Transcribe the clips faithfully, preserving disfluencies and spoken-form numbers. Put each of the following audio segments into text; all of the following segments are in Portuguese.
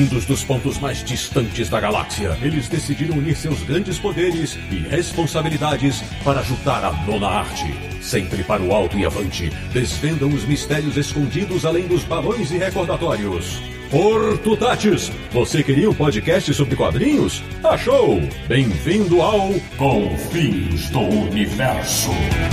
Vindos dos pontos mais distantes da galáxia, eles decidiram unir seus grandes poderes e responsabilidades para ajudar a nona arte. Sempre para o alto e avante, desvendam os mistérios escondidos além dos balões e recordatórios. Hortutatis, você queria um podcast sobre quadrinhos? Achou! Bem-vindo ao Confins do Universo.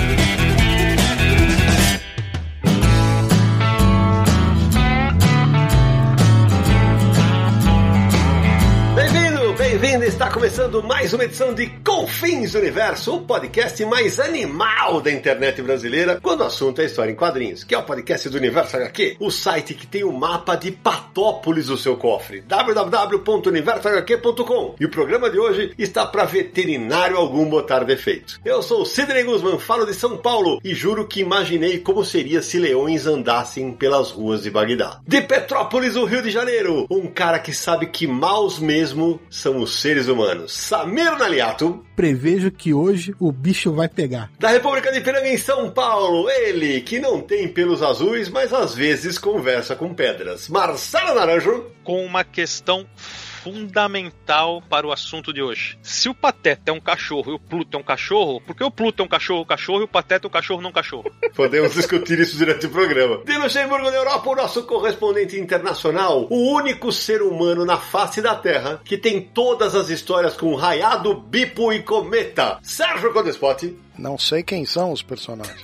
Bem-vindo, está começando mais uma edição de Confins do Universo, o podcast mais animal da internet brasileira quando o assunto é história em quadrinhos, que é o podcast do Universo agá quê, o site que tem o mapa de Patópolis no seu cofre, w w w ponto universo agá quê ponto com. E o programa de hoje está para veterinário algum botar defeito. Eu sou o Sidney Guzman, falo de São Paulo e juro que imaginei como seria se leões andassem pelas ruas de Bagdá. De Petrópolis, no Rio de Janeiro, um cara que sabe que maus mesmo são os seres humanos. Samir Naliato. Prevejo que hoje o bicho vai pegar. Da República de Piranga, em São Paulo, ele que não tem pelos azuis, mas às vezes conversa com pedras. Marcelo Naranjo. Com uma questão fundamental para o assunto de hoje. Se o Pateta é um cachorro e o Pluto é um cachorro, por que o Pluto é um cachorro cachorro e o Pateta é um cachorro não cachorro? Podemos discutir isso durante o programa. De Luxemburgo, na Europa, o nosso correspondente internacional, o único ser humano na face da Terra que tem todas as histórias com Raiado, Bipo e Cometa, Sérgio Codespot. Não sei quem são os personagens.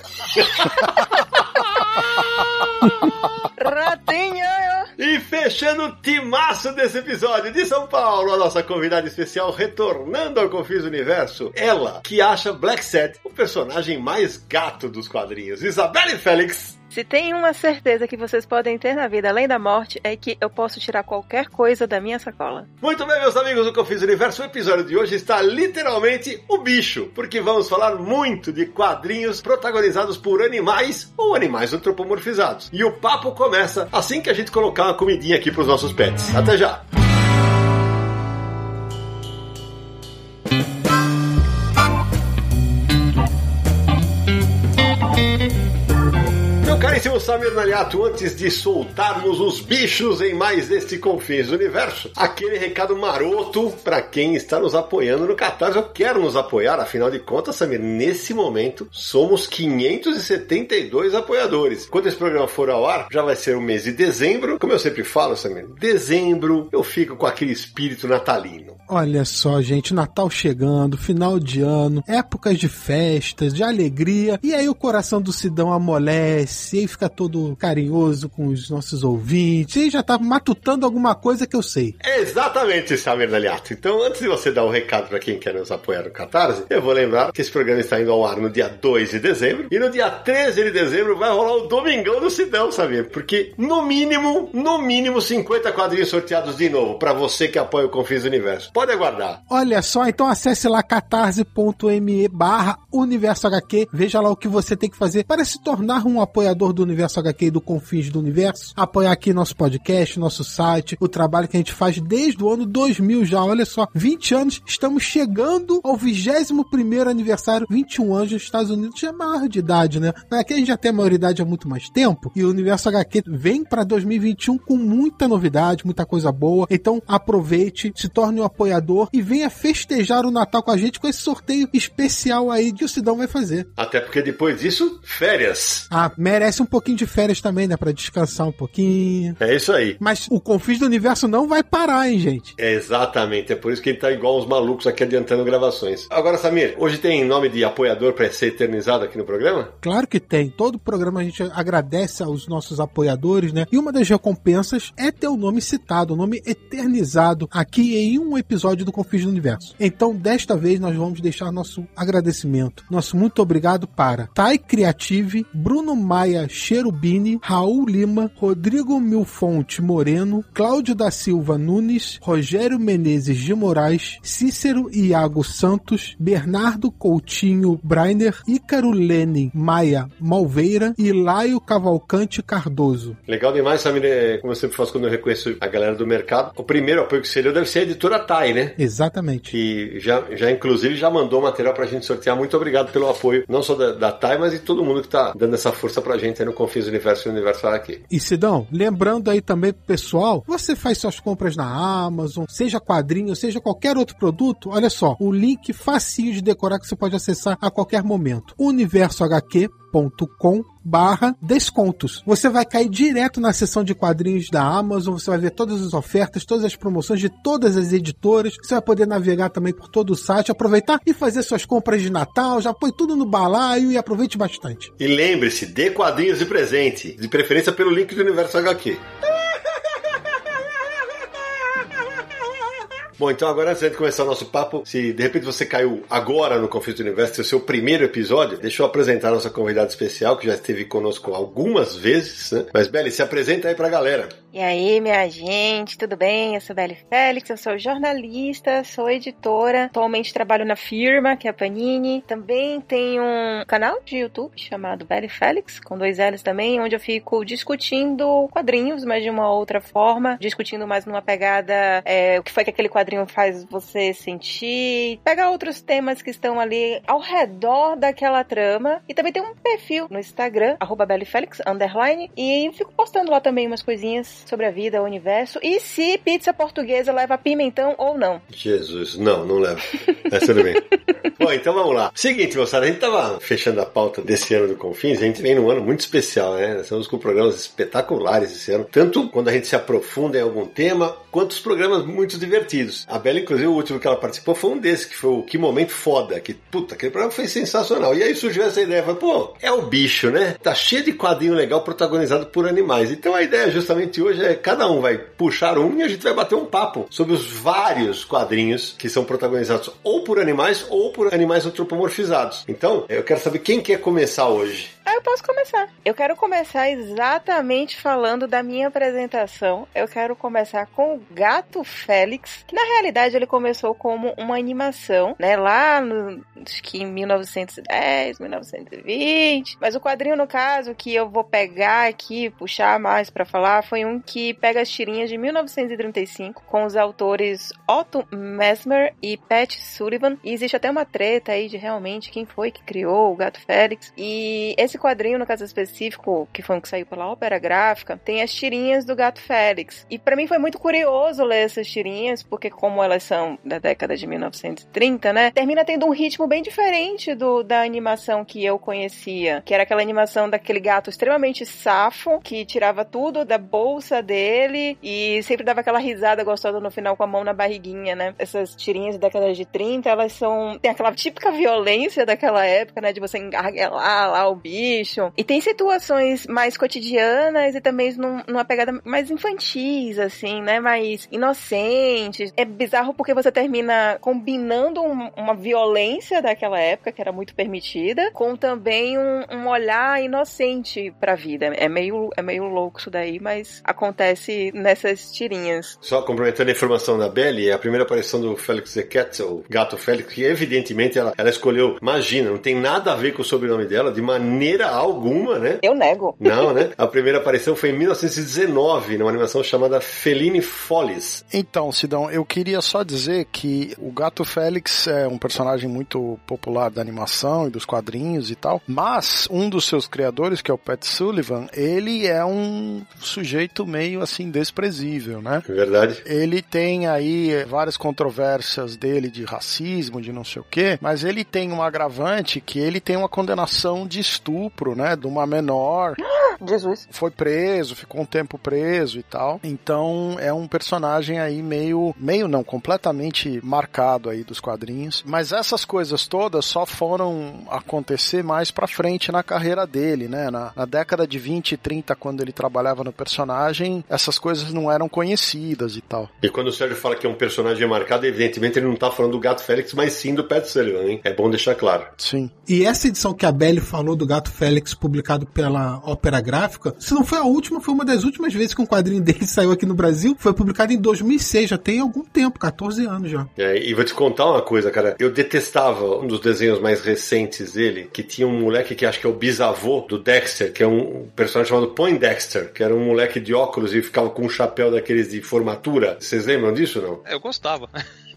Ratinha! E fechando o timaço desse episódio de São Paulo, a nossa convidada especial retornando ao Confins do Universo, ela que acha Blacksad o personagem mais gato dos quadrinhos, Isabelle Félix. Se tem uma certeza que vocês podem ter na vida além da morte, é que eu posso tirar qualquer coisa da minha sacola. Muito bem, meus amigos do Confins do Universo, o episódio de hoje está literalmente o bicho, porque vamos falar muito de quadrinhos protagonizados por animais ou animais antropomorfizados. E o papo começa assim que a gente colocar uma comidinha aqui para os nossos pets. Até já! Caríssimo Samir Naliato, antes de soltarmos os bichos em mais deste Confins do Universo, aquele recado maroto para quem está nos apoiando no Catarse ou quer nos apoiar. Afinal de contas, Samir, nesse momento somos quinhentos e setenta e dois apoiadores. Quando esse programa for ao ar, já vai ser o mês de dezembro. Como eu sempre falo, Samir, dezembro eu fico com aquele espírito natalino. Olha só, gente, Natal chegando, final de ano, épocas de festas, de alegria, e aí o coração do Sidão amolece, e aí fica todo carinhoso com os nossos ouvintes, e aí já tá matutando alguma coisa que eu sei. Exatamente, Samir Naliato. Então, antes de você dar um recado para quem quer nos apoiar no Catarse, eu vou lembrar que esse programa está indo ao ar no dia dois de dezembro, e no dia treze de dezembro vai rolar o Domingão do Sidão, Samir, porque no mínimo, no mínimo cinquenta quadrinhos sorteados de novo, para você que apoia o Confins do Universo. Pode aguardar. Olha só, então acesse lá catarse.me barra Universo agá quê, veja lá o que você tem que fazer para se tornar um apoiador do Universo agá quê e do Confins do Universo, apoiar aqui nosso podcast, nosso site, o trabalho que a gente faz desde o ano dois mil já, olha só, vinte anos, estamos chegando ao vigésimo primeiro aniversário, vinte e um anos nos Estados Unidos, já é maior de idade, né? Aqui a gente já tem a maioridade há muito mais tempo, e o Universo agá quê vem para dois mil e vinte e um com muita novidade, muita coisa boa, então aproveite, se torne um apoiador e venha festejar o Natal com a gente com esse sorteio especial aí que o Sidão vai fazer. Até porque depois disso, férias. Ah, merece um pouquinho de férias também, né? Pra descansar um pouquinho. É isso aí. Mas o Confins do Universo não vai parar, hein, gente? É exatamente. É por isso que ele tá igual os malucos aqui adiantando gravações. Agora, Samir, hoje tem nome de apoiador pra ser eternizado aqui no programa? Claro que tem. Todo programa a gente agradece aos nossos apoiadores, né? E uma das recompensas é ter o nome citado, o nome eternizado aqui em um episódio do Confins do Universo. Então, desta vez, nós vamos deixar nosso agradecimento. Nosso muito obrigado para Tai Creative, Bruno Maia Cherubini, Raul Lima, Rodrigo Milfonte Moreno, Cláudio da Silva Nunes, Rogério Menezes de Moraes, Cícero Iago Santos, Bernardo Coutinho Brainer, Ícaro Lenin Maia Malveira e Laio Cavalcante Cardoso. Legal demais, Samir, como eu sempre faço quando eu reconheço a galera do mercado. O primeiro apoio que seria deve ser a editora Tai, né? Exatamente. Que já, já inclusive, já mandou material pra gente sortear. Muito obrigado pelo apoio, não só da, da Tai, mas de todo mundo que tá dando essa força pra gente gente aí no Confins do Universo e Universo aqui. E Sidão, lembrando aí também pro pessoal, você faz suas compras na Amazon, seja quadrinho, seja qualquer outro produto, olha só, o link facinho de decorar que você pode acessar a qualquer momento. universo agá quê ponto com barra descontos. Você vai cair direto na seção de quadrinhos da Amazon, você vai ver todas as ofertas, todas as promoções de todas as editoras, você vai poder navegar também por todo o site, aproveitar e fazer suas compras de Natal, já põe tudo no balaio e aproveite bastante. E lembre-se, dê quadrinhos de presente, de preferência pelo link do Universo agá quê. Bom, então agora antes de começar o nosso papo, se de repente você caiu agora no Confins do Universo, é o seu primeiro episódio, deixa eu apresentar a nossa convidada especial, que já esteve conosco algumas vezes, né? Mas, Beli, se apresenta aí pra galera. E aí, minha gente, tudo bem? Eu sou Beli Félix, eu sou jornalista, sou editora, atualmente trabalho na firma, que é a Panini. Também tenho um canal de YouTube chamado Beli Félix, com dois L's também, onde eu fico discutindo quadrinhos, mas de uma outra forma, discutindo mais numa pegada, é, o que foi que aquele quadrinho faz você sentir, pegar outros temas que estão ali ao redor daquela trama. E também tem um perfil no Instagram, arroba belifélix, underline, e fico postando lá também umas coisinhas sobre a vida, o universo, e se pizza portuguesa leva pimentão ou não. Jesus, não, não leva. Mas tudo bem. Bom, então vamos lá. Seguinte, moçada, a gente tava fechando a pauta desse ano do Confins, a gente vem num ano muito especial, né? Nós estamos com programas espetaculares esse ano, tanto quando a gente se aprofunda em algum tema, quanto os programas muito divertidos. A Bela, inclusive, o último que ela participou foi um desses, que foi o Que Momento Foda, que, puta, aquele programa foi sensacional. E aí surgiu essa ideia, falei, pô, é o bicho, né? Tá cheio de quadrinho legal protagonizado por animais. Então a ideia justamente hoje é, cada um vai puxar um e a gente vai bater um papo sobre os vários quadrinhos que são protagonizados ou por animais ou por animais antropomorfizados. Então, eu quero saber quem quer começar hoje. Ah, eu posso começar. Eu quero começar exatamente falando da minha apresentação. Eu quero começar com o Gato Félix, que na realidade ele começou como uma animação, né, lá no, acho que em mil novecentos e dez, mil novecentos e vinte, mas o quadrinho, no caso, que eu vou pegar aqui, puxar mais pra falar, foi um que pega as tirinhas de mil novecentos e trinta e cinco, com os autores Otto Messmer e Pat Sullivan, e existe até uma treta aí de realmente quem foi que criou o Gato Félix, e esse quadrinho, no caso específico, que foi um que saiu pela Ópera Gráfica, tem as tirinhas do Gato Félix. E pra mim foi muito curioso ler essas tirinhas, porque como elas são da década de mil novecentos e trinta, né, termina tendo um ritmo bem diferente do da animação que eu conhecia, que era aquela animação daquele gato extremamente safo, que tirava tudo da bolsa dele e sempre dava aquela risada gostosa no final com a mão na barriguinha, né. Essas tirinhas da década de trinta, elas são... tem aquela típica violência daquela época, né, de você engarguelar lá o bicho. E tem situações mais cotidianas e também num, numa pegada mais infantis, assim, né? Mais inocentes. É bizarro porque você termina combinando um, uma violência daquela época, que era muito permitida, com também um, um olhar inocente pra vida. É meio, é meio louco isso daí, mas acontece nessas tirinhas. Só complementando a informação da Beli, é a primeira aparição do Félix the Cat, o Gato Félix, que evidentemente ela, ela escolheu, imagina, não tem nada a ver com o sobrenome dela, de maneira alguma, né? Eu nego. Não, né? A primeira aparição foi em mil novecentos e dezenove, numa animação chamada Feline Follies. Então, Sidão, eu queria só dizer que o Gato Félix é um personagem muito popular da animação e dos quadrinhos e tal, mas um dos seus criadores, que é o Pat Sullivan, ele é um sujeito meio assim desprezível, né? É verdade. Ele tem aí várias controvérsias dele de racismo, de não sei o quê, mas ele tem um agravante que ele tem uma condenação de estupro, né, de uma menor. Jesus. Foi preso, ficou um tempo preso e tal. Então é um personagem aí meio, meio não, completamente marcado aí dos quadrinhos. Mas essas coisas todas só foram acontecer mais pra frente na carreira dele, né? Na, na década de vinte e trinta, quando ele trabalhava no personagem, essas coisas não eram conhecidas e tal. E quando o Sérgio fala que é um personagem marcado, evidentemente ele não tá falando do Gato Félix, mas sim do Pat Sullivan, hein? É bom deixar claro. Sim. E essa edição que a Beli falou do Gato Félix, publicado pela Ópera Gráfica, se não foi a última, foi uma das últimas vezes que um quadrinho dele saiu aqui no Brasil. Foi publicado em dois mil e seis, já tem algum tempo, catorze anos já. É, e vou te contar uma coisa, cara. Eu detestava um dos desenhos mais recentes dele, que tinha um moleque que acho que é o bisavô do Dexter, que é um personagem chamado Poindexter, que era um moleque de óculos e ficava com um chapéu daqueles de formatura. Vocês lembram disso, não? Eu gostava.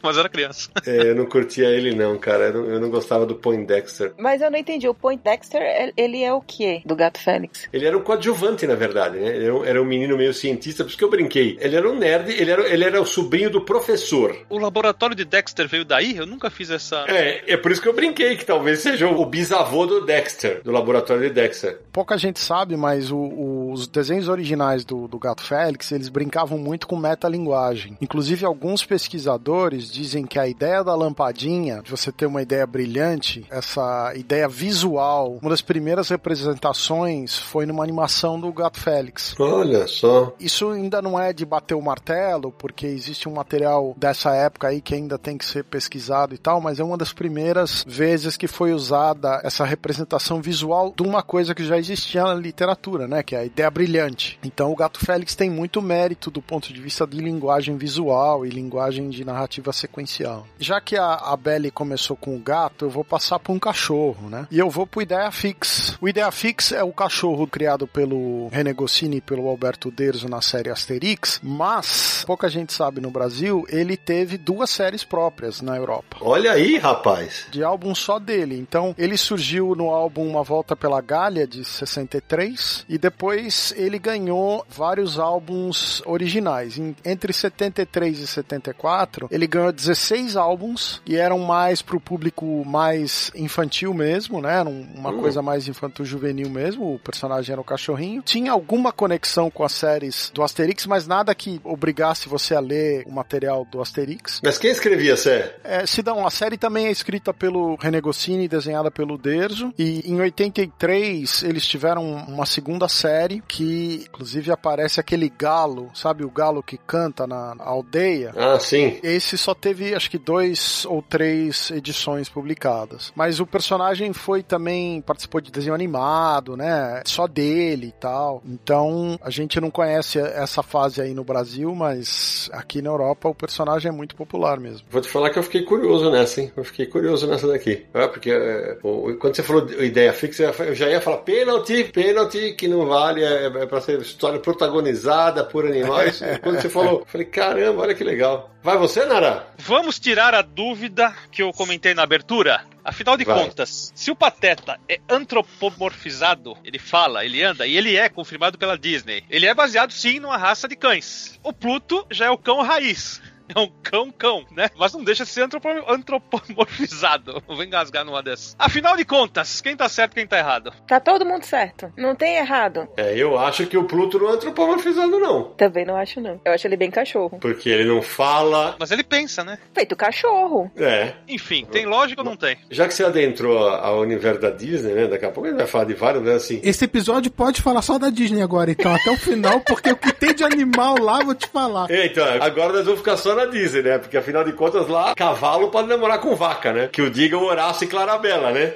mas era criança. É, eu não curtia ele não, cara. Eu não, eu não gostava do Poindexter. Mas eu não entendi. O Poindexter, ele é o quê do Gato Félix? Ele era um coadjuvante, na verdade, né? Ele era um, era um menino meio cientista, por isso que eu brinquei. Ele era um nerd, ele era, ele era o sobrinho do professor. O laboratório de Dexter veio daí? Eu nunca fiz essa... É, é por isso que eu brinquei, que talvez seja o bisavô do Dexter, do laboratório de Dexter. Pouca gente sabe, mas o, o, os desenhos originais do, do Gato Félix, eles brincavam muito com metalinguagem. Inclusive, alguns pesquisadores dizem que a ideia da lampadinha, de você ter uma ideia brilhante, essa ideia visual, uma das primeiras representações foi numa animação do Gato Félix. Olha só. Isso ainda não é de bater o martelo, porque existe um material dessa época aí que ainda tem que ser pesquisado e tal, mas é uma das primeiras vezes que foi usada essa representação visual de uma coisa que já existia na literatura, né, que é a ideia brilhante. Então o Gato Félix tem muito mérito do ponto de vista de linguagem visual e linguagem de narrativa sequencial. Já que a, a Belly começou com o gato, eu vou passar para um cachorro, né, e eu vou pro Ideia Fix. O Ideia Fix é o cachorro criado pelo René Goscinny e pelo Alberto Uderzo na série Asterix, mas pouca gente sabe no Brasil, ele teve duas séries próprias na Europa. Olha aí, rapaz. De álbum só dele. Então, ele surgiu no álbum Uma Volta pela Galha, de sessenta e três, e depois ele ganhou vários álbuns originais. Em, entre setenta e três e setenta e quatro, ele ganhou dezesseis álbuns, e eram mais pro público mais infantil mesmo, né? Era uma uhum. coisa mais infantil-juvenil mesmo, o personagem era o cachorrinho. Tinha alguma conexão com as séries do Asterix, mas nada que obrigasse você a ler o material do Asterix. Mas quem escrevia a série? É, Sidão, a série também é escrita pelo René Goscinny, desenhada pelo Uderzo, e em oitenta e três eles tiveram uma segunda série que, inclusive, aparece aquele galo, sabe o galo que canta na aldeia? Ah, sim. Esse só teve, acho que, dois ou três edições publicadas. Mas o personagem foi também, participou de desenho animado, né? Só dele e tal. Então, a gente não conhece essa fase aí no Brasil, mas aqui na Europa o personagem é muito popular mesmo. Vou te falar que eu fiquei curioso nessa, hein? Eu fiquei curioso nessa daqui. É, porque é, o, quando você falou de ideia fixa, eu já ia falar pênalti, pênalti, que não vale, é, é pra ser história protagonizada por animais. Quando você falou, eu falei, caramba, olha que legal. Vai você, Nara? Vamos tirar a dúvida que eu comentei na abertura? Afinal de Vai. contas, se o Pateta é antropomorfizado, ele fala, ele anda, e ele é confirmado pela Disney, ele é baseado sim numa raça de cães. O Pluto já é o cão raiz. É um cão-cão, né? Mas não deixa de ser antropomorfizado. Não vou engasgar numa dessas. Afinal de contas, quem tá certo e quem tá errado? Tá todo mundo certo. Não tem errado. É, eu acho que o Pluto não é antropomorfizado, não. Também não acho, não. Eu acho ele bem cachorro. Porque ele não fala... Mas ele pensa, né? Feito cachorro. É. Enfim, tem lógica ou não tem? Já que você adentrou ao universo da Disney, né? Daqui a pouco a gente vai falar de vários, né? Assim... Esse episódio pode falar só da Disney agora, então, até o final, porque o que tem de animal lá, vou te falar. É, então, agora nós vamos ficar só na Disney, né? Porque afinal de contas lá, cavalo pode namorar com vaca, né? Que o digam Horácio e Clarabella, né?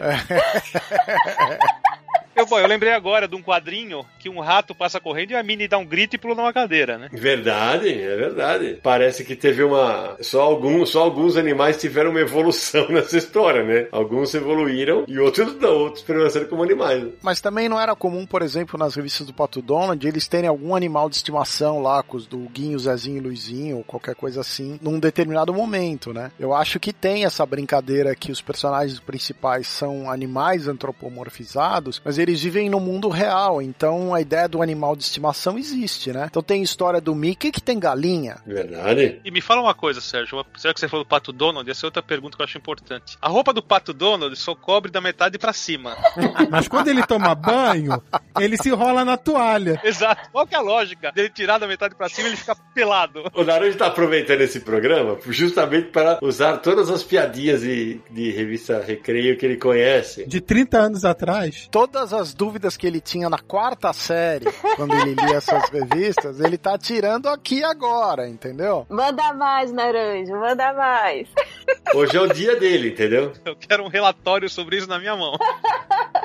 Eu, bom, eu lembrei agora de um quadrinho que um rato passa correndo e a Minnie dá um grito e pula numa cadeira, né? Verdade, é verdade. Parece que teve uma... Só alguns, só alguns animais tiveram uma evolução nessa história, né? Alguns evoluíram e outros não, outros permaneceram como animais. Mas também não era comum, por exemplo, nas revistas do Pato Donald, eles terem algum animal de estimação lá, com os do Guinho, Zezinho e Luizinho, ou qualquer coisa assim, num determinado momento, né? Eu acho que tem essa brincadeira que os personagens principais são animais antropomorfizados, mas eles vivem no mundo real, então a ideia do animal de estimação existe, né? Então tem história do Mickey que tem galinha. Verdade. E me fala uma coisa, Sérgio, será que você falou do Pato Donald? Essa é outra pergunta que eu acho importante. A roupa do Pato Donald só cobre da metade pra cima. Mas quando ele toma banho, ele se enrola na toalha. Exato. Qual que é a lógica dele tirar da metade pra cima e ele fica pelado? O Naranjo tá aproveitando esse programa justamente para usar todas as piadinhas de, de revista Recreio que ele conhece. De trinta anos atrás. Todas as dúvidas que ele tinha na quarta série, quando ele lia essas revistas, ele tá tirando aqui agora, entendeu? Manda mais, Naranjo, manda mais. Hoje é o dia dele, entendeu? Eu quero um relatório sobre isso na minha mão.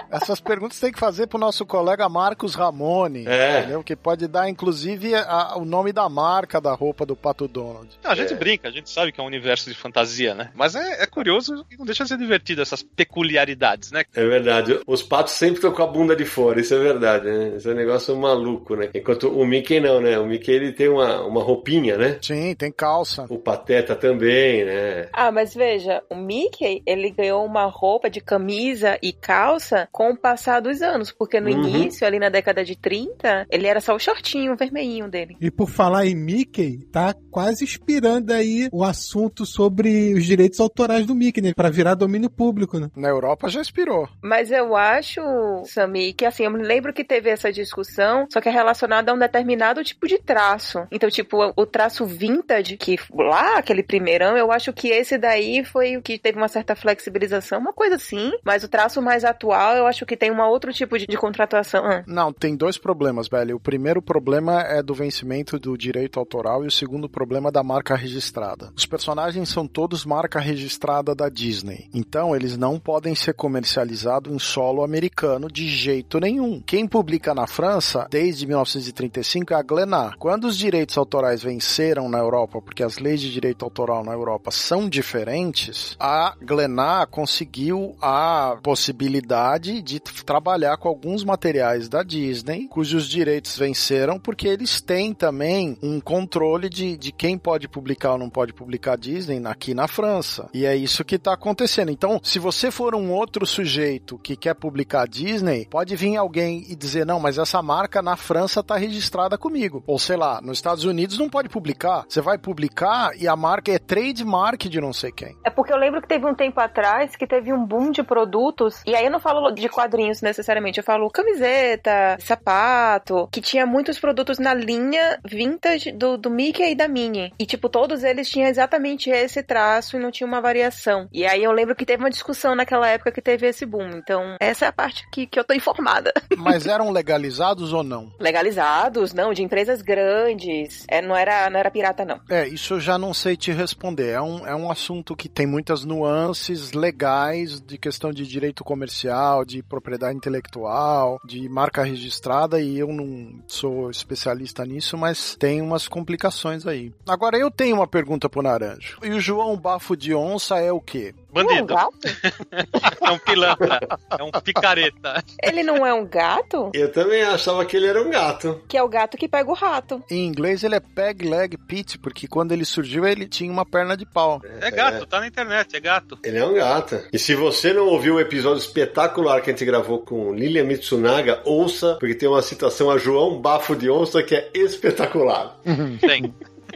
Essas perguntas tem que fazer pro nosso colega Marcos Ramone, é. entendeu? Que pode dar, inclusive, a, o nome da marca da roupa do Pato Donald. Não, a gente É. brinca, a gente sabe que é um universo de fantasia, né? Mas é, é curioso e não deixa de ser divertido essas peculiaridades, né? É verdade. Os patos sempre estão com a bunda de fora, isso é verdade, né? Esse é um negócio maluco, né? Enquanto o Mickey não, né? O Mickey, ele tem uma, uma roupinha, né? Sim, tem calça. O Pateta também, né? Ah, mas veja, o Mickey, ele ganhou uma roupa de camisa e calça com o passar dos anos, porque no Uhum. início, ali na década de trinta, ele era só o shortinho, o vermelhinho dele. E por falar em Mickey, tá quase inspirando aí o assunto sobre os direitos autorais do Mickey, né? Pra virar domínio público, né? Na Europa já inspirou. Mas eu acho, Samir, que assim, eu me lembro que teve essa discussão, só que é relacionada a um determinado tipo de traço. Então, tipo, o traço vintage, que lá, aquele primeirão, eu acho que esse daí foi o que teve uma certa flexibilização, uma coisa assim, mas o traço mais atual, eu acho que tem um outro tipo de, de contratuação. Ah. Não, tem dois problemas, velho. O primeiro problema é do vencimento do direito autoral e o segundo problema é da marca registrada. Os personagens são todos marca registrada da Disney. Então, eles não podem ser comercializados em solo americano de jeito nenhum. Quem publica na França, desde mil novecentos e trinta e cinco, é a Glénat. Quando os direitos autorais venceram na Europa, porque as leis de direito autoral na Europa são diferentes, a Glénat conseguiu a possibilidade de trabalhar com alguns materiais da Disney, cujos direitos venceram, porque eles têm também um controle de, de quem pode publicar ou não pode publicar Disney aqui na França. E é isso que está acontecendo. Então, se você for um outro sujeito que quer publicar Disney, pode vir alguém e dizer, não, mas essa marca na França está registrada comigo. Ou sei lá, nos Estados Unidos não pode publicar. Você vai publicar e a marca é trademark de não sei quem. É porque eu lembro que teve um tempo atrás que teve um boom de produtos, e aí eu não falo de quadrinhos necessariamente, eu falo camiseta, sapato, que tinha muitos produtos na linha vintage do, do Mickey e da Minnie. E, tipo, todos eles tinham exatamente esse traço e não tinha uma variação. E aí eu lembro que teve uma discussão naquela época que teve esse boom. Então, essa é a parte que, que eu tô informada. Mas eram legalizados ou não? Legalizados, não, de empresas grandes. É, não era, não era pirata, não. É, isso eu já não sei te responder. É um, é um assunto que tem muitas nuances legais de questão de direito comercial, de propriedade intelectual, de marca registrada, e eu não sou especialista nisso, mas tem umas complicações aí. Agora, eu tenho uma pergunta pro Naranjo. E o João Bafo de Onça é o quê? Bandido. Um gato? É um pilantra. É um picareta. Ele não é um gato? Eu também achava que ele era um gato. Que é o gato que pega o rato. Em inglês ele é Peg Leg Pete, porque quando ele surgiu ele tinha uma perna de pau. É gato, tá na internet, é gato. Ele é um gato. E se você não ouviu o episódio espetacular que a gente gravou com Lilia Mitsunaga, ouça, porque tem uma citação a João Bafo de Onça que é espetacular. Tem.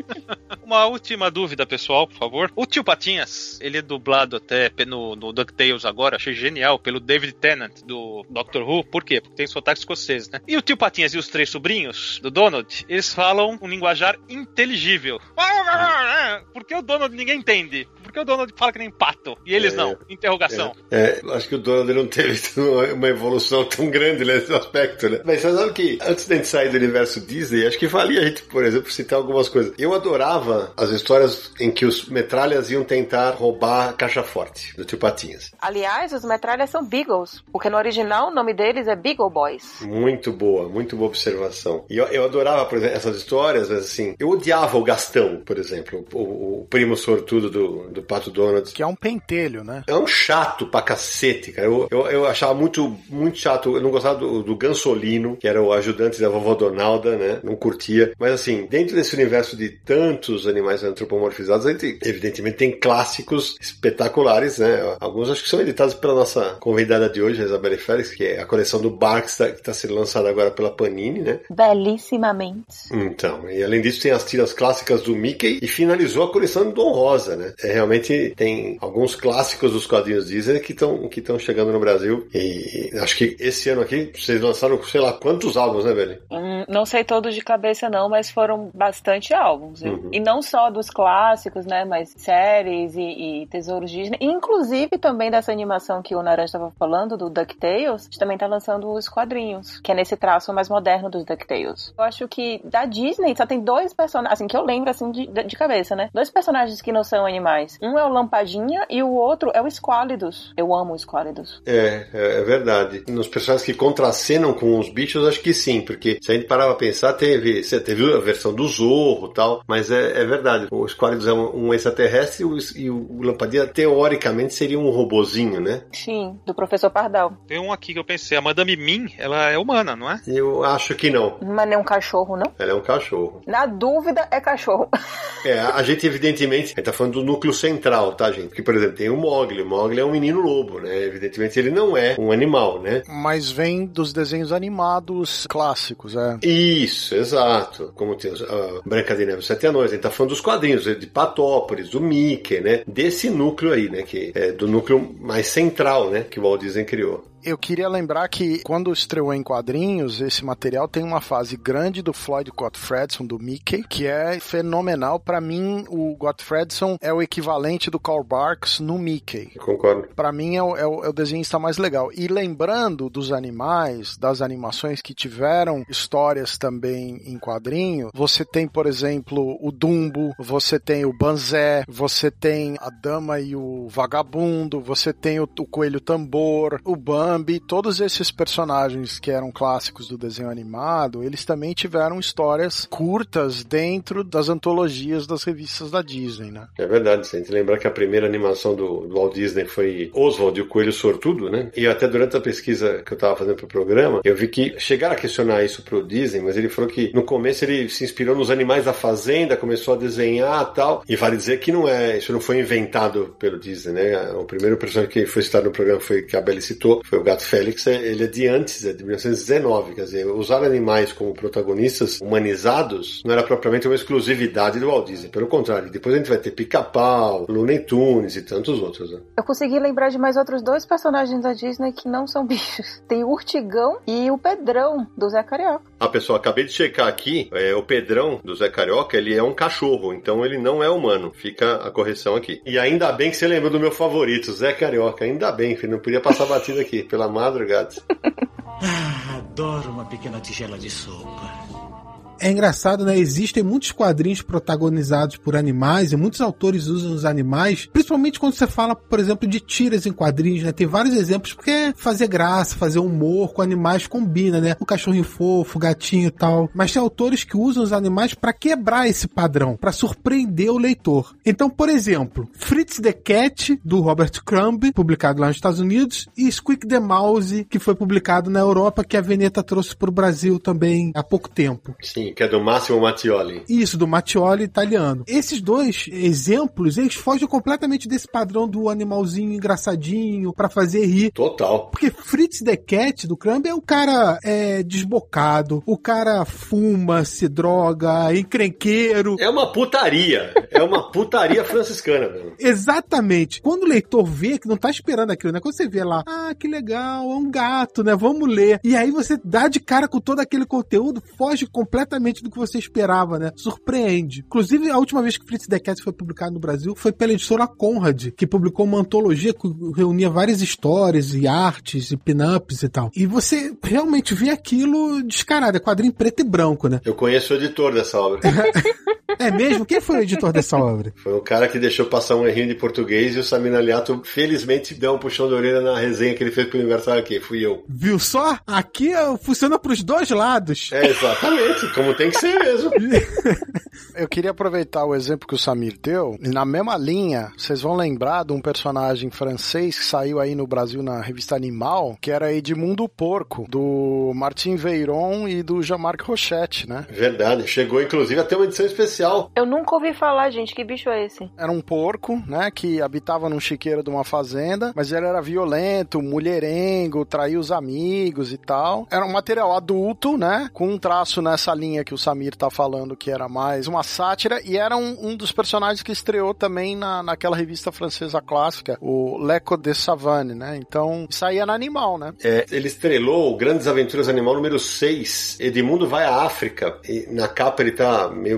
Uma última dúvida, pessoal, por favor. O Tio Patinhas, ele é dublado até no, no DuckTales agora, achei genial, pelo David Tennant, do Doctor Who. Por quê? Porque tem sotaque escocês, né? E o Tio Patinhas e os três sobrinhos do Donald, eles falam um linguajar inteligível. Por que o Donald ninguém entende? Por que o Donald fala que nem pato? E eles É, não? Interrogação. É, é, acho que o Donald não teve uma evolução tão grande nesse aspecto, né? Mas você sabe que, antes de a gente sair do universo Disney, acho que valia a gente, por exemplo, citar algumas coisas. Eu adorava as histórias em que os metralhas iam tentar roubar a caixa forte do Tio Patinhas. Aliás, os metralhas são Beagles, porque no original o nome deles é Beagle Boys. Muito boa, muito boa observação. E eu, eu adorava, por exemplo, essas histórias, mas assim, eu odiava o Gastão, por exemplo, o, o primo sortudo do, do Pato Donald. Que é um pentelho, né? É um chato pra cacete, cara. Eu, eu, eu achava muito, muito chato. Eu não gostava do, do Gansolino, que era o ajudante da vovó Donalda, né? Não curtia. Mas assim, dentro desse universo de tantos animais antropomorfizados, a gente, evidentemente, tem clássicos espetaculares, né? Alguns acho que são editados pela nossa convidada de hoje, a Isabelle Félix, que é a coleção do Barks, que está sendo lançada agora pela Panini, né? Belíssimamente. Então, e além disso tem as tiras clássicas do Mickey e finalizou a coleção do Dom Rosa, né? É, realmente tem alguns clássicos dos quadrinhos Disney que estão que estão chegando no Brasil, e acho que esse ano aqui vocês lançaram sei lá quantos álbuns, né, velho? Hum, não sei todos de cabeça não, mas foram bastante álbuns. Uhum. E não não só dos clássicos, né, mas séries e, e tesouros Disney, inclusive também dessa animação que o Naran estava falando, do DuckTales, a gente também tá lançando os quadrinhos, que é nesse traço mais moderno dos DuckTales. Eu acho que da Disney só tem dois personagens, assim, que eu lembro, assim, de, de cabeça, né? Dois personagens que não são animais. Um é o Lampadinha e o outro é o Squálidus. Eu amo o Squálidus. É, é, é verdade. Nos personagens que contracenam com os bichos, acho que sim, porque se a gente parar pra pensar, teve, você teve a versão do Zorro e tal, mas é, é verdade. O Squálidus é um, um extraterrestre e o, e o Lampadinha, teoricamente, seria um robozinho, né? Sim, do Professor Pardal. Tem um aqui que eu pensei, a Madame Mim, ela é humana, não é? Eu acho que não. Mas não é um cachorro, não? Ela é um cachorro. Na dúvida, é cachorro. É, a gente evidentemente, a gente tá falando do núcleo central, tá, gente? Porque, por exemplo, tem o Mowgli. O Mowgli é um menino lobo, né? Evidentemente ele não é um animal, né? Mas vem dos desenhos animados clássicos, é. Isso, exato. Como tem a Branca de Neve e os Sete Anões. A gente tá falando dos quadrinhos, de Patópolis, do Mickey, né? Desse núcleo aí, né? Que é do núcleo mais central, né? Que o Walt Disney criou. Eu queria lembrar que quando estreou em quadrinhos, esse material tem uma fase grande do Floyd Gottfredson, do Mickey, que é fenomenal. Pra mim, o Gottfredson é o equivalente do Carl Barks no Mickey. Eu concordo. Pra mim, é o, é, o, é o desenhista mais legal. E lembrando dos animais, das animações que tiveram histórias também em quadrinho, você tem, por exemplo, o Dumbo, você tem o Banzé, você tem a Dama e o Vagabundo, você tem o, o Coelho Tambor, o Bambi. Todos esses personagens que eram clássicos do desenho animado, eles também tiveram histórias curtas dentro das antologias das revistas da Disney, né? É verdade, se a gente lembrar que a primeira animação do, do Walt Disney foi Oswald e o Coelho Sortudo, né? E até durante a pesquisa que eu tava fazendo pro programa, eu vi que chegaram a questionar isso pro Disney, mas ele falou que no começo ele se inspirou nos animais da fazenda, começou a desenhar e tal, e vale dizer que não é, isso não foi inventado pelo Disney, né? O primeiro personagem que foi citado no programa foi que a Belle citou, foi o Gato Félix, ele é de antes, é de mil novecentos e dezenove, quer dizer, usar animais como protagonistas humanizados não era propriamente uma exclusividade do Walt Disney, pelo contrário, depois a gente vai ter Pica-Pau, Looney Tunes e tantos outros, né? Eu consegui lembrar de mais outros dois personagens da Disney que não são bichos. Tem o Urtigão e o Pedrão, do Zé Carioca. Ah, pessoal, acabei de checar aqui, é, o Pedrão do Zé Carioca, ele é um cachorro, então ele não é humano, fica a correção aqui. E ainda bem que você lembrou do meu favorito, Zé Carioca, ainda bem, filho, não podia passar batida aqui, pela madrugada. Ah, adoro uma pequena tigela de sopa. É engraçado, né? Existem muitos quadrinhos protagonizados por animais e muitos autores usam os animais, principalmente quando você fala, por exemplo, de tiras em quadrinhos, né? Tem vários exemplos, porque fazer graça, fazer humor com animais combina, né? O cachorrinho fofo, o gatinho e tal. Mas tem autores que usam os animais pra quebrar esse padrão, pra surpreender o leitor. Então, por exemplo, Fritz the Cat, do Robert Crumb, publicado lá nos Estados Unidos, e Squeak the Mouse, que foi publicado na Europa, que a Veneta trouxe pro Brasil também há pouco tempo. Sim, que é do Massimo Mattioli. Isso, do Mattioli italiano. Esses dois exemplos, eles fogem completamente desse padrão do animalzinho engraçadinho pra fazer rir. Total. Porque Fritz the Cat, do Crumb, é o cara é, desbocado, o cara fuma, se droga, encrenqueiro. É uma putaria. É uma putaria franciscana, velho. Exatamente. Quando o leitor vê, que não tá esperando aquilo, né? Quando você vê lá, ah, que legal, é um gato, né? Vamos ler. E aí você dá de cara com todo aquele conteúdo, foge completamente do que você esperava, né? Surpreende. Inclusive, a última vez que Fritz the Cat foi publicado no Brasil foi pela editora Conrad, que publicou uma antologia que reunia várias histórias e artes e pin-ups e tal. E você realmente vê aquilo descarado. É quadrinho preto e branco, né? Eu conheço o editor dessa obra. É mesmo? Quem foi o editor dessa obra? Foi o cara que deixou passar um errinho de português e o Samir Aliato, felizmente, deu um puxão de orelha na resenha que ele fez pro Universal aqui. Fui eu. Viu só? Aqui funciona pros dois lados. É, exatamente. Como tem que ser mesmo. Eu queria aproveitar o exemplo que o Samir deu. Na mesma linha, vocês vão lembrar de um personagem francês que saiu aí no Brasil na revista Animal, que era Edmundo Porco, do Martin Veyron e do Jean-Marc Rochette, né? Verdade. Chegou, inclusive, a ter uma edição especial. Eu nunca ouvi falar, gente. Que bicho é esse? Era um porco, né, que habitava num chiqueiro de uma fazenda, mas ele era violento, mulherengo, traía os amigos e tal. Era um material adulto, né, com um traço nessa linha que o Samir tá falando, que era mais uma sátira, e era um, um dos personagens que estreou também na, naquela revista francesa clássica, o L'Echo de Savane, né? Então, saía na Animal, né? É, ele estrelou o Grandes Aventuras Animal número seis. Edmundo vai à África, e na capa ele tá meio grog,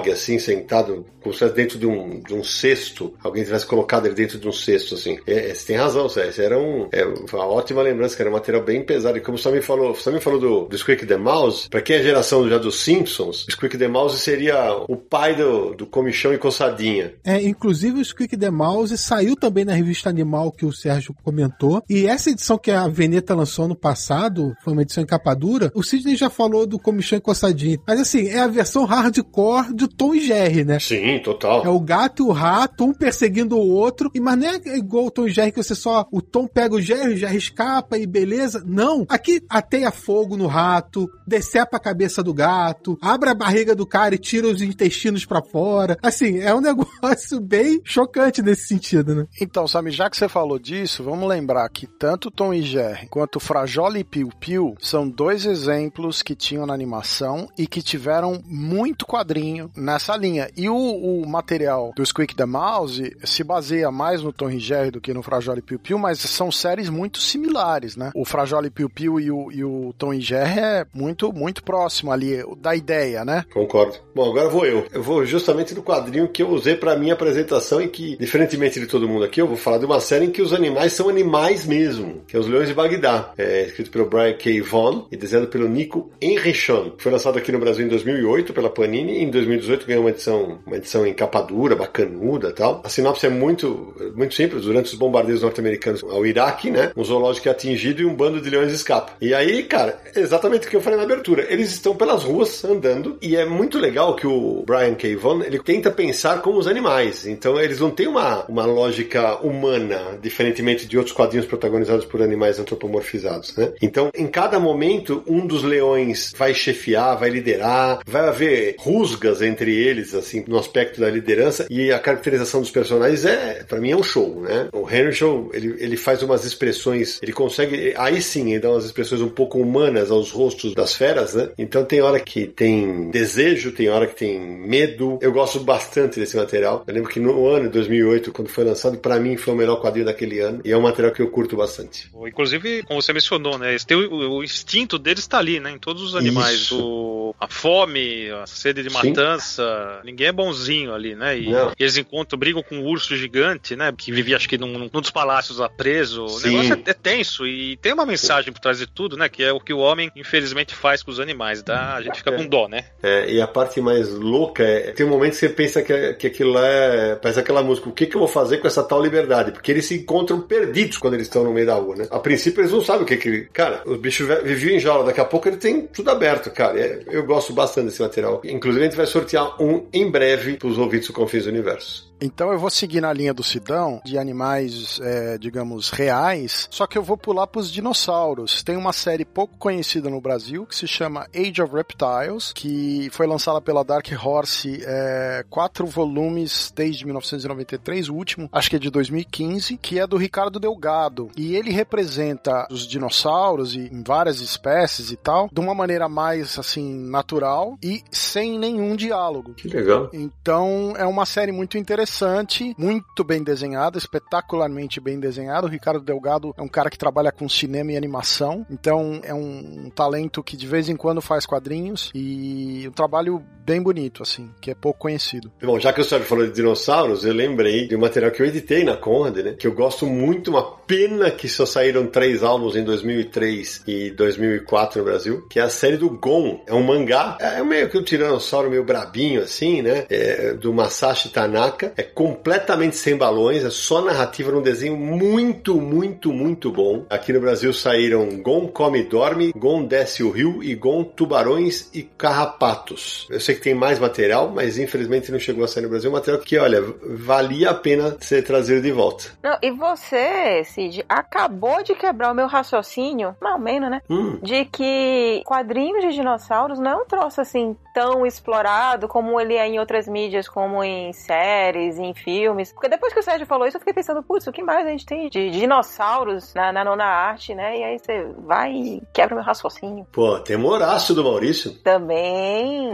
ciborgue, assim, sentado, como se fosse dentro de um, de um cesto, alguém tivesse colocado ele dentro de um cesto, assim. É, é, você tem razão, Sérgio, esse era um, é, uma ótima lembrança, que era um material bem pesado, e como o Samir falou, o Samir falou do, do Squeak the Mouse, pra quem é a geração já dos Simpsons, o Squeak the Mouse seria o pai do, do comichão e coçadinha. É, inclusive o Squeak the Mouse saiu também na revista Animal, que o Sérgio comentou, e essa edição que a Veneta lançou no passado, foi uma edição em capa dura, o Sidney já falou do comichão e coçadinha, mas assim, é a versão hardcore de Tom e Jerry, né? Sim, total. É o gato e o rato, um perseguindo o outro, e mas não é igual o Tom e Jerry que você só, o Tom pega o Jerry, o Jerry escapa e beleza. Não, aqui ateia fogo no rato, decepa a cabeça do gato, abre a barriga do cara e tira os intestinos pra fora. Assim, é um negócio bem chocante nesse sentido, né? Então, Samir, já que você falou disso, vamos lembrar que tanto Tom e Jerry quanto Frajola e Piu Piu são dois exemplos que tinham na animação e que tiveram muito quadrinho nessa linha. E o, o material do Squeak the Mouse se baseia mais no Tom e Jerry do que no Frajola e Piu Piu, mas são séries muito similares, né? O Frajola e Piu Piu e o, e o Tom e Jerry é muito, muito próximo ali da ideia, né? Concordo. Bom, agora vou eu. Eu vou justamente do quadrinho que eu usei pra minha apresentação e que, diferentemente de todo mundo aqui, eu vou falar de uma série em que os animais são animais mesmo, que é Os Leões de Bagdá. É escrito pelo Brian K. Vaughan e desenhado pelo Nico Enrichon. Foi lançado aqui no Brasil em dois mil e oito pela Panini e em dois mil e dezoito ganhou uma edição, uma edição em capa dura, bacanuda e tal. A sinopse é muito, muito simples. Durante os bombardeios norte-americanos ao Iraque, né, um zoológico é atingido e um bando de leões escapa. E aí, cara, é exatamente o que eu falei na abertura. Eles estão pelas ruas andando e é muito legal que o Brian K. Vaughan, ele tenta pensar como os animais. Então eles não têm uma, uma lógica humana, diferentemente de outros quadrinhos protagonizados por animais antropomorfizados, né? Então, em cada momento, um dos leões vai chefiar, vai liderar, vai haver rusgas entre eles, assim, no aspecto da liderança, e a caracterização dos personagens é, pra mim, é um show, né? O Henry Shaw, ele, ele faz umas expressões, ele consegue, aí sim, ele dá umas expressões um pouco humanas aos rostos das feras, né? Então tem hora que tem desejo, tem hora que tem medo. Eu gosto bastante desse material. Eu lembro que no ano de dois mil e oito, quando foi lançado, pra mim foi o melhor quadrinho daquele ano, e é um material que eu curto bastante. Inclusive, como você mencionou, né? Tem o, o instinto deles está ali, né? Em todos os animais. O, a fome, a sede de matança. Sim. Ninguém é bonzinho ali, né? E, e eles encontram, brigam com um urso gigante, né? Que vivia, acho que, num, num dos palácios lá preso. Sim. O negócio é, é tenso e tem uma mensagem por trás de tudo, né? Que é o que o homem, infelizmente, faz com os animais. Tá? A gente fica é. com dó, né? É, e a parte mais louca é... Tem um momento que você pensa que, que aquilo lá é... Parece aquela música. O que, que eu vou fazer com essa tal liberdade? Porque eles se encontram perdidos quando eles estão no meio da rua, né? A princípio, eles não sabem o que que... Cara, os bichos viviam em jaula. Daqui a pouco ele tem tudo aberto, cara. É, eu gosto bastante desse material. Inclusive, a gente vai sortear um em breve para os ouvintes do Confins do Universo. Então eu vou seguir na linha do Sidão, de animais, é, digamos, reais, só que eu vou pular para os dinossauros. Tem uma série pouco conhecida no Brasil, que se chama Age of Reptiles, que foi lançada pela Dark Horse, é, quatro volumes desde mil novecentos e noventa e três, o último, acho que é de dois mil e quinze, que é do Ricardo Delgado. E ele representa os dinossauros e em várias espécies e tal, de uma maneira mais, assim, natural e sem nenhum diálogo. Que legal. Então é uma série muito interessante. Muito bem desenhada, espetacularmente bem desenhada. O Ricardo Delgado é um cara que trabalha com cinema e animação, então é um talento que de vez em quando faz quadrinhos e um trabalho bem bonito, assim, que é pouco conhecido. Bom, já que o Sérgio falou de dinossauros, eu lembrei de um material que eu editei na Conrad, né, que eu gosto muito, uma pena que só saíram três álbuns em dois mil e três e dois mil e quatro no Brasil, que é a série do Gon. É um mangá, é meio que um tiranossauro meio brabinho, assim, né, é, do Masashi Tanaka. É completamente sem balões, é só narrativa num desenho muito, muito, muito bom. Aqui no Brasil saíram Gon Come e Dorme, Gon Desce o Rio e Gon Tubarões e Carrapatos. Eu sei que tem mais material, mas infelizmente não chegou a sair no Brasil. Um material que, olha, valia a pena ser trazido de volta. Não, e você, Cid, acabou de quebrar o meu raciocínio, mais ou menos, né? Hum. De que quadrinhos de dinossauros não é um troço assim tão explorado como ele é em outras mídias, como em séries, em filmes. Porque depois que o Sérgio falou isso, eu fiquei pensando, putz, o que mais a gente tem de dinossauros na, na nona arte, né? E aí você vai e quebra o meu raciocínio. Pô, tem o Horácio do Maurício. Também. O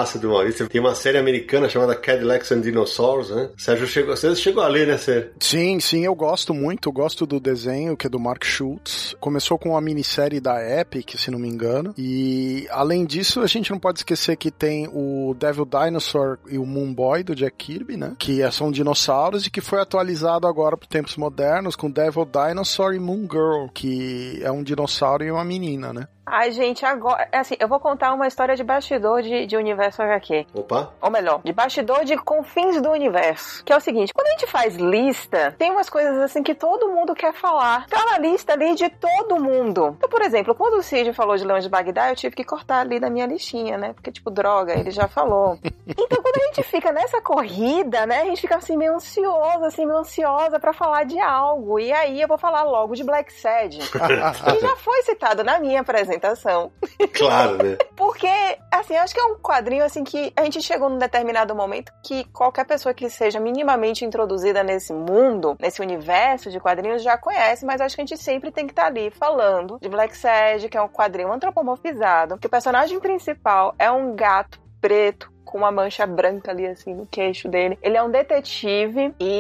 abraço do Maurício. Tem uma série americana chamada Cadillacs and Dinosaurs, né? Sérgio chegou, você chegou a ler, né, Sérgio? Sim, sim, eu gosto muito. Eu gosto do desenho, que é do Mark Schultz. Começou com uma minissérie da Epic, se não me engano. E, além disso, a gente não pode esquecer que tem o Devil Dinosaur e o Moon Boy, do Jack Kirby, né? Que são dinossauros e que foi atualizado agora para tempos modernos com Devil Dinosaur e Moon Girl, que é um dinossauro e uma menina, né? Ai, gente, agora... Assim, eu vou contar uma história de bastidor de, de Universo agá quê. Opa! Ou melhor, de bastidor de confins do universo. Que é o seguinte, quando a gente faz lista, tem umas coisas assim que todo mundo quer falar. Tá na lista ali de todo mundo. Então, por exemplo, quando o Cid falou de Leão de Bagdá, eu tive que cortar ali da minha listinha, né? Porque, tipo, droga, ele já falou. Então, quando a gente fica nessa corrida, né? A gente fica assim, meio ansiosa, assim, meio ansiosa pra falar de algo. E aí, eu vou falar logo de Black Sad. Que já foi citado na minha apresentação. Claro, né? Porque, assim, acho que é um quadrinho, assim, que a gente chegou num determinado momento que qualquer pessoa que seja minimamente introduzida nesse mundo, nesse universo de quadrinhos, já conhece, mas acho que a gente sempre tem que estar ali falando de Black Sad, que é um quadrinho antropomorfizado, que o personagem principal é um gato preto, com uma mancha branca ali, assim, no queixo dele. Ele é um detetive e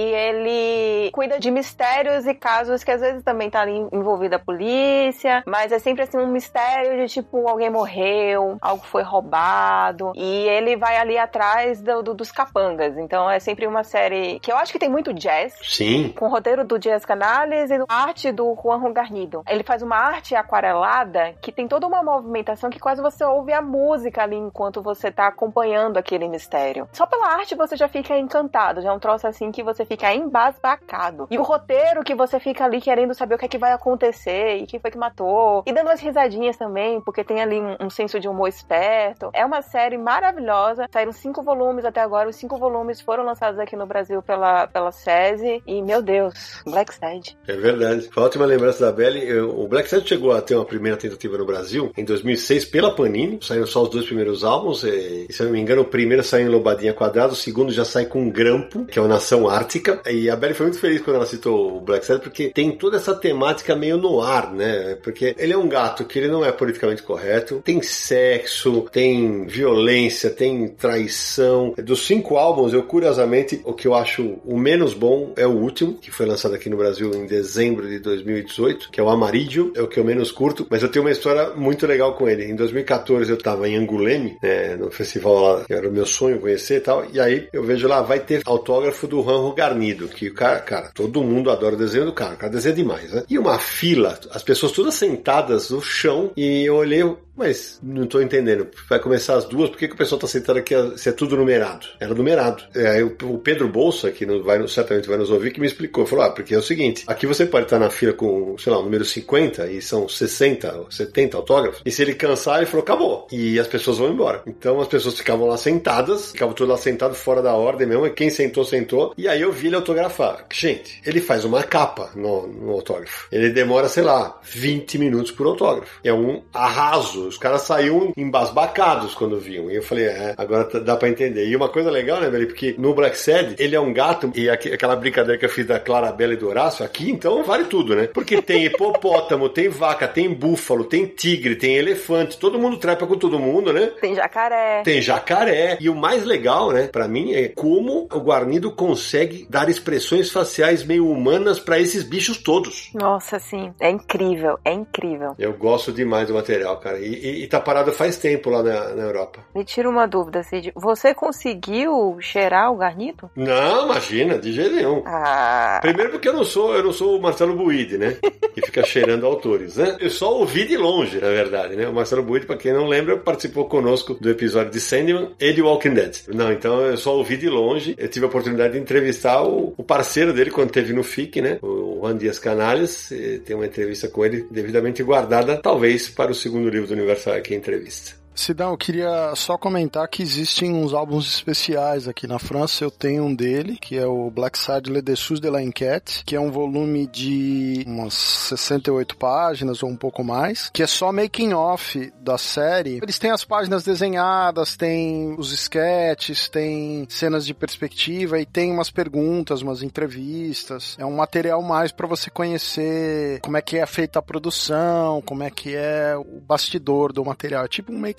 ele cuida de mistérios e casos que às vezes também tá ali envolvida a polícia, mas é sempre, assim, um mistério de, tipo, alguém morreu, algo foi roubado, e ele vai ali atrás do, do, dos capangas. Então é sempre uma série que eu acho que tem muito jazz. Sim. Com o roteiro do Dias Canales e a arte do Juan Garnido. Ele faz uma arte aquarelada que tem toda uma movimentação que quase você ouve a música ali enquanto você tá acompanhando aquele mistério. Só pela arte você já fica encantado, já é um troço assim que você fica embasbacado. E o roteiro que você fica ali querendo saber o que é que vai acontecer e quem foi que matou. E dando umas risadinhas também, porque tem ali um, um senso de humor esperto. É uma série maravilhosa. Saíram cinco volumes até agora. Os cinco volumes foram lançados aqui no Brasil pela, pela SESI. E, meu Deus, Black Sad. É verdade. Foi uma ótima lembrança da Belly. O Black Sad chegou a ter uma primeira tentativa no Brasil em dois mil e seis pela Panini. Saíram só os dois primeiros álbuns. E, se eu não me engano, o primeiro saiu em Lobadinha Quadrada, o segundo já sai com um Grampo, que é uma nação ártica. E a Belly foi muito feliz quando ela citou o Black Sad, porque tem toda essa temática meio no ar, né? Porque ele é um gato que ele não é politicamente correto, tem sexo, tem violência, tem traição. Dos cinco álbuns, eu curiosamente, o que eu acho o menos bom é o último, que foi lançado aqui no Brasil em dezembro de dois mil e dezoito, que é o Amarillo, é o que eu menos curto, mas eu tenho uma história muito legal com ele. Em dois mil e quatorze eu tava em Anguleme, né, no festival lá, que era o meu sonho conhecer e tal, e aí eu vejo lá, vai ter autógrafo do Juan Garnido, que o cara, cara, todo mundo adora o desenho do cara, o cara desenha demais, né? E uma fila, as pessoas todas sentadas no chão, e eu olhei, mas não tô entendendo, vai começar as duas, por que, que o pessoal tá sentado aqui se é tudo numerado? Era numerado. É, aí o Pedro Bolsa, que não vai, certamente vai nos ouvir, que me explicou, falou, ah, porque é o seguinte, aqui você pode estar na fila com, sei lá, o número cinquenta, e são sessenta, setenta autógrafos, e se ele cansar, ele falou, acabou, e as pessoas vão embora. Então as pessoas ficavam lá sentadas, ficavam todas lá sentadas fora da ordem mesmo, e quem sentou, sentou, e aí eu vi ele autografar. Gente, ele faz uma capa no, no autógrafo. Ele demora, sei lá, vinte minutos por autógrafo. É um arraso. Os caras saíam embasbacados quando viam. E eu falei, é, agora dá pra entender. E uma coisa legal, né, Beli? Porque no Black Sad, ele é um gato, e aquela brincadeira que eu fiz da Clarabella e do Horácio, aqui, então, vale tudo, né? Porque tem hipopótamo, tem vaca, tem búfalo, tem tigre, tem elefante, todo mundo trepa com todo mundo, né? Tem jacaré. Tem jacaré. E o mais legal, né, pra mim, é como o Guarnido consegue dar expressões faciais meio humanas pra esses bichos todos. Nossa, sim. É incrível, é incrível. Eu gosto demais do material, cara. E, e, e tá parado faz tempo lá na, na Europa. Me tira uma dúvida, Cid. Você conseguiu cheirar o Garnido? Não, imagina, de jeito nenhum. Ah. Primeiro porque eu não sou, eu não sou o Marcelo Buide, né? Que fica cheirando autores, né? Eu só ouvi de longe, na verdade, né? O Marcelo Buide, pra quem não lembra, participou conosco do episódio de Sandman e de Walking Dead. Não, então eu só ouvi de longe. Eu tive a oportunidade de entrevistar o, o parceiro dele quando teve no F I C, né? O Juan Dias Canales. Tem uma entrevista com ele devidamente guardada, talvez para o segundo livro do Universo aqui, a entrevista. Sidão, eu queria só comentar que existem uns álbuns especiais aqui na França. Eu tenho um dele, que é o Black Sad Le Dessous de la Enquête, que é um volume de umas sessenta e oito páginas ou um pouco mais, que é só making off da série. Eles têm as páginas desenhadas, tem os sketches, tem cenas de perspectiva e tem umas perguntas, umas entrevistas. É um material mais para você conhecer como é que é feita a produção, como é que é o bastidor do material. É tipo um making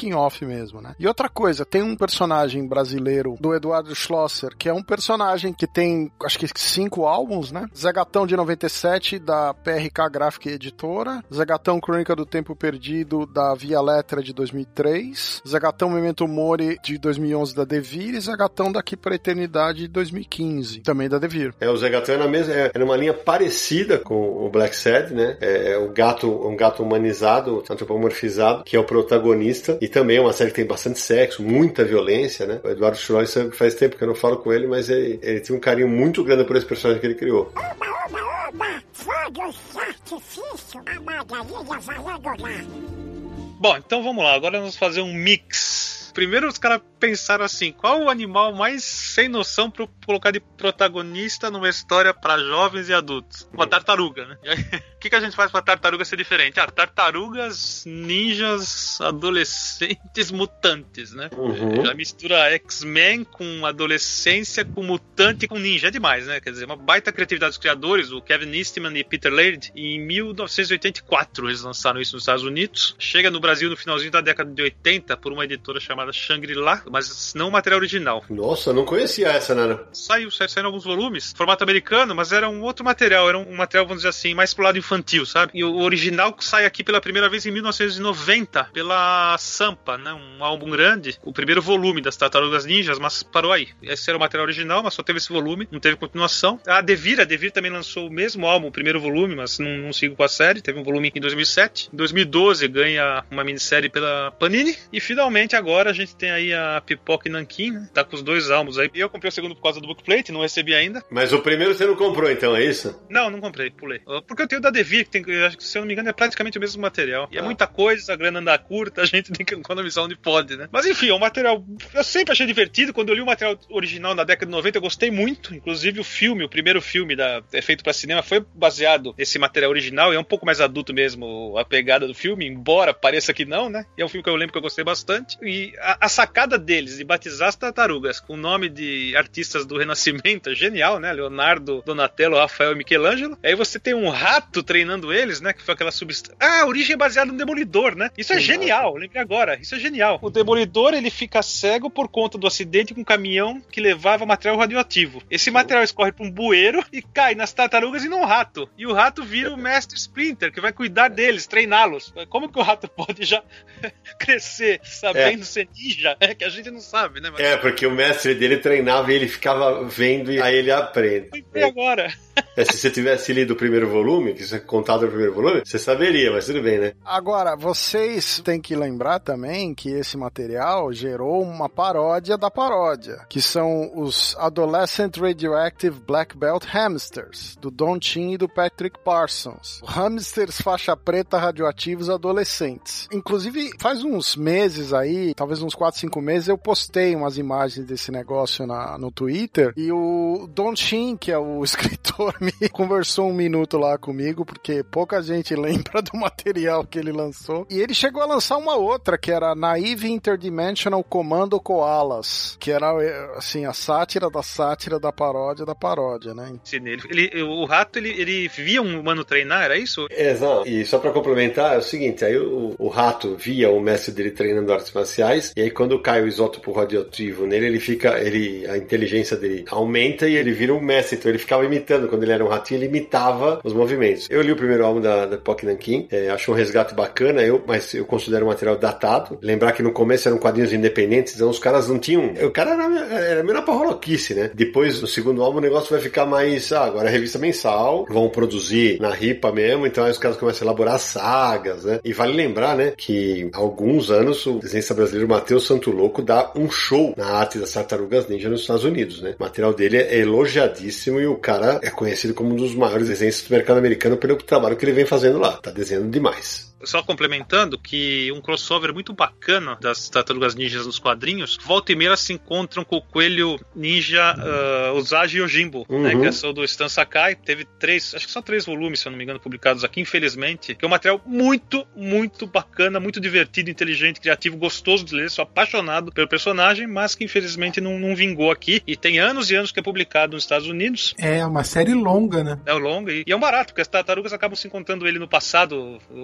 making off mesmo, né? E outra coisa, tem um personagem brasileiro do Eduardo Schlosser, que é um personagem que tem, acho que cinco álbuns, né? Zé Gatão de noventa e sete, da P R K Gráfica e Editora, Zé Gatão Crônica do Tempo Perdido, da Via Letra de dois mil e três, Zé Gatão Memento Mori de dois mil e onze, da Devir, e Zé Gatão Daqui para a Eternidade de dois mil e quinze, também da Devir. É, o Zé Gatão é na mesma, é, é numa linha parecida com o Black Sad, né? É, é o gato, um gato humanizado, antropomorfizado, que é o protagonista, e também é uma série que tem bastante sexo, muita violência, né? O Eduardo Schlosser faz tempo que eu não falo com ele, mas ele, ele tem um carinho muito grande por esse personagem que ele criou. Oba, oba, oba! Fogos de artifício, a Margarida vai adorar. Bom, então vamos lá, agora vamos fazer um mix. Primeiro os caras pensaram assim, qual o animal mais sem noção para colocar de protagonista numa história para jovens e adultos? Uma tartaruga, né? O que, que a gente faz para tartaruga ser diferente? Ah, tartarugas, ninjas, adolescentes, mutantes, né? Uhum. Já mistura X-Men com adolescência, com mutante, com ninja, é demais, né? Quer dizer, uma baita criatividade dos criadores, o Kevin Eastman e Peter Laird. Em mil novecentos e oitenta e quatro eles lançaram isso nos Estados Unidos. Chega no Brasil no finalzinho da década de oitenta por uma editora chamada Shangri-La, mas não o material original. Nossa, eu não conhecia essa, Nana. Saiu, saíram alguns volumes, formato americano, mas era um outro material, era um material, vamos dizer assim, mais pro lado infantil, sabe? E o original sai aqui pela primeira vez em mil novecentos e noventa, pela Sampa, né? Um álbum grande, o primeiro volume das Tartarugas Ninjas, mas parou aí. Esse era o material original, mas só teve esse volume, não teve continuação. A Devir, a Devir também lançou o mesmo álbum, o primeiro volume, mas não, não sigo com a série, teve um volume em dois mil e sete. Em dois mil e doze ganha uma minissérie pela Panini, e finalmente agora a gente tem aí a Pipoca e Nanquim, né? Tá com os dois álbuns aí. Eu comprei o segundo por causa do bookplate, não recebi ainda. Mas o primeiro você não comprou então, é isso? Não, não comprei, pulei. Porque eu tenho o da Devir, que tem, acho que se eu não me engano é praticamente o mesmo material. E ah. é muita coisa, a grana anda curta, a gente tem que economizar onde pode, né? Mas enfim, é um material... Eu sempre achei divertido, quando eu li o material original na década de noventa eu gostei muito, inclusive o filme, o primeiro filme da, é feito pra cinema foi baseado nesse material original, e é um pouco mais adulto mesmo a pegada do filme, embora pareça que não, né? E é um filme que eu lembro que eu gostei bastante. E a, a sacada deles de batizar as tartarugas com o nome de artistas do Renascimento é genial, né? Leonardo, Donatello, Rafael e Michelangelo. Aí você tem um rato treinando eles, né? Que foi aquela substância... Ah, a origem é baseada no Demolidor, né? Isso é Sim, genial, nossa. Lembrei agora. Isso é genial. O Demolidor, ele fica cego por conta do acidente com um caminhão que levava material radioativo. Esse material escorre para um bueiro e cai nas tartarugas e num rato. E o rato vira o mestre Splinter, que vai cuidar deles, treiná-los. Como que o rato pode já crescer sabendo é. ser ninja? É que a gente não sabe, né? Mas... É, porque o mestre dele treinava e ele ficava vendo e aí ele aprende. E agora? É, se você tivesse lido o primeiro volume, que isso é contado no primeiro volume, você saberia, mas tudo bem, né? Agora, vocês têm que lembrar também que esse material gerou uma paródia da paródia, que são os Adolescent Radioactive Black Belt Hamsters, do Don Chin e do Patrick Parsons. Hamsters faixa preta radioativos adolescentes. Inclusive, faz uns meses aí, talvez uns quatro, cinco meses, eu postei umas imagens desse negócio na, no Twitter, e o Don Chin, que é o escritor, me conversou um minuto lá comigo, porque pouca gente lembra do material que ele lançou. E ele chegou a lançar uma outra, que era Naive Interdimensional Commando Koalas, que era, assim, a sátira da sátira da paródia da paródia, né? Ele, ele, o rato, ele, ele via um humano treinar, era isso? Exato. E só pra complementar, é o seguinte, aí o, o rato via o mestre dele treinando artes marciais, e aí quando cai o isótopo radioativo nele, ele fica, ele, a inteligência dele aumenta e ele vira um mestre, então ele ficava imitando. Quando ele era um ratinho, ele imitava os movimentos. Eu li o primeiro álbum da, da Pock Nankin, é, acho um resgate bacana, eu, mas eu considero um material datado. Lembrar que no começo eram quadrinhos independentes, então os caras não tinham... O cara era, era meio na parroloquice, né? Depois, no segundo álbum, o negócio vai ficar mais... Ah, agora é revista mensal, vão produzir na ripa mesmo, então aí os caras começam a elaborar sagas, né? E vale lembrar, né, que há alguns anos o desenhista brasileiro Matheus Santo Louco dá um show na arte das Tartarugas Ninja nos Estados Unidos, né? O material dele é elogiadíssimo e o cara é conhecido como um dos maiores desenhistas do mercado americano pelo trabalho que ele vem fazendo lá. Tá desenhando demais. Só complementando que um crossover muito bacana das Tartarugas Ninjas nos quadrinhos, volta e meia elas se encontram com o coelho ninja uh, Usagi Yojimbo, uhum. né, que é só do Stan Sakai. Teve três, acho que só três volumes, se eu não me engano, publicados aqui, infelizmente, que é um material muito, muito bacana, muito divertido, inteligente, criativo, gostoso de ler, sou apaixonado pelo personagem, mas que infelizmente não, não vingou aqui, e tem anos e anos que é publicado nos Estados Unidos. É uma série longa, né? É longa, e, e é um barato, porque as tartarugas acabam se encontrando ele no passado oriental,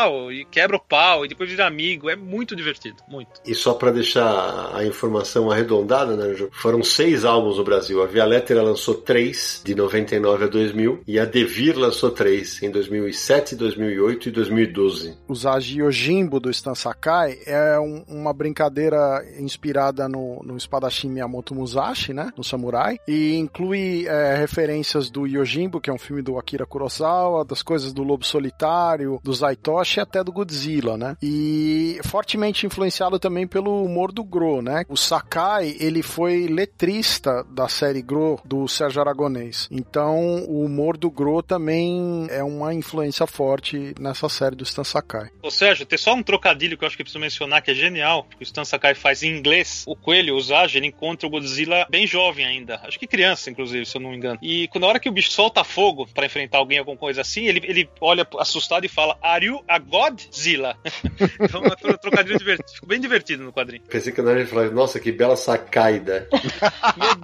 legal, e quebra o pau, e depois vira amigo, é muito divertido, muito. E só pra deixar a informação arredondada, né, Ju? Foram seis álbuns no Brasil. A Via Lettera lançou três, de noventa e nove a dois mil, e a Devir lançou três, em dois mil e sete, dois mil e oito e dois mil e doze. Usar Gyojimbo do Stan Sakai é um, uma brincadeira inspirada no, no espadachim Miyamoto Musashi, né, no samurai, e inclui é, referências do Yojimbo, que é um filme do Akira Kurosawa, das coisas do Lobo Solitário, do Zaitoshi e até do Godzilla, né, e fortemente influenciado também pelo humor do Gro, né. O Sakai, ele foi letrista da série Gro do Sérgio Aragonês, então o humor do Gro também é uma influência forte nessa série do Stan Sakai. Ô Sérgio, tem só um trocadilho que eu acho que preciso mencionar que é genial, que o Stan Sakai faz em inglês. O Coelho, o Usagi, ele encontra o Godzilla bem jovem ainda, acho que criança inclusive, se eu não me engano, e quando a hora que o bicho solta fogo pra enfrentar alguém, alguma coisa assim, ele, ele olha assustado e fala, Are you a Godzilla? Então é um trocadilho divertido, ficou bem divertido no quadrinho. Pensei que o Nerd ia falar, nossa, que bela sacaida. Meu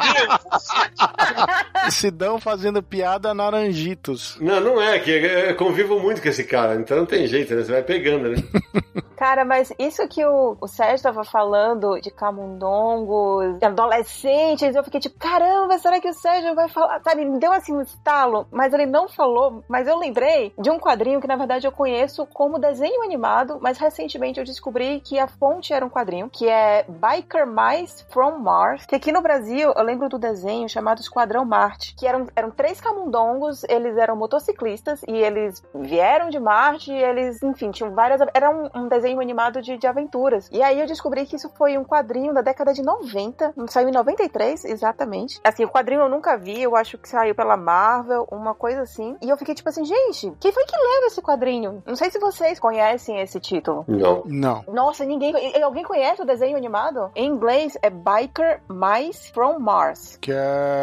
Deus! Sidão fazendo piada naranjitos. Não, não é, que eu convivo muito com esse cara, então não tem jeito, né? Você vai pegando, né? Cara, mas isso que o, o Sérgio tava falando de camundongos, de adolescentes, eu fiquei tipo, caramba, será que o Sérgio vai falar? Sabe, me deu assim um estalo, mas ele não falou, mas eu lembrei de um quadrinho que na verdade eu conheço como desenho animado, mas recentemente eu descobri que a fonte era um quadrinho, que é Biker Mice from Mars, que aqui no Brasil eu lembro do desenho chamado Esquadrão Marte, que eram, eram três camundongos, eles eram motociclistas e eles vieram de Marte e eles, enfim, tinham várias... Era um, um desenho animado de, de aventuras. E aí eu descobri que isso foi um quadrinho da década de noventa, saiu em noventa e três, exatamente. Assim, o quadrinho eu nunca vi, eu acho que saiu pela Marvel, uma coisa assim. E eu fiquei tipo assim, gente, quem foi que leu esse quadrinho? Não sei se vocês conhecem esse título. Não. Não. Nossa, ninguém... Alguém conhece o desenho animado? Em inglês é Biker Mice from Mars. Que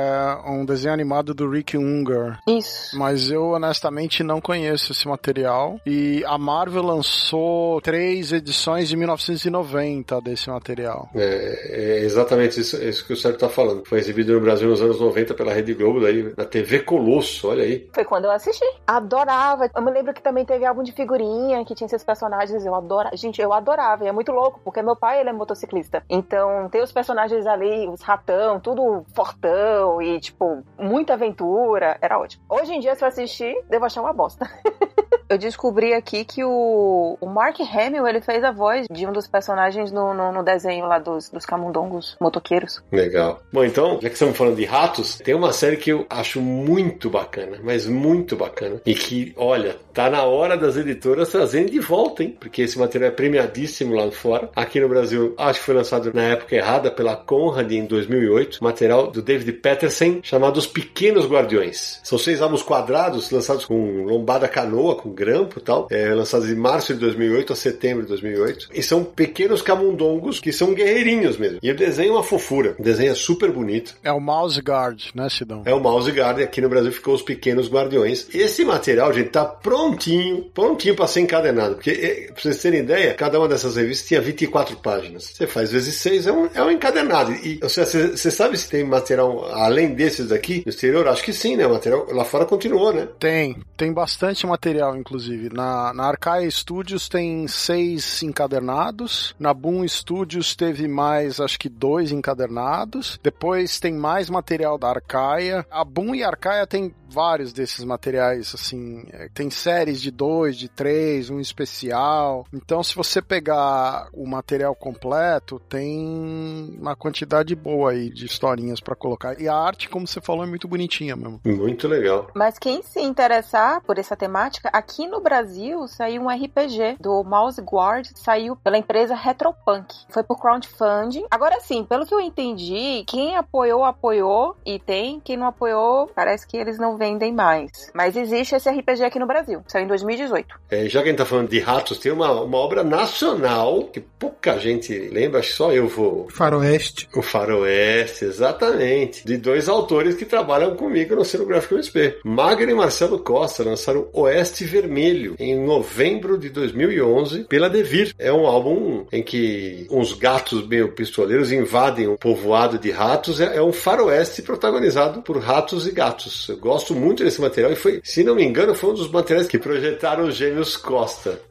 é um desenho animado do Rick Unger. Isso. Mas eu honestamente não conheço esse material. E a Marvel lançou três edições de mil novecentos e noventa desse material. É, é exatamente isso, isso que o Sérgio tá falando. Foi exibido no Brasil nos anos noventa pela Rede Globo, daí na T V Colosso, olha aí. Foi quando eu assisti. Adorava. Eu me lembro que também teve álbum de figurinha que tinha esses personagens. Eu adorava. Gente, eu adorava. E é muito louco, porque meu pai, ele é motociclista. Então, tem os personagens ali, os ratão, tudo fortão e, tipo, muita aventura. Era ótimo. Hoje em dia, se eu assistir, devo achar uma bosta. Eu descobri aqui que o, o Mark Hamill, ele fez a voz de um dos personagens no, no, no desenho lá dos, dos camundongos motoqueiros. Legal. Bom, então, já que estamos falando de ratos, tem uma série que eu acho muito bacana, mas muito bacana, e que, olha, tá na hora das editoras trazendo de volta, hein? Porque esse material é premiadíssimo lá fora. Aqui no Brasil, acho que foi lançado na época errada pela Conrad em dois mil e oito, material do David Petersen, chamado Os Pequenos Guardiões. São seis álbuns quadrados, lançados com lombada canoa, com grampo e tal, é, lançados de março de dois mil e oito a setembro de dois mil e oito, e são pequenos camundongos que são guerreirinhos mesmo. E o desenho é uma fofura, o desenho é super bonito. É o Mouse Guard, né, Sidão? É o Mouse Guard, e aqui no Brasil ficou Os Pequenos Guardiões. Esse material, gente, tá prontinho, prontinho pra ser encadenado, porque, é, pra vocês terem ideia, cada uma dessas revistas tinha vinte e quatro páginas. Você faz vezes seis, é um, é um encadenado. E você, você sabe se tem material além desses daqui no exterior? Acho que sim, né? O material lá fora continuou, né? Tem, tem bastante material, inclusive. Na, na Arcaia Studios tem seis encadernados, na Boom Studios teve mais, acho que dois encadernados, depois tem mais material da Arcaia. A Boom e a Arcaia tem vários desses materiais, assim, tem séries de dois, de três, um especial. Então, se você pegar o material completo, tem uma quantidade boa aí de historinhas pra colocar. E a arte, como você falou, é muito bonitinha mesmo. Muito legal. Mas quem se interessar por essa temática, aqui no Brasil saiu um R P G do Mouse Guard, saiu pela empresa Retropunk. Foi por crowdfunding. Agora sim, pelo que eu entendi, quem apoiou, apoiou, e tem. Quem não apoiou, parece que eles não vendem mais. Mas existe esse R P G aqui no Brasil. Saiu em dois mil e dezoito. É, já que a gente tá falando de ratos, tem uma, uma obra nacional que pouca gente lembra, acho que só eu vou... Faroeste. O Faroeste, exatamente. De dois autores que trabalham comigo no Cenográfico M S P. Magno e Marcelo Costa lançaram Oeste Vermelho em novembro de dois mil e onze pela Devir. É um álbum em que uns gatos meio pistoleiros invadem um povoado de ratos. É, é um faroeste protagonizado por ratos e gatos. Eu gosto muito desse material e foi, se não me engano, foi um dos materiais que projetaram os gêmeos Costa.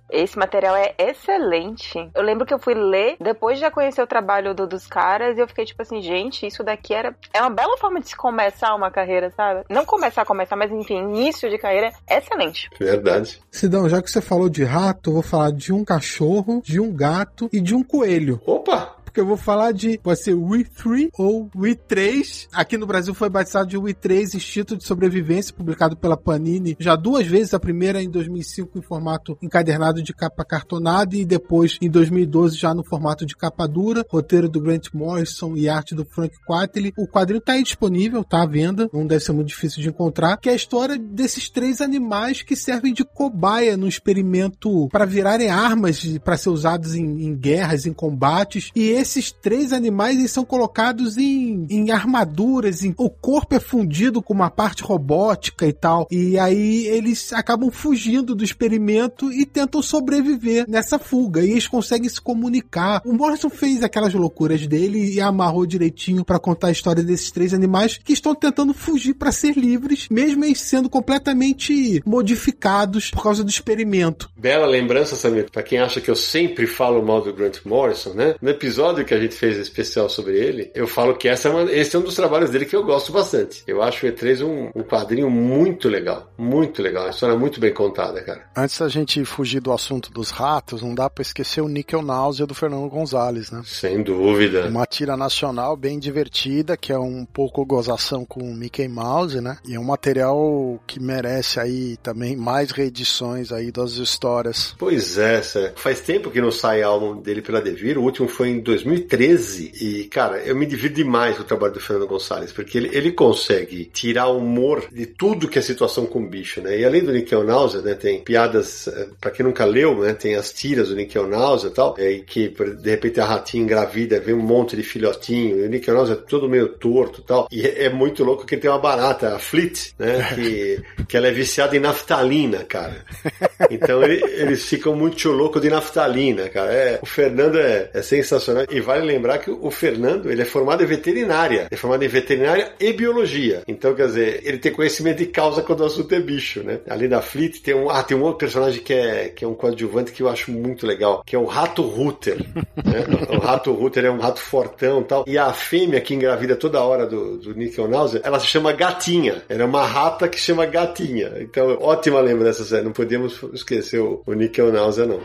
Esse material é excelente. Eu lembro que eu fui ler, depois de já conhecer o trabalho do, dos caras, e eu fiquei tipo assim, gente, isso daqui era... É uma bela forma de se começar uma carreira, sabe? Não começar a começar, mas enfim, início de carreira é excelente. Verdade. Sidão, já que você falou de rato, eu vou falar de um cachorro, de um gato e de um coelho. Opa! Que eu vou falar de, pode ser We três ou We três. Aqui no Brasil foi batizado de We três, Instinto de Sobrevivência, publicado pela Panini já duas vezes, a primeira em dois mil e cinco em formato encadernado de capa cartonada e depois em dois mil e doze já no formato de capa dura, roteiro do Grant Morrison e arte do Frank Quitely. O quadrinho tá aí disponível, tá à venda, não deve ser muito difícil de encontrar, que é a história desses três animais que servem de cobaia no experimento para virarem armas para ser usados em, em guerras, em combates, e esse esses três animais eles são colocados em, em armaduras, em, o corpo é fundido com uma parte robótica e tal, e aí eles acabam fugindo do experimento e tentam sobreviver nessa fuga, e eles conseguem se comunicar. O Morrison fez aquelas loucuras dele e amarrou direitinho pra contar a história desses três animais que estão tentando fugir pra ser livres, mesmo eles sendo completamente modificados por causa do experimento. Bela lembrança, Samir, pra quem acha que eu sempre falo mal do Grant Morrison, né? No episódio que a gente fez especial sobre ele, eu falo que essa é uma, esse é um dos trabalhos dele que eu gosto bastante. Eu acho o E três um, um quadrinho muito legal, muito legal, uma história muito bem contada, cara. Antes da gente fugir do assunto dos ratos, não dá pra esquecer o Níquel Náusea do Fernando Gonzalez, né? Sem dúvida. Uma tira nacional bem divertida, que é um pouco gozação com o Mickey Mouse, né? E é um material que merece aí também mais reedições aí das histórias. Pois é, faz tempo que não sai álbum dele pela Devir, o último foi em dois mil e treze, e cara, eu me divido demais com o trabalho do Fernando Gonçalves, porque ele, ele consegue tirar o humor de tudo que é situação com bicho, né? E além do Níquel Náusea, né, tem piadas, pra quem nunca leu, né, tem as tiras do Níquel Náusea e tal, é, que de repente a ratinha engravida, vem um monte de filhotinho, e o Níquel Náusea é todo meio torto e tal, e é, é muito louco que ele tem uma barata, a Fleet, né, que, que ela é viciada em naftalina, cara. Então ele, eles ficam muito loucos de naftalina, cara. É, o Fernando é, é sensacional. E vale lembrar que o Fernando, ele é formado em veterinária. Ele é formado em veterinária e biologia. Então, quer dizer, ele tem conhecimento de causa quando o assunto é bicho, né? Ali da Fleet tem um, ah, tem um outro personagem que é, que é um coadjuvante que eu acho muito legal, que é o Rato Rooter, né? O Rato Rooter é um rato fortão e tal. E a fêmea que engravida toda hora do, do Níquel Náusea, ela se chama Gatinha. Ela é uma rata que se chama Gatinha. Então, ótima lembrança, sério. Não podemos esquecer o, o Níquel Náusea, não.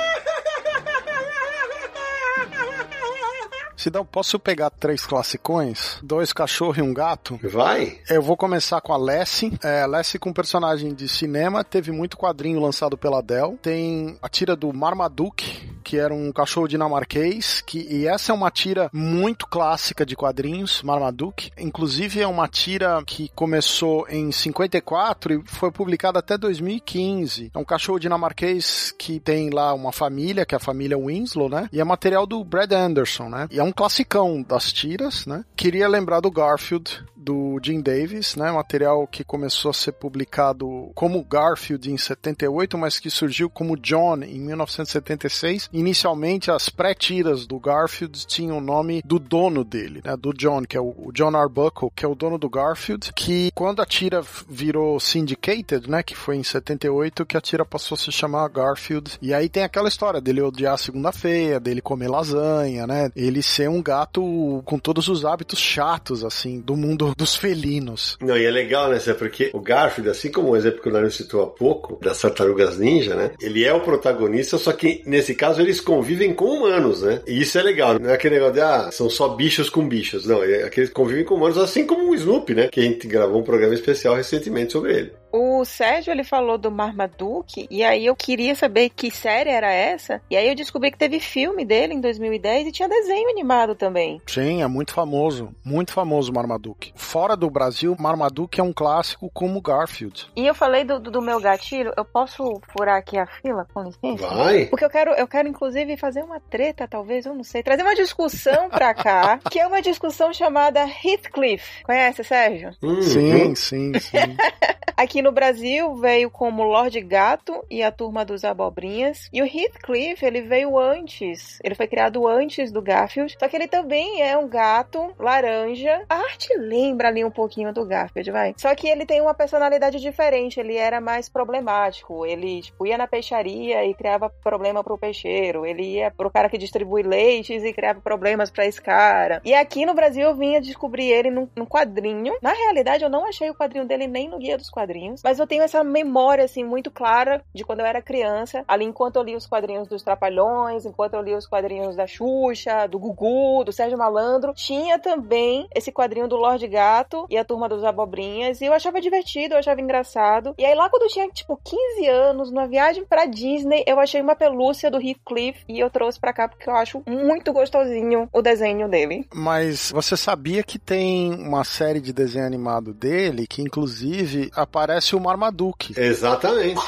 Sidão, posso pegar três classicões? Dois cachorros e um gato? Vai! Eu vou começar com a Lassie. É, Lassie com personagem de cinema, teve muito quadrinho lançado pela Dell. Tem a tira do Marmaduke, que era um cachorro dinamarquês, que, e essa é uma tira muito clássica de quadrinhos, Marmaduke. Inclusive é uma tira que começou em cinquenta e quatro e foi publicada até dois mil e quinze. É um cachorro dinamarquês que tem lá uma família, que é a família Winslow, né? E é material do Brad Anderson, né? E é um classicão das tiras, né? Queria lembrar do Garfield, do Jim Davis, né? Material que começou a ser publicado como Garfield em setenta e oito, mas que surgiu como John em mil novecentos e setenta e seis. Inicialmente, as pré-tiras do Garfield tinham o nome do dono dele, né? Do John, que é o John Arbuckle, que é o dono do Garfield, que quando a tira virou syndicated, né? Que foi em setenta e oito, que a tira passou a se chamar Garfield. E aí tem aquela história dele odiar a segunda-feira, dele comer lasanha, né? Ele ser um gato com todos os hábitos chatos, assim, do mundo dos felinos. Não, e é legal, né, porque o Garfield, assim como o exemplo que o Nario citou há pouco, das Tartarugas Ninja, né, ele é o protagonista, só que nesse caso eles convivem com humanos, né, e isso é legal, não é aquele negócio de, ah, são só bichos com bichos, não, é que eles convivem com humanos, assim como o Snoopy, né, que a gente gravou um programa especial recentemente sobre ele. O Sérgio, ele falou do Marmaduke, e aí eu queria saber que série era essa, e aí eu descobri que teve filme dele em dois mil e dez e tinha desenho animado também. Sim, é muito famoso, muito famoso o Marmaduke. Fora do Brasil, Marmaduke é um clássico como Garfield. E eu falei do, do meu gatilho, eu posso furar aqui a fila, com licença? Vai! Porque eu quero, eu quero inclusive fazer uma treta, talvez, eu não sei, trazer uma discussão pra cá, que é uma discussão chamada Heathcliff. Conhece, Sérgio? Uhum. Sim, sim, sim. Aqui no Brasil veio como Lorde Gato e a Turma dos Abobrinhas. E o Heathcliff, ele veio antes. Ele foi criado antes do Garfield. Só que ele também é um gato laranja. A arte lembra ali um pouquinho do Garfield, vai. Só que ele tem uma personalidade diferente. Ele era mais problemático. Ele, tipo, ia na peixaria e criava problema pro peixeiro. Ele ia pro cara que distribui leites e criava problemas pra esse cara. E aqui no Brasil eu vinha descobrir ele num, num quadrinho. Na realidade, eu não achei o quadrinho dele nem no Guia dos Quadrinhos. Mas eu tenho essa memória, assim, muito clara de quando eu era criança. Ali, enquanto eu li os quadrinhos dos Trapalhões, enquanto eu li os quadrinhos da Xuxa, do Gugu, do Sérgio Malandro, tinha também esse quadrinho do Lorde Gato e a Turma dos Abobrinhas. E eu achava divertido, eu achava engraçado. E aí, lá quando eu tinha, tipo, quinze anos, numa viagem pra Disney, eu achei uma pelúcia do Heathcliff e eu trouxe pra cá porque eu acho muito gostosinho o desenho dele. Mas você sabia que tem uma série de desenho animado dele que, inclusive, aparece o Marmaduke? Exatamente.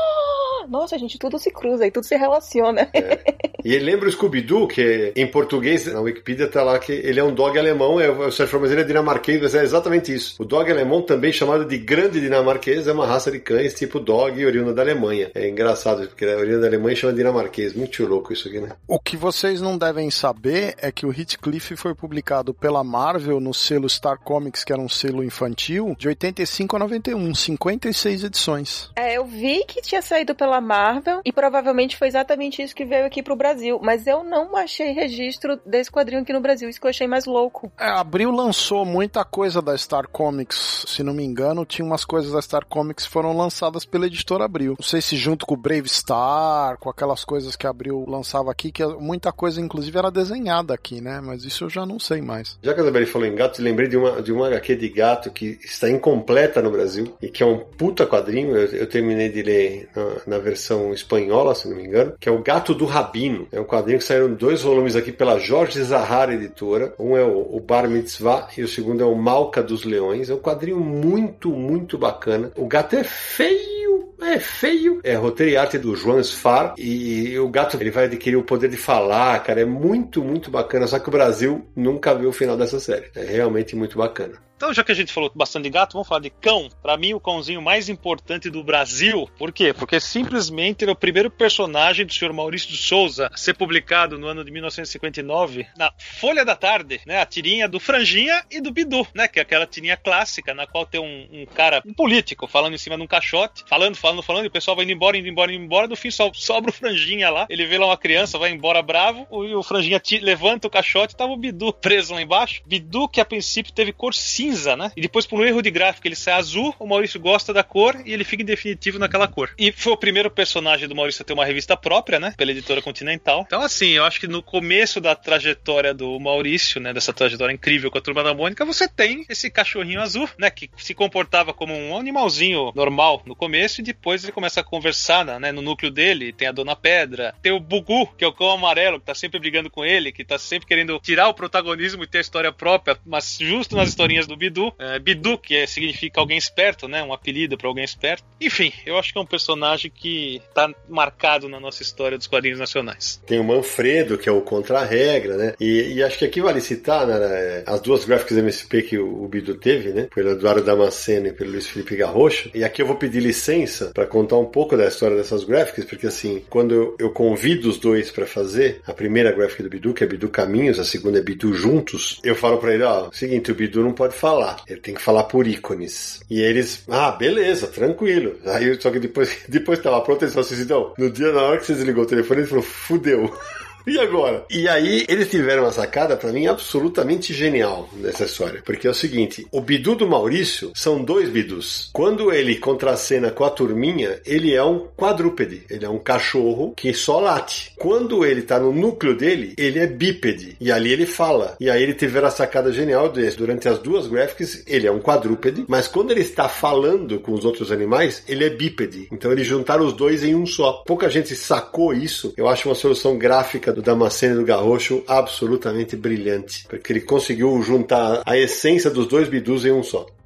Nossa, gente, tudo se cruza e tudo se relaciona. É. E ele lembra o Scooby-Doo, que em português, na Wikipedia tá lá que ele é um dog alemão, é, o Sérgio mas ele é dinamarquês, mas é exatamente isso. O dog alemão, também chamado de grande dinamarquês, é uma raça de cães tipo dog oriunda da Alemanha. É engraçado, porque a oriunda da Alemanha chama dinamarquês. Muito louco isso aqui, né? O que vocês não devem saber é que o Heathcliff foi publicado pela Marvel no selo Star Comics, que era um selo infantil, de oitenta e cinco a noventa e um, cinquenta e seis edições. É, eu vi que tinha saído pela Marvel e provavelmente foi exatamente isso que veio aqui pro Brasil, mas eu não achei registro desse quadrinho aqui no Brasil, isso que eu achei mais louco. É, a Abril lançou muita coisa da Star Comics, se não me engano, tinha umas coisas da Star Comics que foram lançadas pela editora Abril. Não sei se junto com o Brave Star, com aquelas coisas que a Abril lançava aqui, que muita coisa inclusive era desenhada aqui, né? Mas isso eu já não sei mais. Já que a Isabelle falou em gato, eu lembrei de uma, de uma H Q de gato que está incompleta no Brasil e que é um puta quadrinho, eu, eu terminei de ler na, na versão espanhola, se não me engano, que é o Gato do Rabino. É um quadrinho que saíram dois volumes aqui pela Jorge Zahara Editora. Um é o, o Bar Mitzvah e o segundo é o Malca dos Leões. É um quadrinho muito, muito bacana. O gato é feio, é feio. É roteiro e arte do João Sfar e, e o gato ele vai adquirir o poder de falar, cara. É muito, muito bacana. Só que o Brasil nunca viu o final dessa série. É realmente muito bacana. Então, já que a gente falou bastante de gato, vamos falar de cão. Pra mim, o cãozinho mais importante do Brasil. Por quê? Porque simplesmente ele é o primeiro personagem do senhor Maurício de Souza a ser publicado no ano de mil novecentos e cinquenta e nove na Folha da Tarde, né? A tirinha do Franjinha e do Bidu, né? Que é aquela tirinha clássica na qual tem um, um cara, um político, falando em cima de um caixote, falando, falando, falando, e o pessoal vai indo embora, indo embora, indo embora. No fim, só sobra o Franjinha lá. Ele vê lá uma criança, vai embora bravo, e o Franjinha t- levanta o caixote e tava o Bidu preso lá embaixo. Bidu, que a princípio teve cor cinza, né? E depois, por um erro de gráfico, ele sai azul, o Maurício gosta da cor e ele fica em definitivo naquela cor. E foi o primeiro personagem do Maurício a ter uma revista própria, né? Pela editora Continental. Então, assim, eu acho que no começo da trajetória do Maurício, né? Dessa trajetória incrível com a Turma da Mônica, você tem esse cachorrinho azul, né? Que se comportava como um animalzinho normal no começo e depois ele começa a conversar, né? No núcleo dele, tem a Dona Pedra, tem o Bugu, que é o cão amarelo, que tá sempre brigando com ele, que tá sempre querendo tirar o protagonismo e ter a história própria, mas justo nas historinhas do Bidu. É, Bidu, que é, significa alguém esperto, né? Um apelido para alguém esperto. Enfim, eu acho que é um personagem que tá marcado na nossa história dos quadrinhos nacionais. Tem o Manfredo, que é o contra-regra, né? E, e acho que aqui vale citar, né, as duas gráficas M S P que o, o Bidu teve, né? Pelo Eduardo Damasceno e pelo Luiz Felipe Garrocho. E aqui eu vou pedir licença para contar um pouco da história dessas gráficas, porque assim, quando eu, eu convido os dois para fazer a primeira gráfica do Bidu, que é Bidu Caminhos, a segunda é Bidu Juntos, eu falo para ele, ó, seguinte, o Bidu não pode falar. Ele tem que falar por ícones. E eles, ah, beleza, tranquilo. Aí, só que depois, depois tava pronto, eles falaram assim, então, no dia, na hora que você desligou o telefone, ele falou, fudeu. E agora? E aí, eles tiveram uma sacada, pra mim, absolutamente genial nessa história. Porque é o seguinte, o Bidu do Maurício são dois Bidus. Quando ele contracena com a turminha, ele é um quadrúpede. Ele é um cachorro que só late. Quando ele tá no núcleo dele, ele é bípede. E ali ele fala. E aí ele tiveram a sacada genial desse. Durante as duas graphics, ele é um quadrúpede. Mas quando ele está falando com os outros animais, ele é bípede. Então eles juntaram os dois em um só. Pouca gente sacou isso. Eu acho uma solução gráfica do Damasceno e do Garrocho absolutamente brilhante, porque ele conseguiu juntar a essência dos dois Bidus em um só.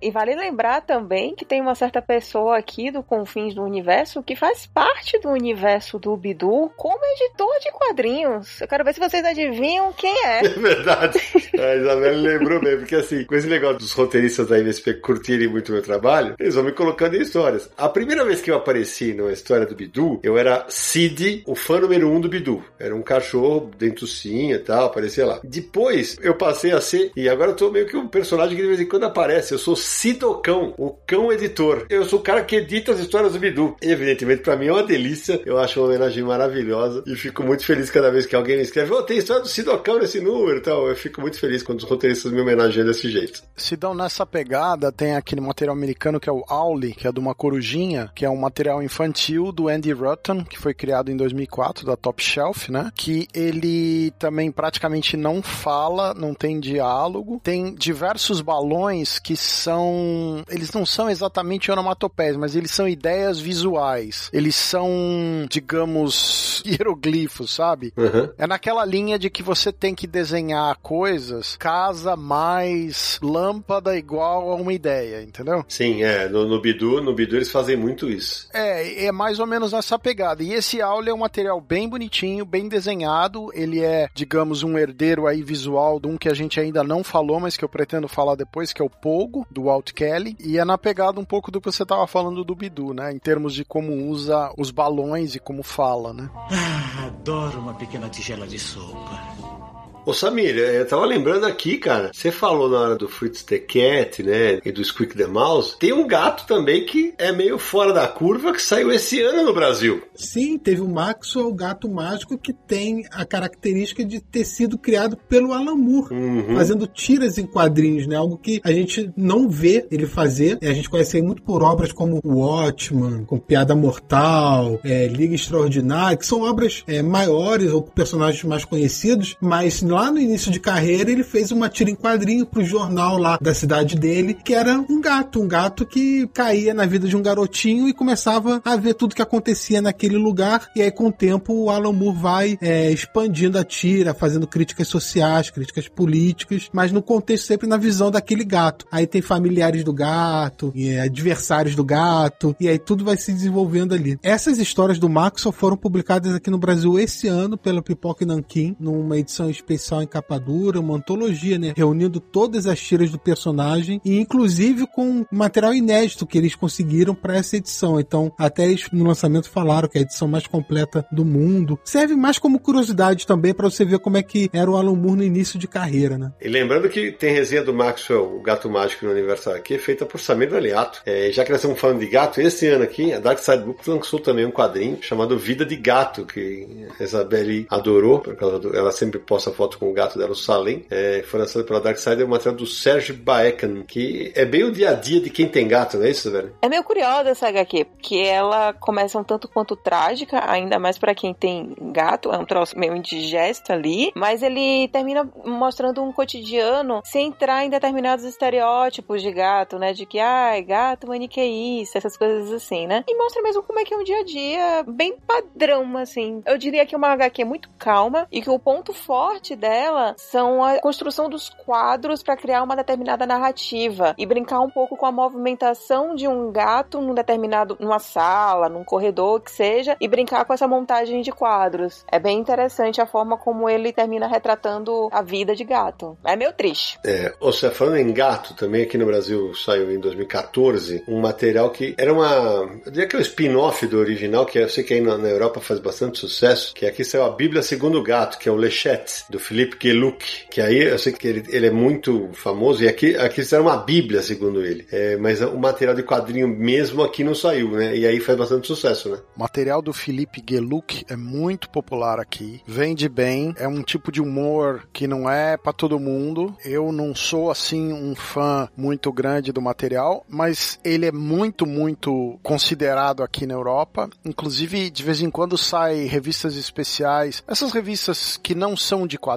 E vale lembrar também que tem uma certa pessoa aqui do Confins do Universo que faz parte do universo do Bidu como editor de quadrinhos. Eu quero ver se vocês adivinham quem é. É verdade. A Isabela lembrou mesmo, porque assim, com esse negócio dos roteiristas da M S P curtirem muito o meu trabalho, eles vão me colocando em histórias. A primeira vez que eu apareci numa história do Bidu, eu era Sid, o fã número um do Bidu. Era um cachorro dentucinho e tal, aparecia lá. Depois, eu passei a ser, e agora eu tô meio que um personagem que de vez em quando aparece. Eu sou Sidocão, o cão editor. Eu sou o cara que edita as histórias do Bidu. E, evidentemente, pra mim é uma delícia. Eu acho uma homenagem maravilhosa e fico muito feliz cada vez que alguém me escreve: oh, tem história do Sidocão nesse número e tal. Eu fico muito feliz quando os roteiristas me homenageiam desse jeito. Sidão, nessa pegada, tem aquele material americano que é o Owly, que é de uma corujinha, que é um material infantil do Andy Rutten, que foi criado em dois mil e quatro, da Top Shelf, né? Que ele também praticamente não fala, não tem diálogo. Tem diversos balões que são... Eles não são exatamente onomatopeias, mas eles são ideias visuais. Eles são, digamos, hieroglifos, sabe? Uhum. É naquela linha de que você tem que desenhar coisas, casa mais lâmpada igual a uma ideia, entendeu? Sim, é. No, no Bidu, no Bidu eles fazem muito isso. É, é mais ou menos nessa pegada. E esse aula é um material bem bonitinho, bem desenhado. Ele é, digamos, um herdeiro aí visual de um que a gente ainda não falou, mas que eu pretendo falar depois, que é o Pogo, do Walt Kelly. E é na pegada um pouco do que você tava falando do Bidu, né? Em termos de como usa os balões e como fala, né? Ah, adoro uma pequena tigela de sopa. Ô Samir, eu tava lembrando aqui, cara, você falou na hora do Fritz the Cat, né, e do Squeak the Mouse, tem um gato também que é meio fora da curva, que saiu esse ano no Brasil. Sim, teve o Maxwell, o gato mágico, que tem a característica de ter sido criado pelo Alan Moore, uhum. fazendo tiras em quadrinhos, né, algo que a gente não vê ele fazer, a gente conhece ele muito por obras como Watchman, com Piada Mortal, é, Liga Extraordinária, que são obras é, maiores ou com personagens mais conhecidos, mas lá no início de carreira ele fez uma tira em quadrinho pro jornal lá da cidade dele, que era um gato, um gato que caía na vida de um garotinho e começava a ver tudo que acontecia naquele lugar, e aí com o tempo o Alan Moore vai é, expandindo a tira, fazendo críticas sociais, críticas políticas, mas no contexto sempre na visão daquele gato. Aí tem familiares do gato, e, é, adversários do gato, e aí tudo vai se desenvolvendo ali. Essas histórias do Maxwell foram publicadas aqui no Brasil esse ano pela Pipoca e Nanquim, numa edição especial em capa dura, uma antologia, né, reunindo todas as tiras do personagem e inclusive com material inédito que eles conseguiram para essa edição. Então, até eles no lançamento falaram que é a edição mais completa do mundo. Serve mais como curiosidade também para você ver como é que era o Alan Moore no início de carreira, né? E lembrando que tem resenha do Maxwell, o Gato Mágico no Aniversário aqui, feita por Samir Daliato. É, já que nós estamos falando de gato, esse ano aqui, a Dark Side Books lançou também um quadrinho chamado Vida de Gato, que a Isabelle adorou, porque ela, ela sempre posta foto com o gato dela, o Salem. É, foi lançado pela Dark Side, é um material do Serge Baecken, que é bem o dia a dia de quem tem gato, não é isso, velho? É meio curiosa essa agá quê, porque ela começa um tanto quanto trágica, ainda mais pra quem tem gato, é um troço meio indigesto ali, mas ele termina mostrando um cotidiano sem entrar em determinados estereótipos de gato, né, de que, ai, gato maniqueísta, essas coisas assim, né, e mostra mesmo como é que é um dia a dia bem padrão, assim. Eu diria que é uma agá quê muito calma e que o ponto forte dela são a construção dos quadros para criar uma determinada narrativa e brincar um pouco com a movimentação de um gato num determinado, numa sala, num corredor, que seja, e brincar com essa montagem de quadros. É bem interessante a forma como ele termina retratando a vida de gato. É meio triste. É, ou seja, falando em gato, também aqui no Brasil saiu em dois mil e catorze um material que era uma, eu diria que é um spin-off do original, que eu sei que aí na, na Europa faz bastante sucesso, que aqui saiu a Bíblia Segundo o Gato, que é o Lechette, do Philippe Geluck, que aí eu sei que ele, ele é muito famoso, e aqui, aqui fizeram uma Bíblia, segundo ele. É, mas o material de quadrinho mesmo aqui não saiu, né? E aí faz bastante sucesso, né? O material do Philippe Geluck é muito popular aqui, vende bem, é um tipo de humor que não é pra todo mundo. Eu não sou, assim, um fã muito grande do material, mas ele é muito, muito considerado aqui na Europa. Inclusive, de vez em quando sai revistas especiais, essas revistas que não são de quadrinhos,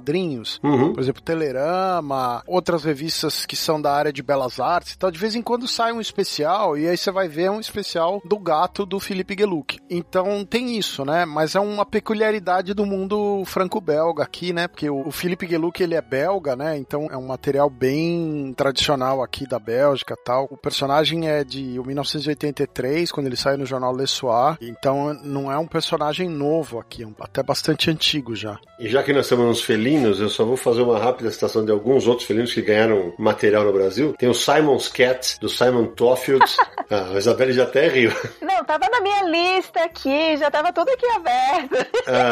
quadrinhos, Uhum. por exemplo, Telerama, outras revistas que são da área de belas artes, então de vez em quando sai um especial, e aí você vai ver um especial do gato do Philippe Geluck. Então tem isso, né? Mas é uma peculiaridade do mundo franco-belga aqui, né? Porque o, o Philippe Geluck, ele é belga, né? Então é um material bem tradicional aqui da Bélgica e tal. O personagem é de mil novecentos e oitenta e três, quando ele saiu no jornal Le Soir, então não é um personagem novo aqui, é um, até bastante antigo já. E já que nós estamos nos felinos, eu só vou fazer uma rápida citação de alguns outros felinos que ganharam material no Brasil. Tem o Simon's Cat, do Simon Tofield. Ah, a Isabelle já até riu. Não, tava na minha lista aqui, já tava tudo aqui aberto.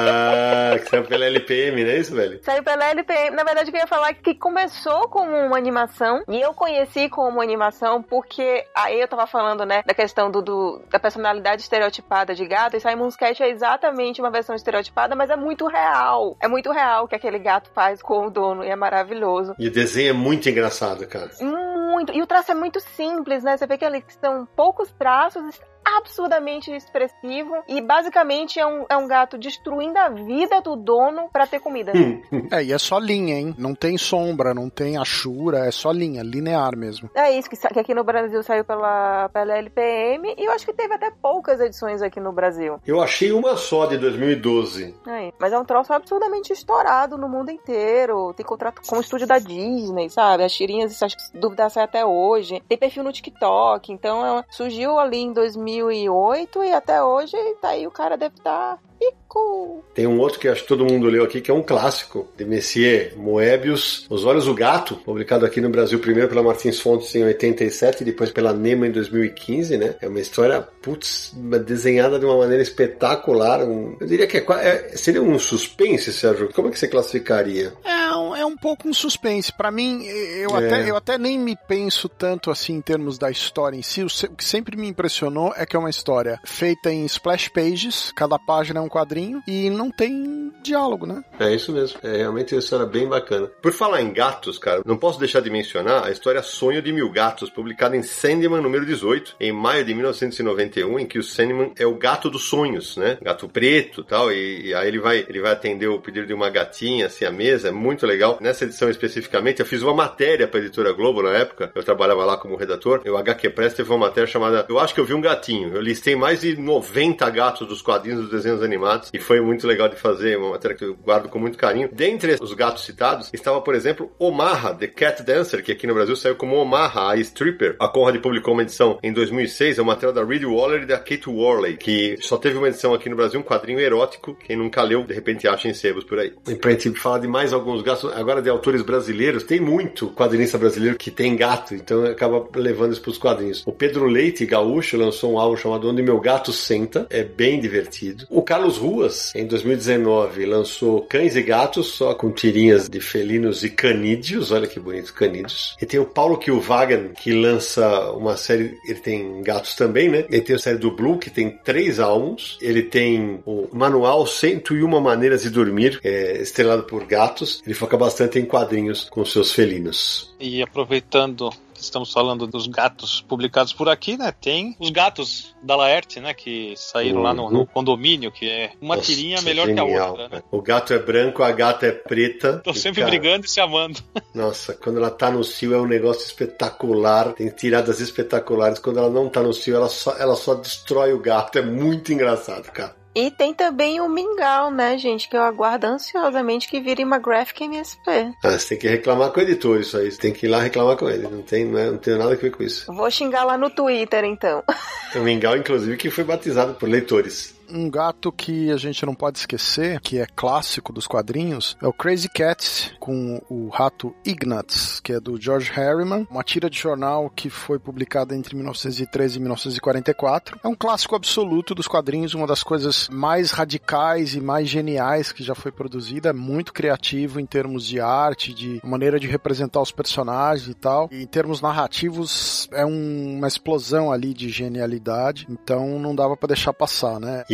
Ah, que saiu pela L P M, não é isso, velho? Saiu pela L P M. Na verdade, eu queria falar que começou como uma animação, e eu conheci como animação porque aí eu tava falando, né, da questão do, do, da personalidade estereotipada de gato, e Simon's Cat é exatamente uma versão estereotipada, mas é muito real. É muito real o que aquele gato faz com o dono, e é maravilhoso. E o desenho é muito engraçado, cara. Muito. E o traço é muito simples, né? Você vê que ali são poucos traços, absurdamente expressivo, e basicamente é um, é um gato destruindo a vida do dono pra ter comida. É, e é só linha, hein? Não tem sombra, não tem achura, é só linha, linear mesmo. É isso, que, que aqui no Brasil saiu pela, pela L P M, e eu acho que teve até poucas edições aqui no Brasil. Eu achei uma só de dois mil e doze. É, mas é um troço absurdamente estourado no mundo inteiro. Tem contrato com o estúdio da Disney, sabe? As tirinhas, acho que dúvida sai até hoje. Tem perfil no TikTok, então é, surgiu ali em dois mil e oito e até hoje tá aí, o cara deve estar rico. Tem um outro que acho que todo mundo leu aqui, que é um clássico, de Messier Moebius, Os Olhos do Gato, publicado aqui no Brasil primeiro pela Martins Fontes em oitenta e sete e depois pela Nemo em dois mil e quinze, né? É uma história, putz, desenhada de uma maneira espetacular. Um, eu diria que é, é, seria um suspense, Sérgio. Como é que você classificaria? É um, é um pouco um suspense. Pra mim, eu, É. até, eu até nem me penso tanto assim em termos da história em si. O se- o que sempre me impressionou é que é uma história feita em splash pages, cada página é um quadrinho, e não tem diálogo, né? É isso mesmo. É realmente uma história bem bacana. Por falar em gatos, cara, não posso deixar de mencionar a história Sonho de Mil Gatos, publicada em Sandman número dezoito, em maio de mil novecentos e noventa e um, em que o Sandman é o gato dos sonhos, né? Gato preto e tal, e, e aí ele vai, ele vai atender o pedido de uma gatinha, assim, à mesa. É muito legal. Nessa edição especificamente, eu fiz uma matéria pra Editora Globo na época, eu trabalhava lá como redator, o H Q Press teve uma matéria chamada Eu Acho Que Eu Vi um Gatinho. Eu listei mais de noventa gatos dos quadrinhos dos desenhos animados, e foi muito legal de fazer, uma matéria que eu guardo com muito carinho. Dentre os gatos citados, estava, por exemplo, Omaha, The Cat Dancer, que aqui no Brasil saiu como Omaha, a Stripper. A Conrad publicou uma edição em dois mil e seis, é uma matéria da Reed Waller e da Kate Worley, que só teve uma edição aqui no Brasil, um quadrinho erótico, quem nunca leu, de repente acha em sebos por aí. E pra gente falar de mais alguns gatos, agora de autores brasileiros, tem muito quadrinista brasileiro que tem gato, então acaba levando isso pros quadrinhos. O Pedro Leite, gaúcho, lançou um álbum chamado Onde Meu Gato Senta, é bem divertido. O Carlos Ruas, em dois mil e dezenove, lançou Cães e Gatos, só com tirinhas de felinos e canídeos, olha que bonito, canídeos. E tem o Paulo Kilvagan, que lança uma série, ele tem gatos também, né? Ele tem a série do Blue, que tem três álbuns. Ele tem o Manual cento e uma Maneiras de Dormir, é, estrelado por gatos. Ele foca bastante em quadrinhos com seus felinos. E aproveitando que estamos falando dos gatos publicados por aqui, né? Tem os gatos da Laerte, né? Que saíram Uhum. lá no, no condomínio, que é uma Nossa, tirinha isso é melhor genial, que a outra, né? cara. O gato é branco, a gata é preta. Estão E, sempre cara, brigando e se amando. Nossa, quando ela tá no cio é um negócio espetacular, tem tiradas espetaculares. Quando ela não tá no cio, ela só, ela só destrói o gato. É muito engraçado, cara. E tem também o Mingau, né, gente? Que eu aguardo ansiosamente que vire uma Graphic M S P. Ah, você tem que reclamar com o editor isso aí. Você tem que ir lá reclamar com ele. Não tem, não, é, não tem nada a ver com isso. Vou xingar lá no Twitter, então. O Mingau, inclusive, que foi batizado por leitores. Um gato que a gente não pode esquecer, que é clássico dos quadrinhos, é o Crazy Cat, com o rato Ignatz, que é do George Harriman, uma tira de jornal que foi publicada entre mil novecentos e treze e mil novecentos e quarenta e quatro. É um clássico absoluto dos quadrinhos, uma das coisas mais radicais e mais geniais que já foi produzida, é muito criativo em termos de arte, de maneira de representar os personagens e tal. E em termos narrativos, é um, uma explosão ali de genialidade, então não dava pra deixar passar, né? E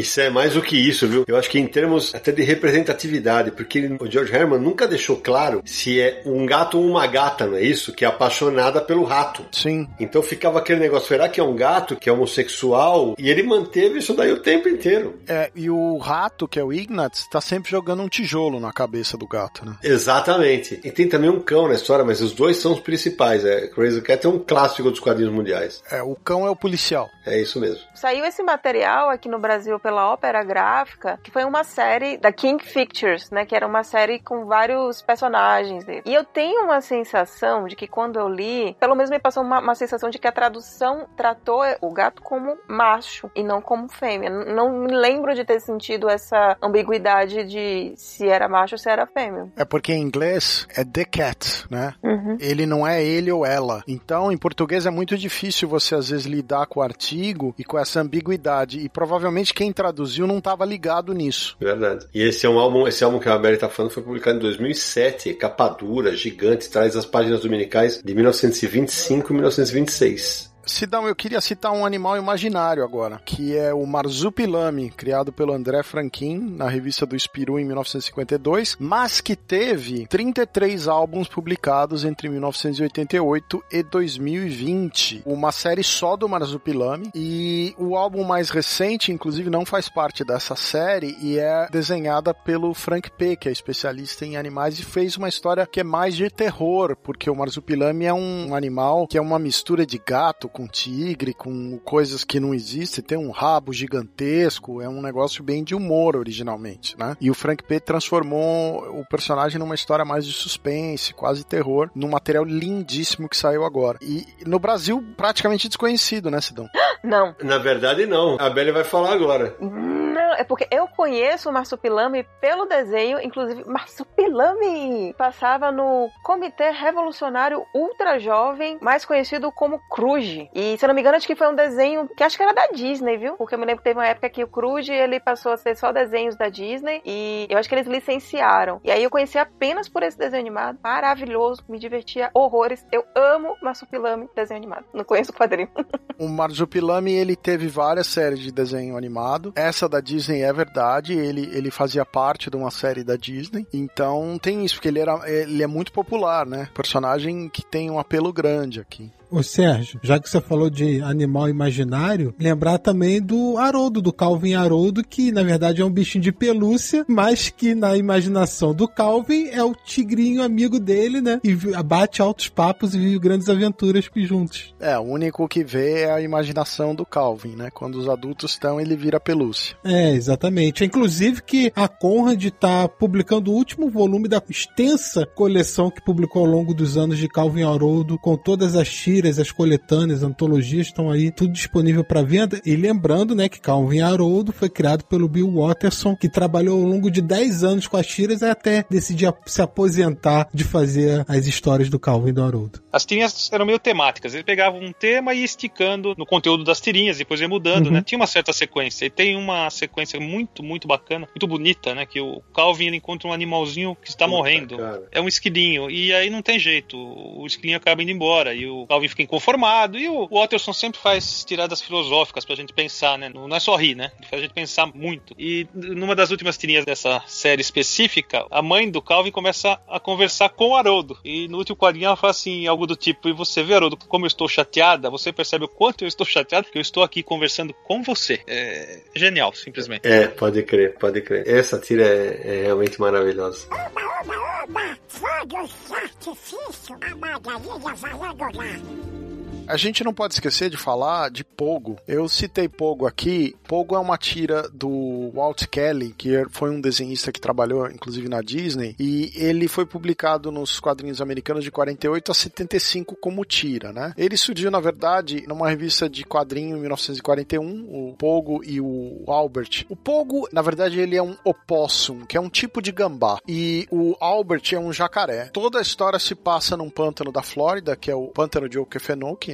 Isso é mais do que isso, viu? Eu acho que em termos até de representatividade, porque ele, o George Herman nunca deixou claro se é um gato ou uma gata, não é isso? Que é apaixonada pelo rato. Sim. Então ficava aquele negócio, será que é um gato que é homossexual? E ele manteve isso daí o tempo inteiro. É, e o rato, que é o Ignatz, tá sempre jogando um tijolo na cabeça do gato, né? Exatamente. E tem também um cão na história, mas os dois são os principais. É, Crazy Cat é um clássico dos quadrinhos mundiais. É, o cão é o policial. É isso mesmo. Saiu esse material aqui no Brasil pela Ópera Gráfica, que foi uma série da King Pictures, né? Que era uma série com vários personagens dele. E eu tenho uma sensação de que quando eu li, pelo menos me passou uma, uma sensação de que a tradução tratou o gato como macho e não como fêmea. Não me lembro de ter sentido essa ambiguidade de se era macho ou se era fêmea. É porque em inglês é the cat, né? Uhum. Ele não é ele ou ela. Então, em português é muito difícil você às vezes lidar com o artigo e com essa ambiguidade. E provavelmente quem traduziu não estava ligado nisso. Verdade. E esse é um álbum, esse álbum que a Mabel tá falando foi publicado em dois mil e sete, capa dura, gigante, traz as páginas dominicais de mil novecentos e vinte e cinco e mil novecentos e vinte e seis. Sidão, eu queria citar um animal imaginário agora, que é o Marsupilame, criado pelo André Franquin na revista do Spirou em mil novecentos e cinquenta e dois, mas que teve trinta e três álbuns publicados entre mil novecentos e oitenta e oito e dois mil e vinte. Uma série só do Marsupilame, e o álbum mais recente, inclusive, não faz parte dessa série e é desenhada pelo Frank P, que é especialista em animais e fez uma história que é mais de terror, porque o Marsupilame é um animal que é uma mistura de gato com tigre, com coisas que não existem, tem um rabo gigantesco, é um negócio bem de humor originalmente, né? E o Frank P transformou o personagem numa história mais de suspense, quase terror, num material lindíssimo que saiu agora. E no Brasil, praticamente desconhecido, né, Sidão? Não. Na verdade, não. A Belle vai falar agora. Não, é porque eu conheço o Marsupilame pelo desenho, inclusive Marsupilame passava no Comitê Revolucionário Ultra Jovem, mais conhecido como Cruz. E, se eu não me engano, acho que foi um desenho que acho que era da Disney, viu? Porque eu me lembro que teve uma época que o Cruz, ele passou a ser só desenhos da Disney e eu acho que eles licenciaram. E aí eu conheci apenas por esse desenho animado. Maravilhoso, me divertia horrores. Eu amo Marsupilame desenho animado. Não conheço o quadrinho. O Marsupilame, ele teve várias séries de desenho animado. Essa da Disney é verdade, ele, ele fazia parte de uma série da Disney. Então tem isso, porque ele, era, ele é muito popular, né? Personagem que tem um apelo grande aqui. Ô Sérgio, já que você falou de animal imaginário, lembrar também do Haroldo, do Calvin Haroldo, que na verdade é um bichinho de pelúcia, mas que na imaginação do Calvin é o tigrinho amigo dele, né? E bate altos papos e vive grandes aventuras juntos. É, o único que vê é a imaginação do Calvin, né? Quando os adultos estão, ele vira pelúcia. É, exatamente. Inclusive que a Conrad está publicando o último volume da extensa coleção que publicou ao longo dos anos de Calvin Haroldo, com todas as tiras, as coletâneas, antologias, estão aí tudo disponível para venda. E lembrando, né, que Calvin Haroldo foi criado pelo Bill Watterson, que trabalhou ao longo de dez anos com as tiras até decidir se aposentar de fazer as histórias do Calvin e do Haroldo. As tirinhas eram meio temáticas. Ele pegava um tema e ia esticando no conteúdo das tirinhas, depois ia mudando, uhum. né? Tinha uma certa sequência. E tem uma sequência muito, muito bacana, muito bonita, né? Que o Calvin ele encontra um animalzinho que está Puta, morrendo. Cara. É um esquilinho. E aí não tem jeito. O esquilinho acaba indo embora. E o Calvin fica inconformado, e o Watterson sempre faz tiradas filosóficas pra gente pensar, né? Não é só rir, né? Ele faz a gente pensar muito. E numa das últimas tirinhas dessa série específica, a mãe do Calvin começa a conversar com o Haroldo. E no último quadrinho ela fala assim, algo do tipo, e você vê, Haroldo, como eu estou chateada? Você percebe o quanto eu estou chateada? Porque eu estou aqui conversando com você. É genial, simplesmente. É, pode crer, pode crer. Essa tira é, é realmente maravilhosa. Oba, oba, oba! Fogos de artifício! A Margarida vai adorar! A gente não pode esquecer de falar de Pogo. Eu citei Pogo aqui. Pogo é uma tira do Walt Kelly, que foi um desenhista que trabalhou, inclusive, na Disney, e ele foi publicado nos quadrinhos americanos de quarenta e oito a setenta e cinco como tira, né? Ele surgiu, na verdade, numa revista de quadrinho em mil novecentos e quarenta e um, o Pogo e o Albert. O Pogo, na verdade, ele é um opossum, que é um tipo de gambá, e o Albert é um jacaré. Toda a história se passa num pântano da Flórida, que é o pântano de Okefenokee,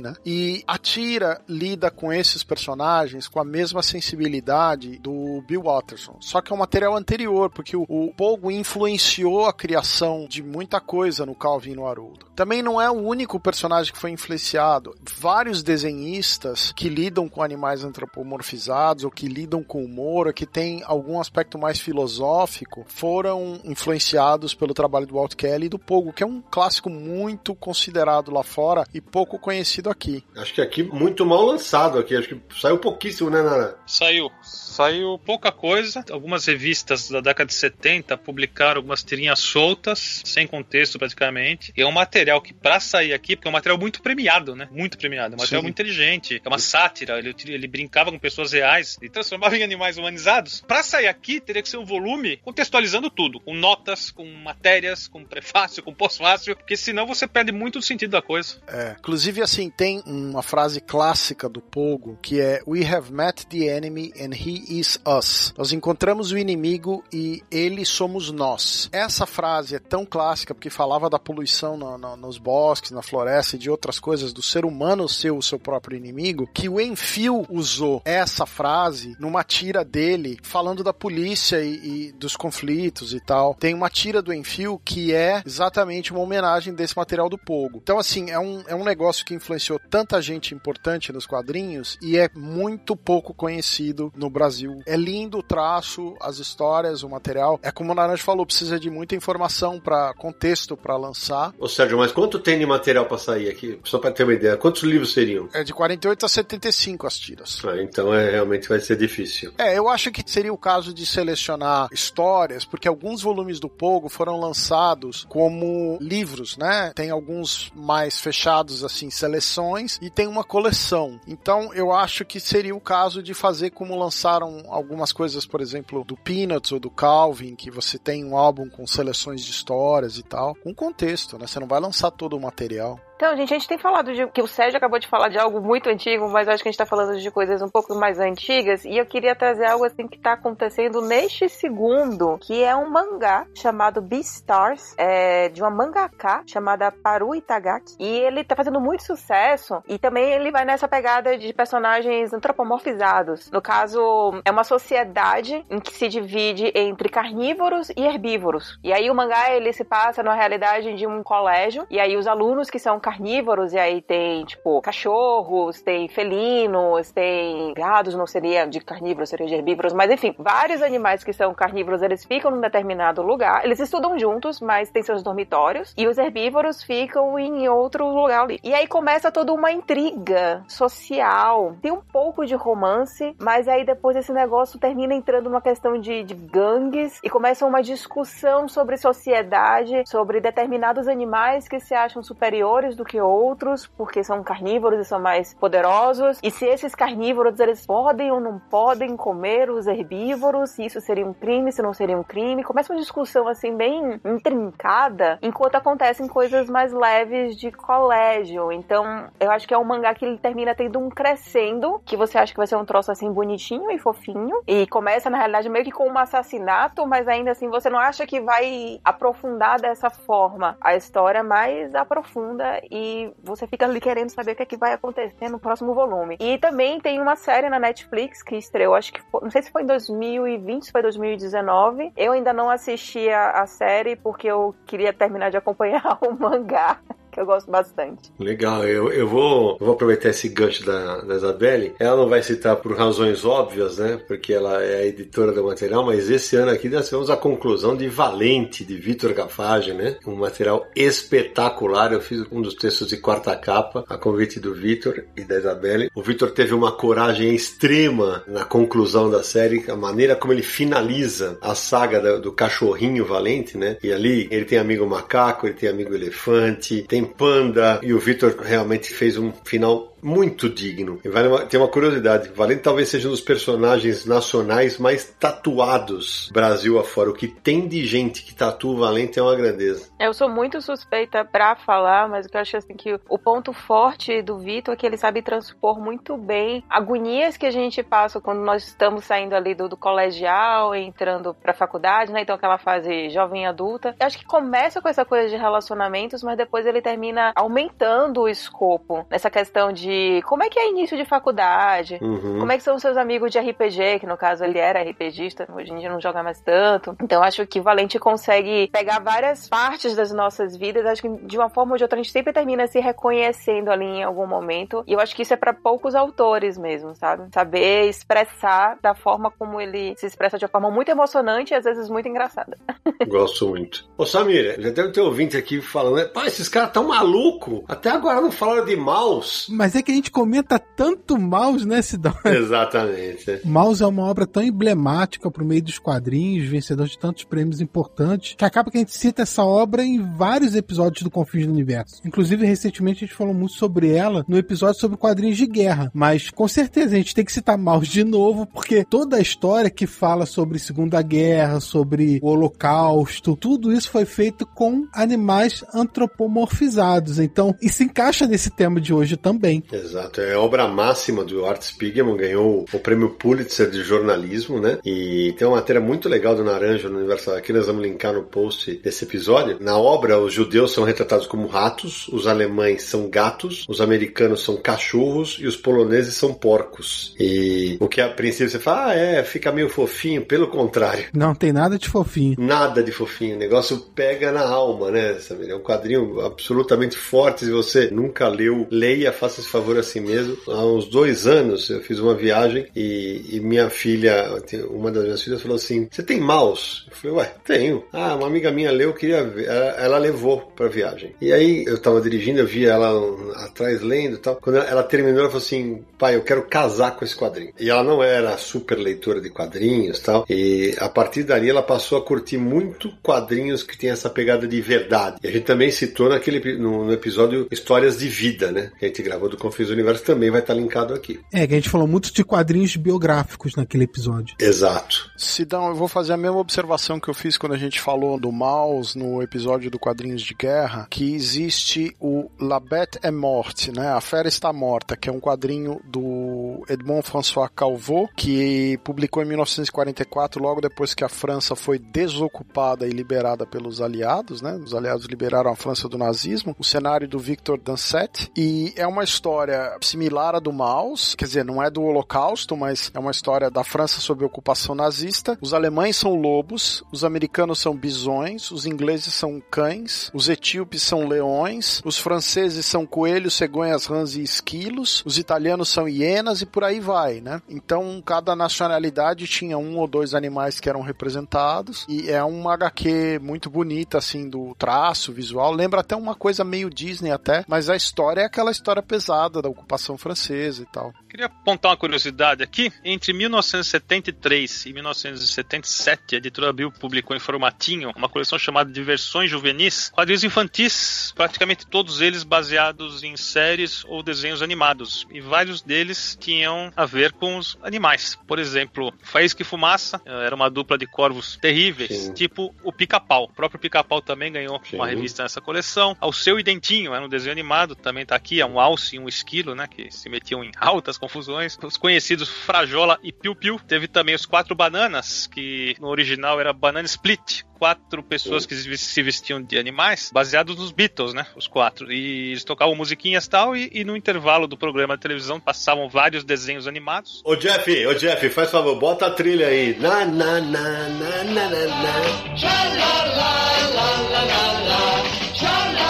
né? E a tira lida com esses personagens com a mesma sensibilidade do Bill Watterson. Só que é um material anterior, porque o, o Pogo influenciou a criação de muita coisa no Calvin e no Haroldo. Também não é o único personagem que foi influenciado. Vários desenhistas que lidam com animais antropomorfizados ou que lidam com humor, ou que tem algum aspecto mais filosófico, foram influenciados pelo trabalho do Walt Kelly e do Pogo, que é um clássico muito considerado lá fora e pouco conhecido aqui. Acho que aqui muito mal lançado aqui, acho que saiu pouquíssimo, né, Nara? Saiu. Saiu pouca coisa. Algumas revistas da década de setenta publicaram algumas tirinhas soltas, sem contexto praticamente. E é um material que, pra sair aqui, porque é um material muito premiado, né? Muito premiado. É um material Sim. muito inteligente. É uma sátira. Ele, ele brincava com pessoas reais e transformava em animais humanizados. Pra sair aqui, teria que ser um volume contextualizando tudo. Com notas, com matérias, com prefácio, com pós-fácio. Porque senão você perde muito o sentido da coisa. É. Inclusive, assim, tem uma frase clássica do Pogo que é: We have met the enemy and he is us. Nós encontramos o inimigo e ele somos nós. Essa frase é tão clássica porque falava da poluição no, no, nos bosques, na floresta e de outras coisas, do ser humano ser o seu próprio inimigo, que o Enfield usou essa frase numa tira dele falando da polícia e, e dos conflitos e tal. Tem uma tira do Enfield que é exatamente uma homenagem desse material do Pogo. Então, assim, é um, é um negócio que influenciou tanta gente importante nos quadrinhos e é muito pouco conhecido no Brasil. É lindo o traço, as histórias, o material. É como o Naranjo falou, precisa de muita informação, para contexto para lançar. Ô Sérgio, mas quanto tem de material para sair aqui? Só para ter uma ideia, quantos livros seriam? É de quarenta e oito a setenta e cinco as tiras. Ah, então é, realmente vai ser difícil. É, eu acho que seria o caso de selecionar histórias, porque alguns volumes do Pogo foram lançados como livros, né? Tem alguns mais fechados, assim, seleções, e tem uma coleção. Então, eu acho que seria o caso de fazer como lançaram algumas coisas, por exemplo, do Peanuts ou do Calvin, que você tem um álbum com seleções de histórias e tal, com contexto, né? Você não vai lançar todo o material. Então, gente, a gente tem falado de... que o Sérgio acabou de falar de algo muito antigo, mas eu acho que a gente tá falando de coisas um pouco mais antigas, e eu queria trazer algo assim que tá acontecendo neste segundo, que é um mangá chamado Beastars, é, de uma mangaka chamada Paru Itagaki, e ele tá fazendo muito sucesso, e também ele vai nessa pegada de personagens antropomorfizados. No caso, é uma sociedade em que se divide entre carnívoros e herbívoros. E aí o mangá, ele se passa na realidade de um colégio, e aí os alunos que são carnívoros, e aí tem, tipo, cachorros, tem felinos, tem gados, não seria de carnívoros, seria de herbívoros, mas enfim, vários animais que são carnívoros, eles ficam num determinado lugar, eles estudam juntos, mas tem seus dormitórios, e os herbívoros ficam em outro lugar ali. E aí começa toda uma intriga social, tem um pouco de romance, mas aí depois esse negócio termina entrando numa questão de, de gangues, e começa uma discussão sobre sociedade, sobre determinados animais que se acham superiores do que outros, porque são carnívoros e são mais poderosos, e se esses carnívoros, eles podem ou não podem comer os herbívoros, se isso seria um crime, se não seria um crime. Começa uma discussão assim bem intrincada, enquanto acontecem coisas mais leves de colégio. Então, eu acho que é um mangá que ele termina tendo um crescendo, que você acha que vai ser um troço assim bonitinho e fofinho, e começa na realidade meio que com um assassinato, mas ainda assim você não acha que vai aprofundar dessa forma a história, mas aprofunda e você fica ali querendo saber o que é que vai acontecer no próximo volume. E também tem uma série na Netflix que estreou, acho que foi, não sei se foi em dois mil e vinte, se foi dois mil e dezenove. Eu ainda não assisti a, a série porque eu queria terminar de acompanhar o mangá, que eu gosto bastante. Legal, eu, eu, vou, eu vou aproveitar esse gancho da, da Isabelle. Ela não vai citar por razões óbvias, né? Porque ela é a editora do material, mas esse ano aqui nós tivemos a conclusão de Valente, de Vitor Gafage, né? Um material espetacular. Eu fiz um dos textos de quarta capa, a convite do Vitor e da Isabelle. O Vitor teve uma coragem extrema na conclusão da série, a maneira como ele finaliza a saga do, do cachorrinho Valente, né? E ali ele tem amigo macaco, ele tem amigo elefante, tem panda, e o Vitor realmente fez um final muito digno. E vale uma, tem uma curiosidade, Valente talvez seja um dos personagens nacionais mais tatuados Brasil afora. O que tem de gente que tatua o Valente é uma grandeza. Eu sou muito suspeita pra falar, mas o que eu acho assim que o ponto forte do Vitor é que ele sabe transpor muito bem agonias que a gente passa quando nós estamos saindo ali do, do colegial, entrando pra faculdade, né? Então aquela fase jovem adulta. Eu acho que começa com essa coisa de relacionamentos, mas depois ele termina aumentando o escopo nessa questão de como é que é início de faculdade, uhum. como é que são os seus amigos de R P G, que no caso ele era RPGista, hoje em dia não joga mais tanto. Então eu acho que o Valente consegue pegar várias partes das nossas vidas, acho que de uma forma ou de outra a gente sempre termina se reconhecendo ali em algum momento, e eu acho que isso é pra poucos autores mesmo, sabe? Saber expressar da forma como ele se expressa de uma forma muito emocionante e às vezes muito engraçada. Gosto muito. Ô Samir, já deve ter ouvinte aqui falando, né? Pá, esses caras tão malucos, até agora não falaram de Maus. Mas é que a gente comenta tanto Maus, né, Sidão? Exatamente. Maus é uma obra tão emblemática pro meio dos quadrinhos, vencedor de tantos prêmios importantes, que acaba que a gente cita essa obra em vários episódios do Confins do Universo. Inclusive, recentemente a gente falou muito sobre ela no episódio sobre quadrinhos de guerra. Mas, com certeza, a gente tem que citar Maus de novo, porque toda a história que fala sobre Segunda Guerra, sobre o Holocausto, tudo isso foi feito com animais antropomorfizados. Então, isso encaixa nesse tema de hoje também. Exato. É a obra máxima do Art Spiegelman, ganhou o prêmio Pulitzer de jornalismo, né? E tem uma matéria muito legal do Naranja no Universal, aqui nós vamos linkar no post desse episódio. Na obra, os judeus são retratados como ratos, os alemães são gatos, os americanos são cachorros e os poloneses são porcos. E o que a princípio você fala, ah, é, fica meio fofinho, pelo contrário. Não tem nada de fofinho. Nada de fofinho. O negócio pega na alma, né? É um quadrinho absolutamente forte. Se você nunca leu, leia, faça esse favor a si mesmo. Há uns dois anos eu fiz uma viagem e, e minha filha, uma das minhas filhas falou assim, você tem Maus? Eu falei, ué, tenho. Ah, uma amiga minha leu, queria ver. Ela, ela levou pra viagem. E aí eu tava dirigindo, eu vi ela atrás lendo e tal. Quando ela, ela terminou, ela falou assim, pai, eu quero casar com esse quadrinho. E ela não era super leitora de quadrinhos e tal. E a partir dali ela passou a curtir muito quadrinhos que tem essa pegada de verdade. E a gente também citou naquele, no, no episódio Histórias de Vida, né? Que a gente gravou do Confins do Universo, também vai estar linkado aqui. É, que a gente falou muito de quadrinhos biográficos naquele episódio. Exato. Sidão, eu vou fazer a mesma observação que eu fiz quando a gente falou do Maus no episódio do Quadrinhos de Guerra, que existe o La Bête est morte, né? A Fera Está Morta, que é um quadrinho do Edmond François Calvot, que publicou em mil novecentos e quarenta e quatro, logo depois que a França foi desocupada e liberada pelos aliados, né? Os aliados liberaram a França do nazismo. O cenário do Victor Dansette, e é uma história similar à do Maus, quer dizer, não é do Holocausto, mas é uma história da França sob ocupação nazista. Os alemães são lobos, os americanos são bisões, os ingleses são cães, os etíopes são leões, os franceses são coelhos, cegonhas, rãs e esquilos, os italianos são hienas e por aí vai, né? Então, cada nacionalidade tinha um ou dois animais que eram representados, e é uma agá quê muito bonita, assim, do traço visual. Lembra até uma coisa meio Disney até, mas a história é aquela história pesada da ocupação francesa e tal. Queria apontar uma curiosidade aqui. Entre mil novecentos e setenta e três e mil novecentos e setenta e sete, a editora Abril publicou em formatinho uma coleção chamada de Versões Juvenis, quadrinhos infantis, praticamente todos eles baseados em séries ou desenhos animados, e vários deles tinham a ver com os animais. Por exemplo, Faísca e Fumaça era uma dupla de corvos terríveis, Sim. tipo o Pica-Pau. O próprio Pica-Pau também ganhou Sim. uma revista nessa coleção. Alceu e Dentinho era um desenho animado, também tá aqui, é um alce e um esquilo, né, que se metiam em altas confusões. Os conhecidos Frajola e Piu Piu. Teve também os Quatro Bananas, que no original era Banana Split. Quatro pessoas que se vestiam de animais, baseados nos Beatles, né? Os quatro. E eles tocavam musiquinhas e tal, e, e no intervalo do programa de televisão passavam vários desenhos animados. Ô Jeff, ô Jeff, faz favor, bota a trilha aí. Na, na, na, na, na, na, na.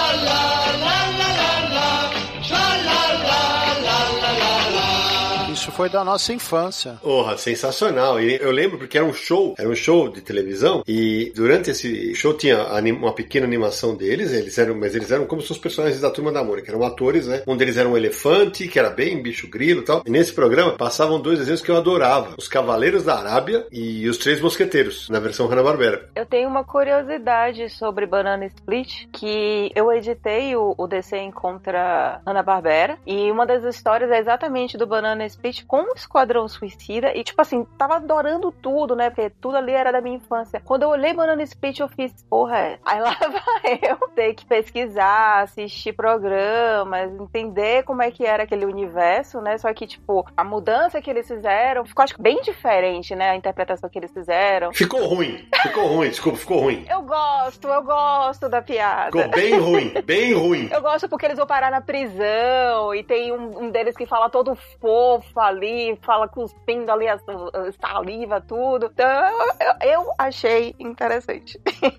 Isso foi da nossa infância. Porra, sensacional. E eu lembro porque era um show, era um show de televisão, e durante esse show tinha uma pequena animação deles, eles eram, mas eles eram como se fossem os personagens da Turma da Mônica, eram atores, né? Um deles era um elefante, que era bem bicho grilo e tal. E nesse programa passavam dois desenhos que eu adorava: Os Cavaleiros da Arábia e Os Três Mosqueteiros, na versão Hanna-Barbera. Eu tenho uma curiosidade sobre Banana Split, que eu editei o, o D C Encontra Hanna-Barbera, e uma das histórias é exatamente do Banana Split com o Esquadrão Suicida, e tipo assim, tava adorando tudo, né, porque tudo ali era da minha infância. Quando eu olhei Banana Split, eu fiz, porra, é. Aí lá vai eu ter que pesquisar, assistir programas, entender como é que era aquele universo, né, só que tipo, a mudança que eles fizeram ficou, acho que bem diferente, né, a interpretação que eles fizeram. Ficou ruim, ficou ruim, desculpa, ficou ruim. Eu gosto, eu gosto da piada. Ficou bem ruim, bem ruim. Eu gosto porque eles vão parar na prisão, e tem um, um deles que fala todo fofo ali, fala cuspindo ali a, a saliva, tudo. Então, eu, eu achei interessante.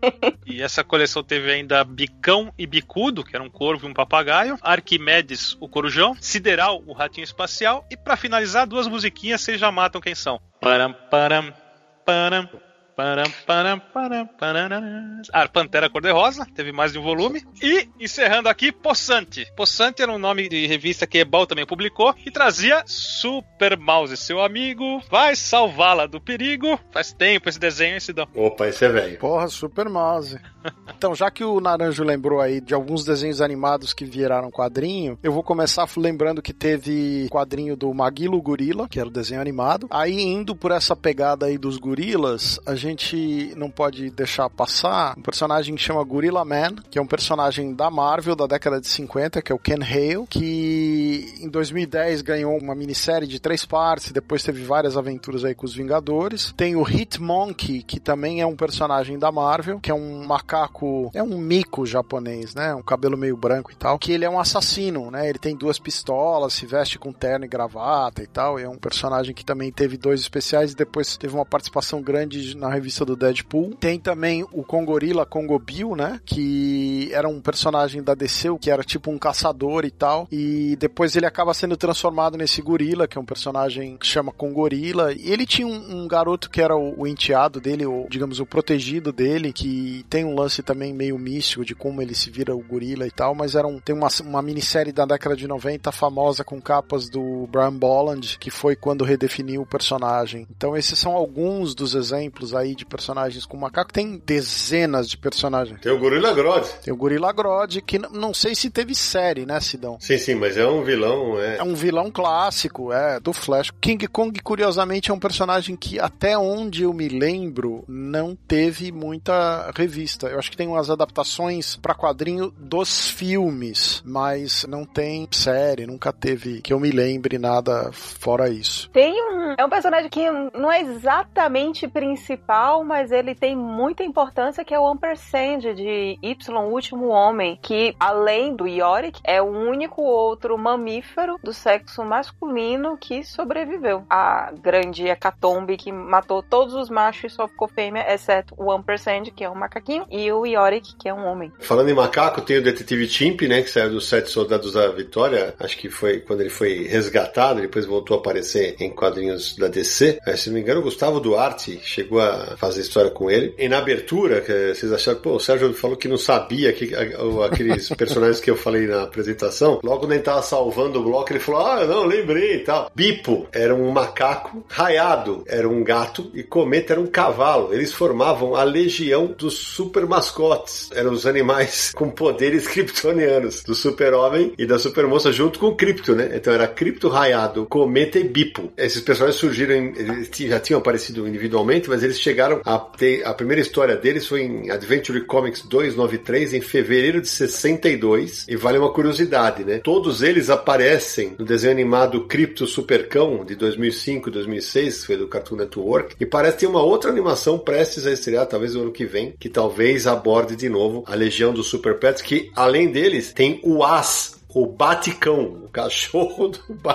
E essa coleção teve ainda Bicão e Bicudo, que era um corvo e um papagaio, Arquimedes, o corujão, Sideral, o ratinho espacial, e pra finalizar, duas musiquinhas, vocês já matam quem são. Param, param, param. Param, param, param, param. A Pantera Cor-de-Rosa, teve mais de um volume. E, encerrando aqui, Possante. Possante era um nome de revista que Ebal também publicou e trazia Super Mouse, seu amigo, vai salvá-la do perigo. Faz tempo esse desenho, esse dão. Opa, esse é velho. Porra, Super Mouse. Então, já que o Naranjo lembrou aí de alguns desenhos animados que viraram quadrinho, eu vou começar lembrando que teve quadrinho do Maguilo Gorila, que era o desenho animado. Aí, indo por essa pegada aí dos gorilas, a gente não pode deixar passar um personagem que chama Gorilla Man, que é um personagem da Marvel da década de cinquenta, que é o Ken Hale, que em dois mil e dez ganhou uma minissérie de três partes, depois teve várias aventuras aí com os Vingadores. Tem o Hitmonkey, que também é um personagem da Marvel, que é um macaco, é um mico japonês, né? Um cabelo meio branco e tal, que ele é um assassino, né? Ele tem duas pistolas, se veste com terno e gravata e tal, e é um personagem que também teve dois especiais e depois teve uma participação grande na revista do Deadpool. Tem também o Kongorilla Congo Bill, né? Que era um personagem da D C, que era tipo um caçador e tal, e depois ele acaba sendo transformado nesse gorila, que é um personagem que chama Kongorilla, e ele tinha um, um garoto que era o, o enteado dele, ou digamos o protegido dele, que tem um lance também meio místico de como ele se vira o gorila e tal, mas era um, tem uma, uma minissérie da década de noventa famosa com capas do Brian Bolland, que foi quando redefiniu o personagem. Então esses são alguns dos exemplos aí de personagens com macaco. Tem dezenas de personagens. Tem o Gorilla Grodd. Tem o Gorilla Grodd, que n- não sei se teve série, né, Sidão? Sim, sim, mas é um vilão, é... É um vilão clássico, é, do Flash. King Kong, curiosamente, é um personagem que, até onde eu me lembro, não teve muita revista. Eu acho que tem umas adaptações pra quadrinho dos filmes, mas não tem série, nunca teve, que eu me lembre, nada fora isso. Tem um... É um personagem que não é exatamente principal, mas ele tem muita importância, que é o Ampersand de Y, o Último Homem, que, além do Yorick, é o único outro mamífero do sexo masculino que sobreviveu à grande hecatombe que matou todos os machos e só ficou fêmea, exceto o Ampersand, que é um macaquinho, e o Yorick, que é um homem. Falando em macaco, tem o Detetive Chimp, né, que saiu dos Sete Soldados da Vitória, acho que foi quando ele foi resgatado, depois voltou a aparecer em quadrinhos da D C. É, se não me engano, o Gustavo Duarte chegou a fazer história com ele. E na abertura, que vocês acharam, pô, o Sérgio falou que não sabia que, a, aqueles personagens que eu falei na apresentação, logo quando ele tava salvando o bloco, ele falou, ah, não, lembrei e tal. Bipo era um macaco, Raiado era um gato e Cometa era um cavalo. Eles formavam a legião dos super mascotes. Eram os animais com poderes kryptonianos, do super-homem e da super-moça junto com o Krypto, né? Então era Krypto, Raiado, Cometa e Bipo. Esses personagens surgiram, em, eles já tinham aparecido individualmente, mas eles chegaram a ter, a primeira história deles foi em Adventure Comics duzentos e noventa e três, em fevereiro de sessenta e dois, e vale uma curiosidade, né? Todos eles aparecem no desenho animado Krypto Supercão, de dois mil e cinco, dois mil e seis, foi do Cartoon Network, e parece ter uma outra animação prestes a estrear, talvez no ano que vem, que talvez aborde de novo a legião dos Super Pets, que além deles tem o As, o Baticão, o cachorro do Batman.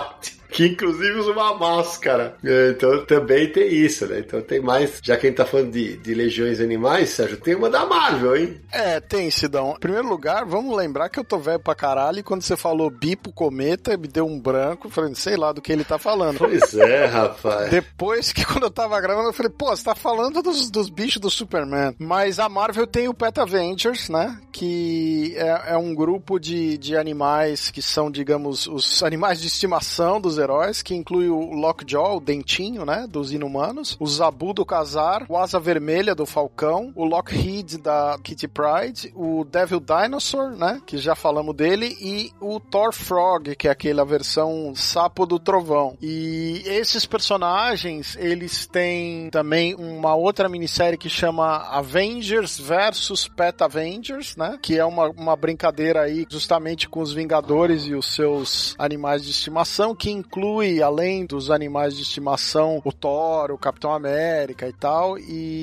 que inclusive usa uma máscara. Então também tem isso, né? Então tem mais, já que a gente tá falando de, de legiões animais, Sérgio, tem uma da Marvel, hein? É, tem, Sidão. Em primeiro lugar, vamos lembrar que eu tô velho pra caralho e quando você falou Bipo Cometa, me deu um branco, eu falei, sei lá do que ele tá falando. Pois é, rapaz. Depois que quando eu tava gravando, eu falei, pô, você tá falando dos, dos bichos do Superman. Mas a Marvel tem o Pet Avengers, né? Que é, é um grupo de, de animais que são, digamos, os animais de estimação dos heróis, que inclui o Lockjaw, o dentinho, né? Dos Inumanos, o Zabu do Khazar, o Asa Vermelha do Falcão, o Lockheed da Kitty Pryde, o Devil Dinosaur, né? Que já falamos dele, e o Thor Frog, que é aquela versão sapo do trovão. E esses personagens, eles têm também uma outra minissérie que chama Avengers versus Pet Avengers, né? Que é uma, uma brincadeira aí justamente com os Vingadores e os seus animais de estimação, que inclui, além dos animais de estimação, o Thor, o Capitão América e tal.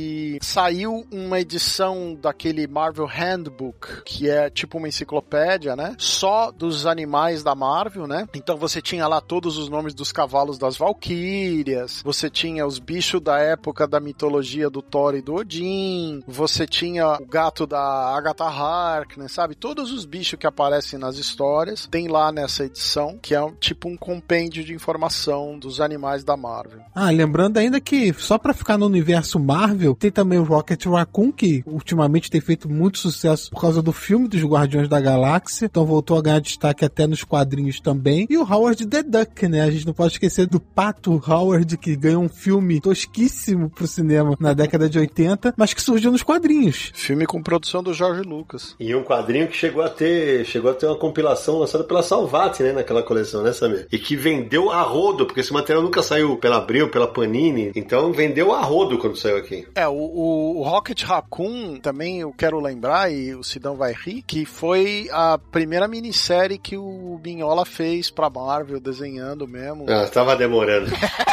E saiu uma edição daquele Marvel Handbook, que é tipo uma enciclopédia, né? Só dos animais da Marvel, né? Então você tinha lá todos os nomes dos cavalos das Valquírias, você tinha os bichos da época da mitologia do Thor e do Odin, você tinha o gato da Agatha Harkness, sabe? Todos os bichos que aparecem nas histórias tem lá nessa edição, que é tipo um compêndio de informação dos animais da Marvel. Ah, lembrando ainda que, só pra ficar no universo Marvel, tem também o Rocket Raccoon, que ultimamente tem feito muito sucesso por causa do filme dos Guardiões da Galáxia, então voltou a ganhar destaque até nos quadrinhos também. E o Howard the Duck, né? A gente não pode esquecer do Pato Howard, que ganhou um filme tosquíssimo pro cinema na década de oitenta, mas que surgiu nos quadrinhos. Filme com produção do Jorge Lucas. E um quadrinho que chegou a ter, chegou a ter uma compilação lançada pela Salvat, né? Naquela coleção, né, Samir? E que vendeu a rodo, porque esse material nunca saiu pela Abril, pela Panini, então vendeu a rodo quando saiu aqui. É, o, o, o Rocket Raccoon também eu quero lembrar, e o Sidão vai rir, que foi a primeira minissérie que o Mignola fez pra Marvel, desenhando mesmo. Ah, tava demorando.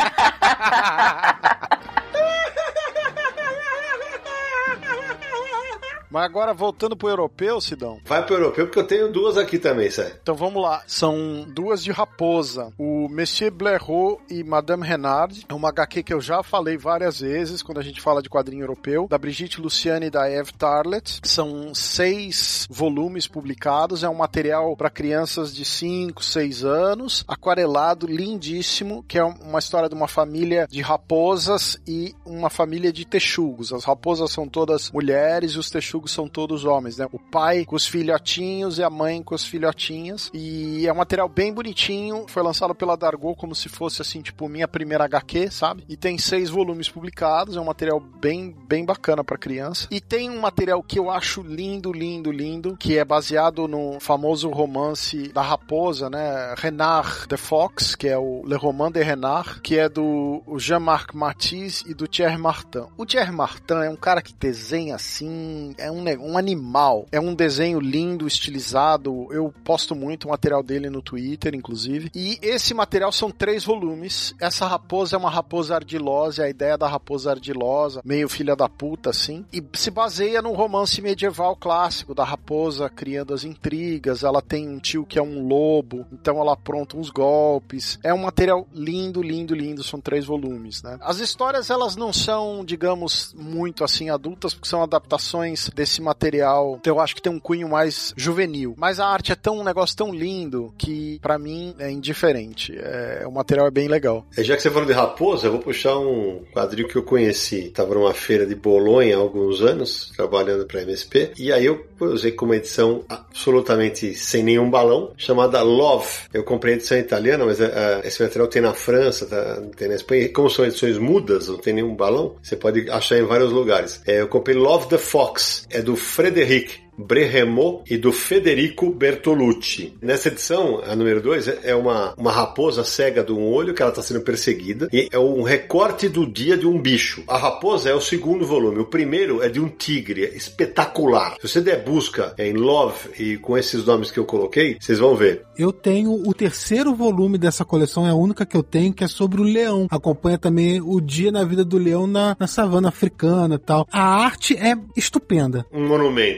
Mas agora, voltando pro europeu, Sidão. Vai pro europeu, porque eu tenho duas aqui também, sério. Então vamos lá. São duas de raposa. O Monsieur Blaireau e Madame Renard. É uma agá quê que eu já falei várias vezes, quando a gente fala de quadrinho europeu. Da Brigitte Luciani e da Eve Tarlet. São seis volumes publicados. É um material para crianças de cinco, seis anos. Aquarelado, lindíssimo. Que é uma história de uma família de raposas e uma família de texugos. As raposas são todas mulheres e os texugos são todos homens, né? O pai com os filhotinhos e a mãe com as filhotinhas. E é um material bem bonitinho. Foi lançado pela Dargaud como se fosse, assim, tipo, minha primeira agá quê, sabe? E tem seis volumes publicados. É um material bem, bem bacana pra criança. E tem um material que eu acho lindo, lindo, lindo, que é baseado no famoso romance da raposa, né? Renard the Fox, que é o Le Roman de Renard, que é do Jean-Marc Matisse e do Thierry Martin. O Thierry Martin é um cara que desenha assim, é um, um animal. É um desenho lindo, estilizado. Eu posto muito o material dele no Twitter, inclusive. E esse material são três volumes. Essa raposa é uma raposa ardilosa, é a ideia da raposa ardilosa, meio filha da puta, assim. E se baseia num romance medieval clássico da raposa criando as intrigas. Ela tem um tio que é um lobo, então ela apronta uns golpes. É um material lindo, lindo, lindo. São três volumes, né? As histórias, elas não são, digamos, muito assim adultas, porque são adaptações desse material, então eu acho que tem um cunho mais juvenil. Mas a arte é tão, um negócio tão lindo que, pra mim, é indiferente. É, o material é bem legal. É, já que você falou de raposa, eu vou puxar um quadrinho que eu conheci. Tava numa feira de Bolonha há alguns anos, trabalhando pra M S P, e aí eu usei como edição absolutamente sem nenhum balão, chamada Love. Eu comprei a edição italiana, mas uh, esse material tem na França, tá, tem na Espanha. E como são edições mudas, não tem nenhum balão, você pode achar em vários lugares. É, eu comprei Love the Fox, é do Frédéric Brehemot e do Federico Bertolucci. Nessa edição, a número dois, é uma, uma raposa cega de um olho que ela está sendo perseguida, e é um recorte do dia de um bicho. A raposa é o segundo volume, o primeiro é de um tigre, é espetacular. Se você der busca em Love e com esses nomes que eu coloquei, vocês vão ver. Eu tenho o terceiro volume dessa coleção, é a única que eu tenho, que é sobre o leão. Acompanha também o dia na vida do leão na, na savana africana e tal. A arte é estupenda. Um monumento. Eu ia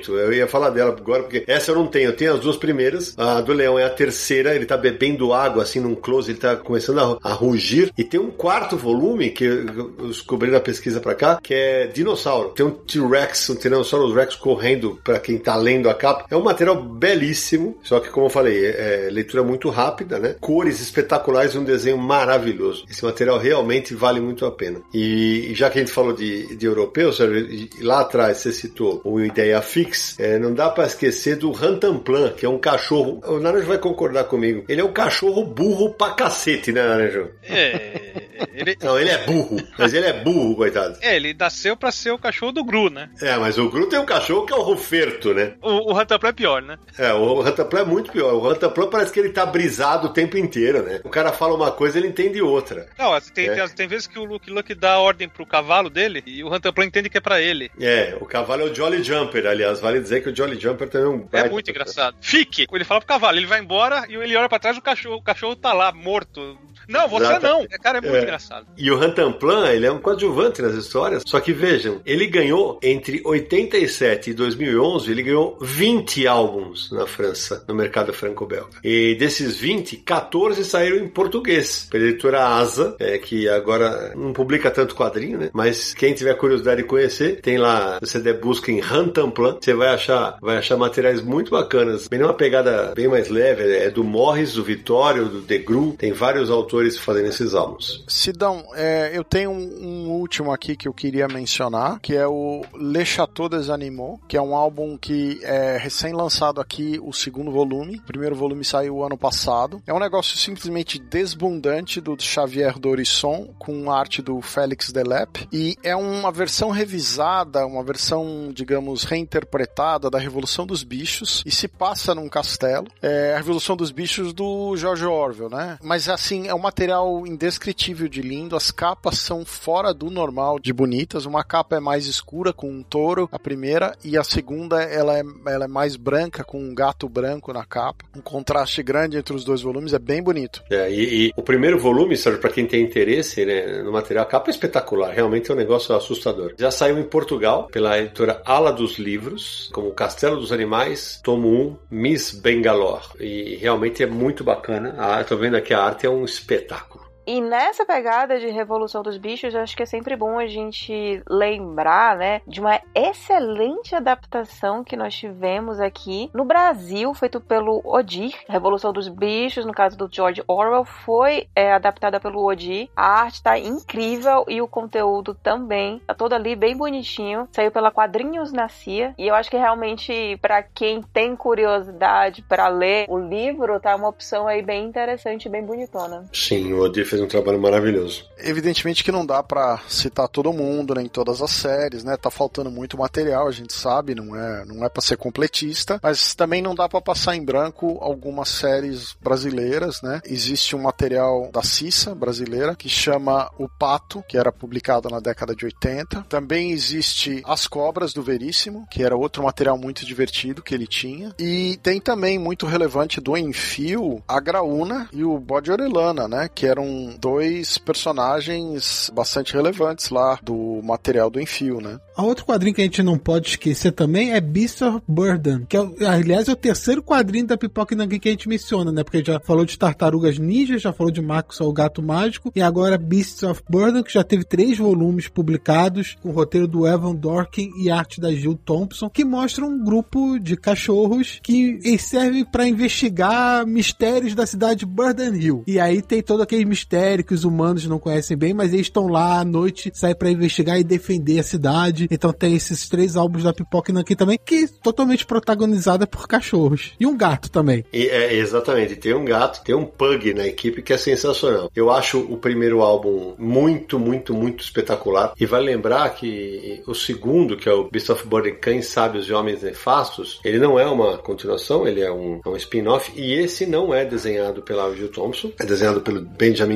ia falar dela agora, porque essa eu não tenho. Eu tenho as duas primeiras. A do Leão é a terceira, ele tá bebendo água, assim, num close, ele tá começando a, a rugir. E tem um quarto volume, que eu descobri na pesquisa pra cá, que é dinossauro. Tem um T-Rex, um Tiranossauro Rex correndo, pra quem tá lendo a capa. É um material belíssimo, só que, como eu falei, é, é leitura muito rápida, né? Cores espetaculares e um desenho maravilhoso. Esse material realmente vale muito a pena. E, e já que a gente falou de, de europeu, sabe, lá atrás você citou o Ideia Fix, é, não dá pra esquecer do Rantanplan, que é um cachorro. O Naranjo vai concordar comigo. Ele é um cachorro burro pra cacete, né, Naranjo? É. Ele... Não, ele é burro, mas ele é burro, coitado. É, ele nasceu pra ser o cachorro do Gru, né? É, mas o Gru tem um cachorro que é o Ruferto, né? O, o Rantanplan é pior, né? É, o Rantanplan é muito pior. O Rantanplan parece que ele tá brisado o tempo inteiro, né? O cara fala uma coisa, ele entende outra. Não, tem, é. tem, tem vezes que o Lucky Luke dá ordem pro cavalo dele e o Rantanplan entende que é pra ele. É, o cavalo é o Jolly Jumper, aliás. Vale dizer que o Jolly Jumper também é um... É muito engraçado. Fique! Ele fala pro cavalo, ele vai embora e ele olha pra trás, o cachorro, o cachorro tá lá, morto. Não, você Exato. não. Cara, é muito é. engraçado. E o Rantanplan, ele é um coadjuvante nas histórias. Só que vejam, ele ganhou entre oitenta e sete e dois mil e onze, ele ganhou vinte álbuns na França, no mercado franco-belga. E desses vinte, catorze saíram em português. Pela editora Asa, é, que agora não publica tanto quadrinho, né? Mas quem tiver curiosidade de conhecer, tem lá, se você der busca em Rantanplan, você vai achar, vai achar materiais muito bacanas. Bem uma pegada bem mais leve, é do Morris, do Vittorio, do De Gru, tem vários autores fazendo esses álbuns. Sidão, é, eu tenho um, um último aqui que eu queria mencionar, que é o Le Chateau des Animaux, que é um álbum que é recém-lançado aqui, o segundo volume. O primeiro volume saiu ano passado. É um negócio simplesmente desbundante do Xavier Dorisson, com arte do Félix Delep, e é uma versão revisada, uma versão, digamos, reinterpretada da Revolução dos Bichos, e se passa num castelo. É a Revolução dos Bichos do George Orwell, né? Mas assim, é um material indescritível de lindo, as capas são fora do normal de bonitas, uma capa é mais escura com um touro, a primeira, e a segunda ela é, ela é mais branca com um gato branco na capa, um contraste grande entre os dois volumes, é bem bonito. É, e, e o primeiro volume, Sérgio, para quem tem interesse, né, no material, a capa é espetacular, realmente é um negócio assustador. Já saiu em Portugal, pela editora Ala dos Livros, como Castelo dos Animais, tomo um, Miss Bangalore, e realmente é muito bacana, ah, eu tô vendo aqui a arte, é um espetáculo. E nessa pegada de Revolução dos Bichos, eu acho que é sempre bom a gente lembrar, né, de uma excelente adaptação que nós tivemos aqui no Brasil, feito pelo Odir. Revolução dos Bichos, no caso do George Orwell, foi é, adaptada pelo Odir. A arte tá incrível e o conteúdo também. Tá todo ali bem bonitinho. Saiu pela Quadrinhos na C I A. E eu acho que realmente, pra quem tem curiosidade pra ler o livro, tá uma opção aí bem interessante, bem bonitona. Sim, o Odir fez um trabalho maravilhoso. Evidentemente que não dá pra citar todo mundo, nem todas as séries, né? Tá faltando muito material, a gente sabe, não é, não é pra ser completista, mas também não dá pra passar em branco algumas séries brasileiras, né? Existe um material da Cissa brasileira que chama O Pato, que era publicado na década de oitenta. Também existe As Cobras do Veríssimo, que era outro material muito divertido que ele tinha. E tem também muito relevante do Enfio, a Graúna e o Bode Orelana, né? Que eram dois personagens bastante relevantes lá do material do Enfio, né? A outro quadrinho que a gente não pode esquecer também é Beast of Burden, que é, aliás, é o terceiro quadrinho da Pipoca e Nanquim que a gente menciona, né? Porque a gente já falou de Tartarugas Ninja, já falou de Maxwell, o Gato Mágico, e agora Beast of Burden, que já teve três volumes publicados, com o roteiro do Evan Dorkin e arte da Jill Thompson, que mostram um grupo de cachorros que servem para investigar mistérios da cidade de Burden Hill. E aí tem todo aquele mistério que os humanos não conhecem bem, mas eles estão lá à noite, saem para investigar e defender a cidade. Então tem esses três álbuns da Pipoca e Nanquim também, que é totalmente protagonizada por cachorros. E um gato também. E, é, exatamente, tem um gato, tem um pug na equipe que é sensacional. Eu acho o primeiro álbum muito, muito, muito espetacular. E vale lembrar que o segundo, que é o Beast of Burden, Cães Sábios e Homens Nefastos, ele não é uma continuação, ele é um, é um spin-off. E esse não é desenhado pela Jill Thompson, é desenhado pelo Benjamin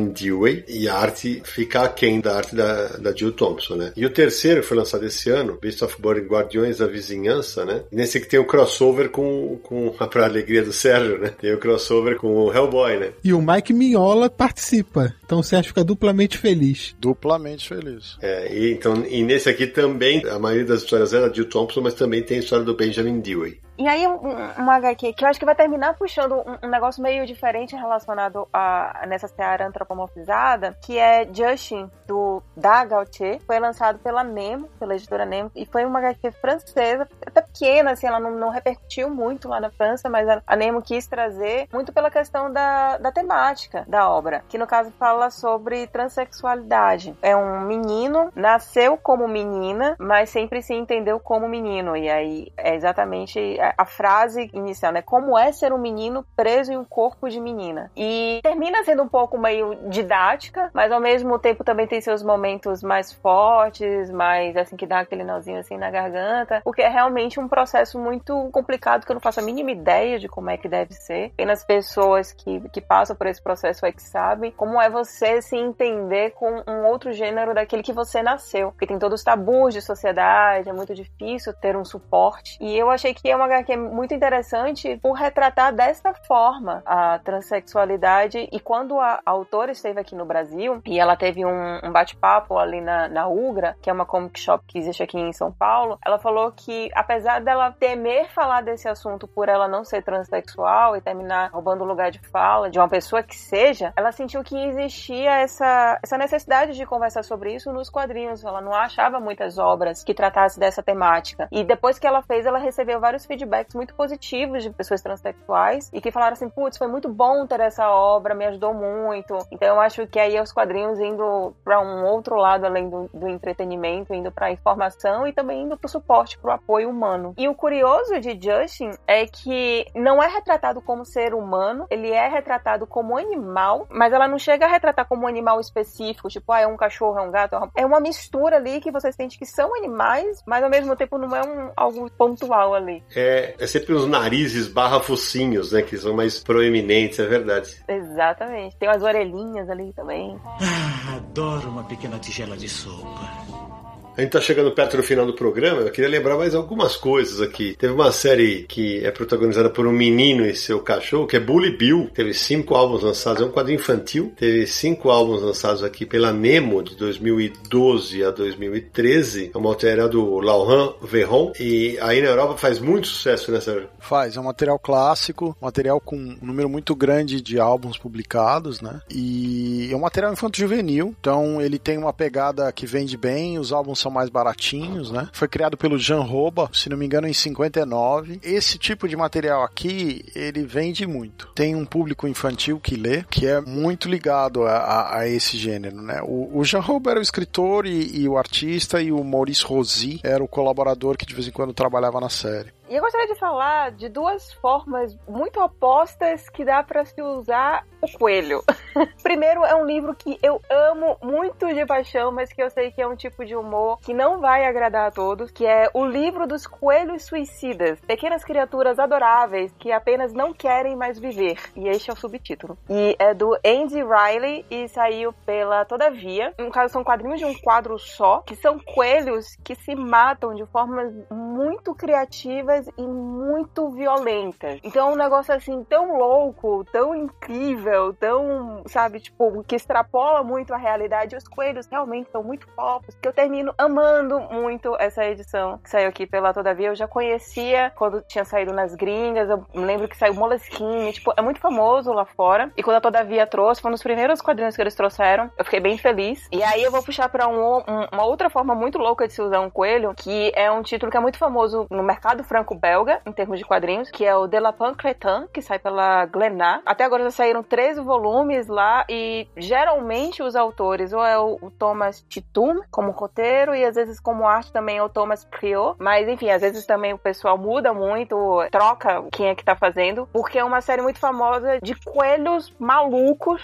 Benjamin Dewey, e a arte fica aquém da arte da, da Jill Thompson, né? E o terceiro, que foi lançado esse ano, Beasts of Burden, Guardiões da Vizinhança, né? Nesse aqui tem o crossover com, com pra alegria do Sérgio, né? Tem o crossover com o Hellboy, né? E o Mike Mignola participa, então o Sérgio fica duplamente feliz. Duplamente feliz. É, e, então, e nesse aqui também, a maioria das histórias é da Jill Thompson, mas também tem a história do Benjamin Dewey. E aí, um, um H Q que eu acho que vai terminar puxando um, um negócio meio diferente relacionado a, a nessa seara antropomorfizada, que é Justin, do da Gautier. Foi lançado pela Nemo, pela editora Nemo, e foi uma H Q francesa, até pequena, assim, ela não, não repercutiu muito lá na França, mas a, a Nemo quis trazer muito pela questão da, da temática da obra, que no caso fala sobre transexualidade. É um menino, nasceu como menina, mas sempre se entendeu como menino, e aí é exatamente a frase inicial, né? Como é ser um menino preso em um corpo de menina. E termina sendo um pouco meio didática, mas ao mesmo tempo também tem seus momentos mais fortes, mais assim, que dá aquele nozinho assim na garganta, porque é realmente um processo muito complicado que eu não faço a mínima ideia de como é que deve ser. Apenas pessoas que, que passam por esse processo é que sabem como é você se entender com um outro gênero daquele que você nasceu. Porque tem todos os tabus de sociedade, é muito difícil ter um suporte. E eu achei que é uma que é muito interessante por retratar dessa forma a transexualidade. E quando a, a autora esteve aqui no Brasil e ela teve um, um bate-papo ali na, na Ugra, que é uma comic shop que existe aqui em São Paulo, ela falou que apesar dela temer falar desse assunto por ela não ser transexual e terminar roubando o lugar de fala de uma pessoa que seja, ela sentiu que existia essa, essa necessidade de conversar sobre isso nos quadrinhos. Ela não achava muitas obras que tratassem dessa temática. E depois que ela fez, ela recebeu vários feedbacks muito positivos de pessoas transexuais e que falaram assim, putz, foi muito bom ter essa obra, me ajudou muito. Então eu acho que aí os quadrinhos indo para um outro lado além do, do entretenimento, indo para informação e também indo para o suporte, para o apoio humano. E o curioso de Justin é que não é retratado como ser humano, ele é retratado como animal, mas ela não chega a retratar como um animal específico, tipo, ah, é um cachorro, é um gato, é uma mistura ali que você sente que são animais, mas ao mesmo tempo não é um, algo pontual ali. É É, é sempre os narizes barra focinhos, né? Que são mais proeminentes, é verdade. Exatamente. Tem umas orelhinhas ali também. Ah, adoro uma pequena tigela de sopa. A gente tá chegando perto do final do programa, eu queria lembrar mais algumas coisas aqui. Teve uma série que é protagonizada por um menino e seu cachorro, que é Bully Bill. Teve cinco álbuns lançados, é um quadrinho infantil. Teve cinco álbuns lançados aqui pela Nemo, de dois mil e doze a dois mil e treze. É uma matéria do Laurent Verron. E aí na Europa faz muito sucesso, né, Sérgio? Faz, é um material clássico, material com um número muito grande de álbuns publicados, né? E é um material infanto-juvenil, então ele tem uma pegada que vende bem, os álbuns são mais baratinhos, né? Foi criado pelo Jean Roba, se não me engano, em cinquenta e nove. Esse tipo de material aqui, ele vende muito. Tem um público infantil que lê, que é muito ligado a, a, a esse gênero, né? O, o Jean Roba era o escritor e, e o artista, e o Maurice Rosy era o colaborador que de vez em quando trabalhava na série. E eu gostaria de falar de duas formas muito opostas que dá pra se usar o coelho. Primeiro, é um livro que eu amo muito de paixão, mas que eu sei que é um tipo de humor que não vai agradar a todos, que é o livro dos coelhos suicidas. Pequenas criaturas adoráveis que apenas não querem mais viver. E este é o subtítulo. E é do Andy Riley e saiu pela Todavia. No caso, são quadrinhos de um quadro só, que são coelhos que se matam de formas muito criativas e muito violentas. Então é um negócio assim tão louco, tão incrível, tão, sabe, tipo, que extrapola muito a realidade. Os coelhos realmente são muito fofos, que eu termino amando muito essa edição que saiu aqui pela Todavia. Eu já conhecia quando tinha saído nas gringas, eu lembro que saiu Moleskine, tipo, é muito famoso lá fora. E quando a Todavia trouxe, foi um dos primeiros quadrinhos que eles trouxeram, eu fiquei bem feliz. E aí eu vou puxar pra um, um, uma outra forma muito louca de se usar um coelho, que é um título que é muito famoso no mercado franco-belga, em termos de quadrinhos, que é o De La Pan Crétin, que sai pela Glénat. Até agora já saíram treze volumes lá, e geralmente os autores, ou é o, o Thomas Titum, como roteiro, e às vezes como arte também é o Thomas Priot, mas enfim, às vezes também o pessoal muda muito, troca quem é que tá fazendo, porque é uma série muito famosa de coelhos malucos, que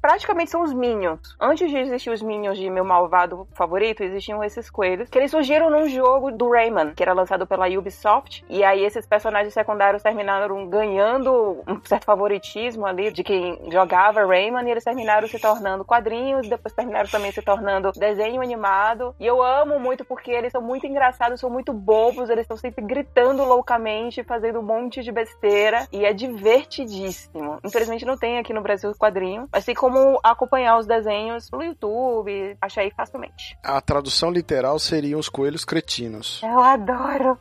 praticamente são os Minions. Antes de existir os Minions de meu malvado favorito, existiam esses coelhos, que eles surgiram num jogo do Rayman, que era lançado pela Ubisoft, e aí esses personagens secundários terminaram ganhando um certo favoritismo ali de quem jogava Rayman, e eles terminaram se tornando quadrinhos, depois terminaram também se tornando desenho animado, e eu amo muito porque eles são muito engraçados, são muito bobos, eles estão sempre gritando loucamente, fazendo um monte de besteira, e é divertidíssimo. Infelizmente não tem aqui no Brasil quadrinho, mas tem como acompanhar os desenhos no YouTube, achei facilmente. A tradução literal seriam os coelhos cretinos. Eu adoro!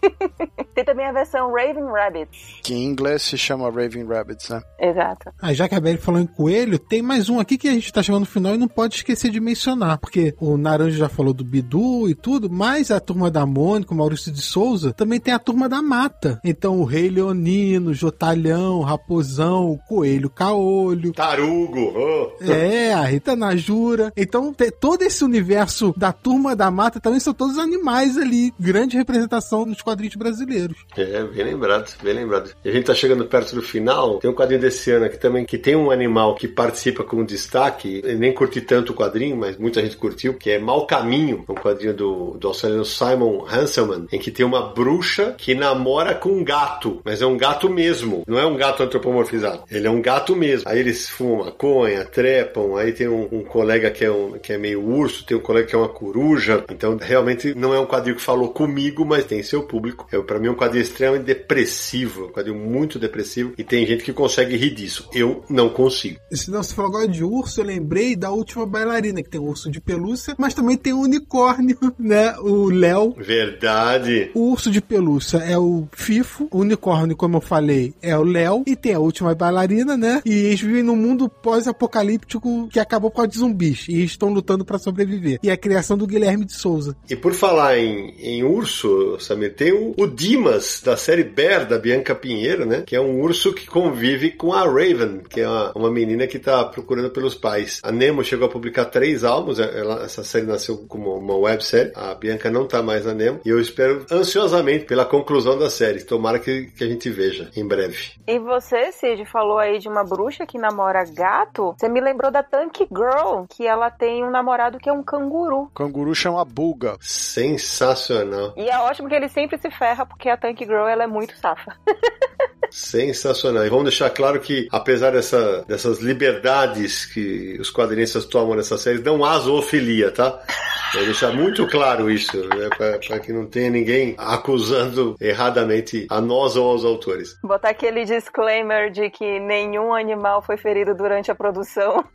Tem também a versão Raven Rabbits. Que em inglês se chama Raven Rabbits, né? Exato. Ah, já que a Beli falou em coelho, tem mais um aqui que a gente tá chegando no final e não pode esquecer de mencionar, porque o Naranja já falou do Bidu e tudo, mas a Turma da Mônica, o Maurício de Souza, também tem a Turma da Mata. Então o Rei Leonino, Jotalhão, Raposão, o Coelho Caolho, Tarugo, oh. É, a Rita Najura. Então tem todo esse universo da Turma da Mata também são todos animais ali, grande representação nos quadrinhos brasileiros. É, bem lembrado, bem lembrado. E a gente tá chegando perto do final, tem um quadrinho desse ano aqui também, que tem um animal que participa com destaque, eu nem curti tanto o quadrinho, mas muita gente curtiu, que é Mau Caminho, um quadrinho do, do australiano Simon Hanselman, em que tem uma bruxa que namora com um gato, mas é um gato mesmo, não é um gato antropomorfizado, ele é um gato mesmo. Aí eles fumam maconha, trepam, aí tem um, um colega que é, um, que é meio urso, tem um colega que é uma coruja, então realmente não é um quadrinho que falou comigo, mas tem seu público. É, pra mim é um quadrinho extremamente depressivo, um quadrinho muito depressivo, e tem gente que consegue rir disso. Eu não consigo. Se não, você falou agora de urso, eu lembrei da Última Bailarina, que tem o urso de pelúcia, mas também tem o unicórnio, né? O Léo. Verdade. O urso de pelúcia é o Fifo, o unicórnio, como eu falei, é o Léo, e tem a Última Bailarina, né? E eles vivem num mundo pós-apocalíptico que acabou com os zumbis, e estão lutando pra sobreviver. E a criação do Guilherme de Souza. E por falar em, em urso, Samir, tem o, o Dimas, da série Bear, da Bianca Pinheiro, né? Que é um urso que convive com a Raven, que é uma, uma menina que tá procurando pelos pais. A Nemo chegou a publicar três álbuns, ela, essa série nasceu como uma websérie, a Bianca não tá mais na Nemo, e eu espero ansiosamente pela conclusão da série. Tomara que, que a gente veja em breve. E você, Cid, falou aí de uma bruxa que namora gato, você me lembrou da Tank Girl, que ela tem um namorado que é um canguru. O canguru chama Bulga. Sensacional. E é ótimo que ele sempre se ferra, porque a Tank Girl, ela é muito safa. Sensacional. E vamos deixar claro que, apesar dessa, dessas liberdades que os quadrinistas tomam nessa série, não há zoofilia, tá? Vou deixar muito claro isso, né? Para que não tenha ninguém acusando erradamente a nós ou aos autores. Botar aquele disclaimer de que nenhum animal foi ferido durante a produção.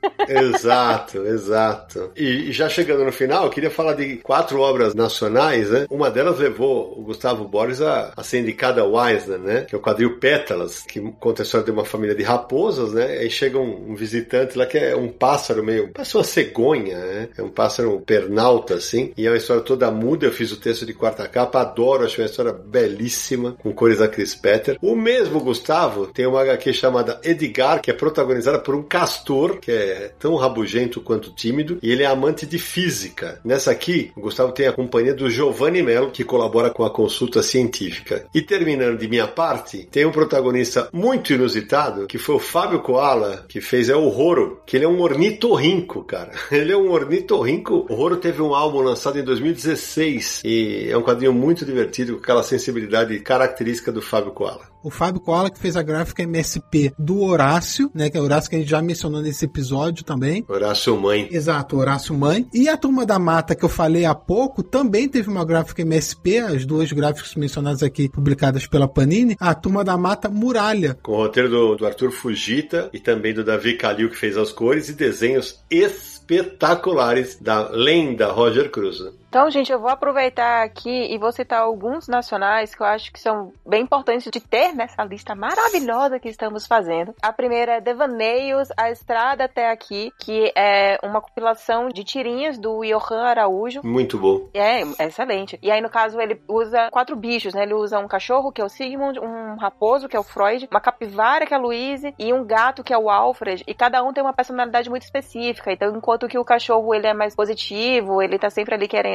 Exato, exato. E, e já chegando no final, eu queria falar de quatro obras nacionais, né? Uma delas levou o Gustavo Borges a, a ser indicada ao Eisner, né? Que é o quadril Pétalas, que conta a história de uma família de raposas, né? Aí chega um, um visitante lá que é um pássaro meio... parece uma cegonha, né? É um pássaro pernalta, assim, e é uma história toda muda. Eu fiz o texto de quarta capa, adoro, acho uma história belíssima, com cores da Chris Petter. O mesmo Gustavo tem uma agá quê chamada Edgar, que é protagonizada por um castor, que é tão rabugento quanto tímido, e ele é amante de física. Nessa aqui, o Gustavo tem a companhia do Giovanni Mello, que colabora com a consulta científica. E terminando de minha parte, tem um protagonista muito inusitado, que foi o Fábio Koala, que fez é o Roro, que ele é um ornitorrinco, cara. Ele é um ornitorrinco. O Roro teve um álbum lançado em dois mil e dezesseis e é um quadrinho muito divertido, com aquela sensibilidade característica do Fábio Koala. O Fábio Koala, que fez a gráfica M S P do Horácio, né? Que é o Horácio que a gente já mencionou nesse episódio também. Horácio Mãe. Exato, Horácio Mãe. E a Turma da Mata, que eu falei há pouco, também teve uma gráfica M S P, as duas gráficas mencionadas aqui, publicadas pela Panini. A Turma da Mata Muralha. Com o roteiro do, do Arthur Fujita e também do Davi Calil, que fez as cores, e desenhos espetaculares da lenda Roger Cruz. Então, gente, eu vou aproveitar aqui e vou citar alguns nacionais que eu acho que são bem importantes de ter nessa lista maravilhosa que estamos fazendo. A primeira é Devaneios, A Estrada Até Aqui, que é uma compilação de tirinhas do Johan Araújo. Muito bom. É, é excelente. E aí, no caso, ele usa quatro bichos, né? Ele usa um cachorro, que é o Sigmund, um raposo, que é o Freud, uma capivara, que é a Louise, e um gato, que é o Alfred. E cada um tem uma personalidade muito específica. Então, enquanto que o cachorro, ele é mais positivo, ele tá sempre ali querendo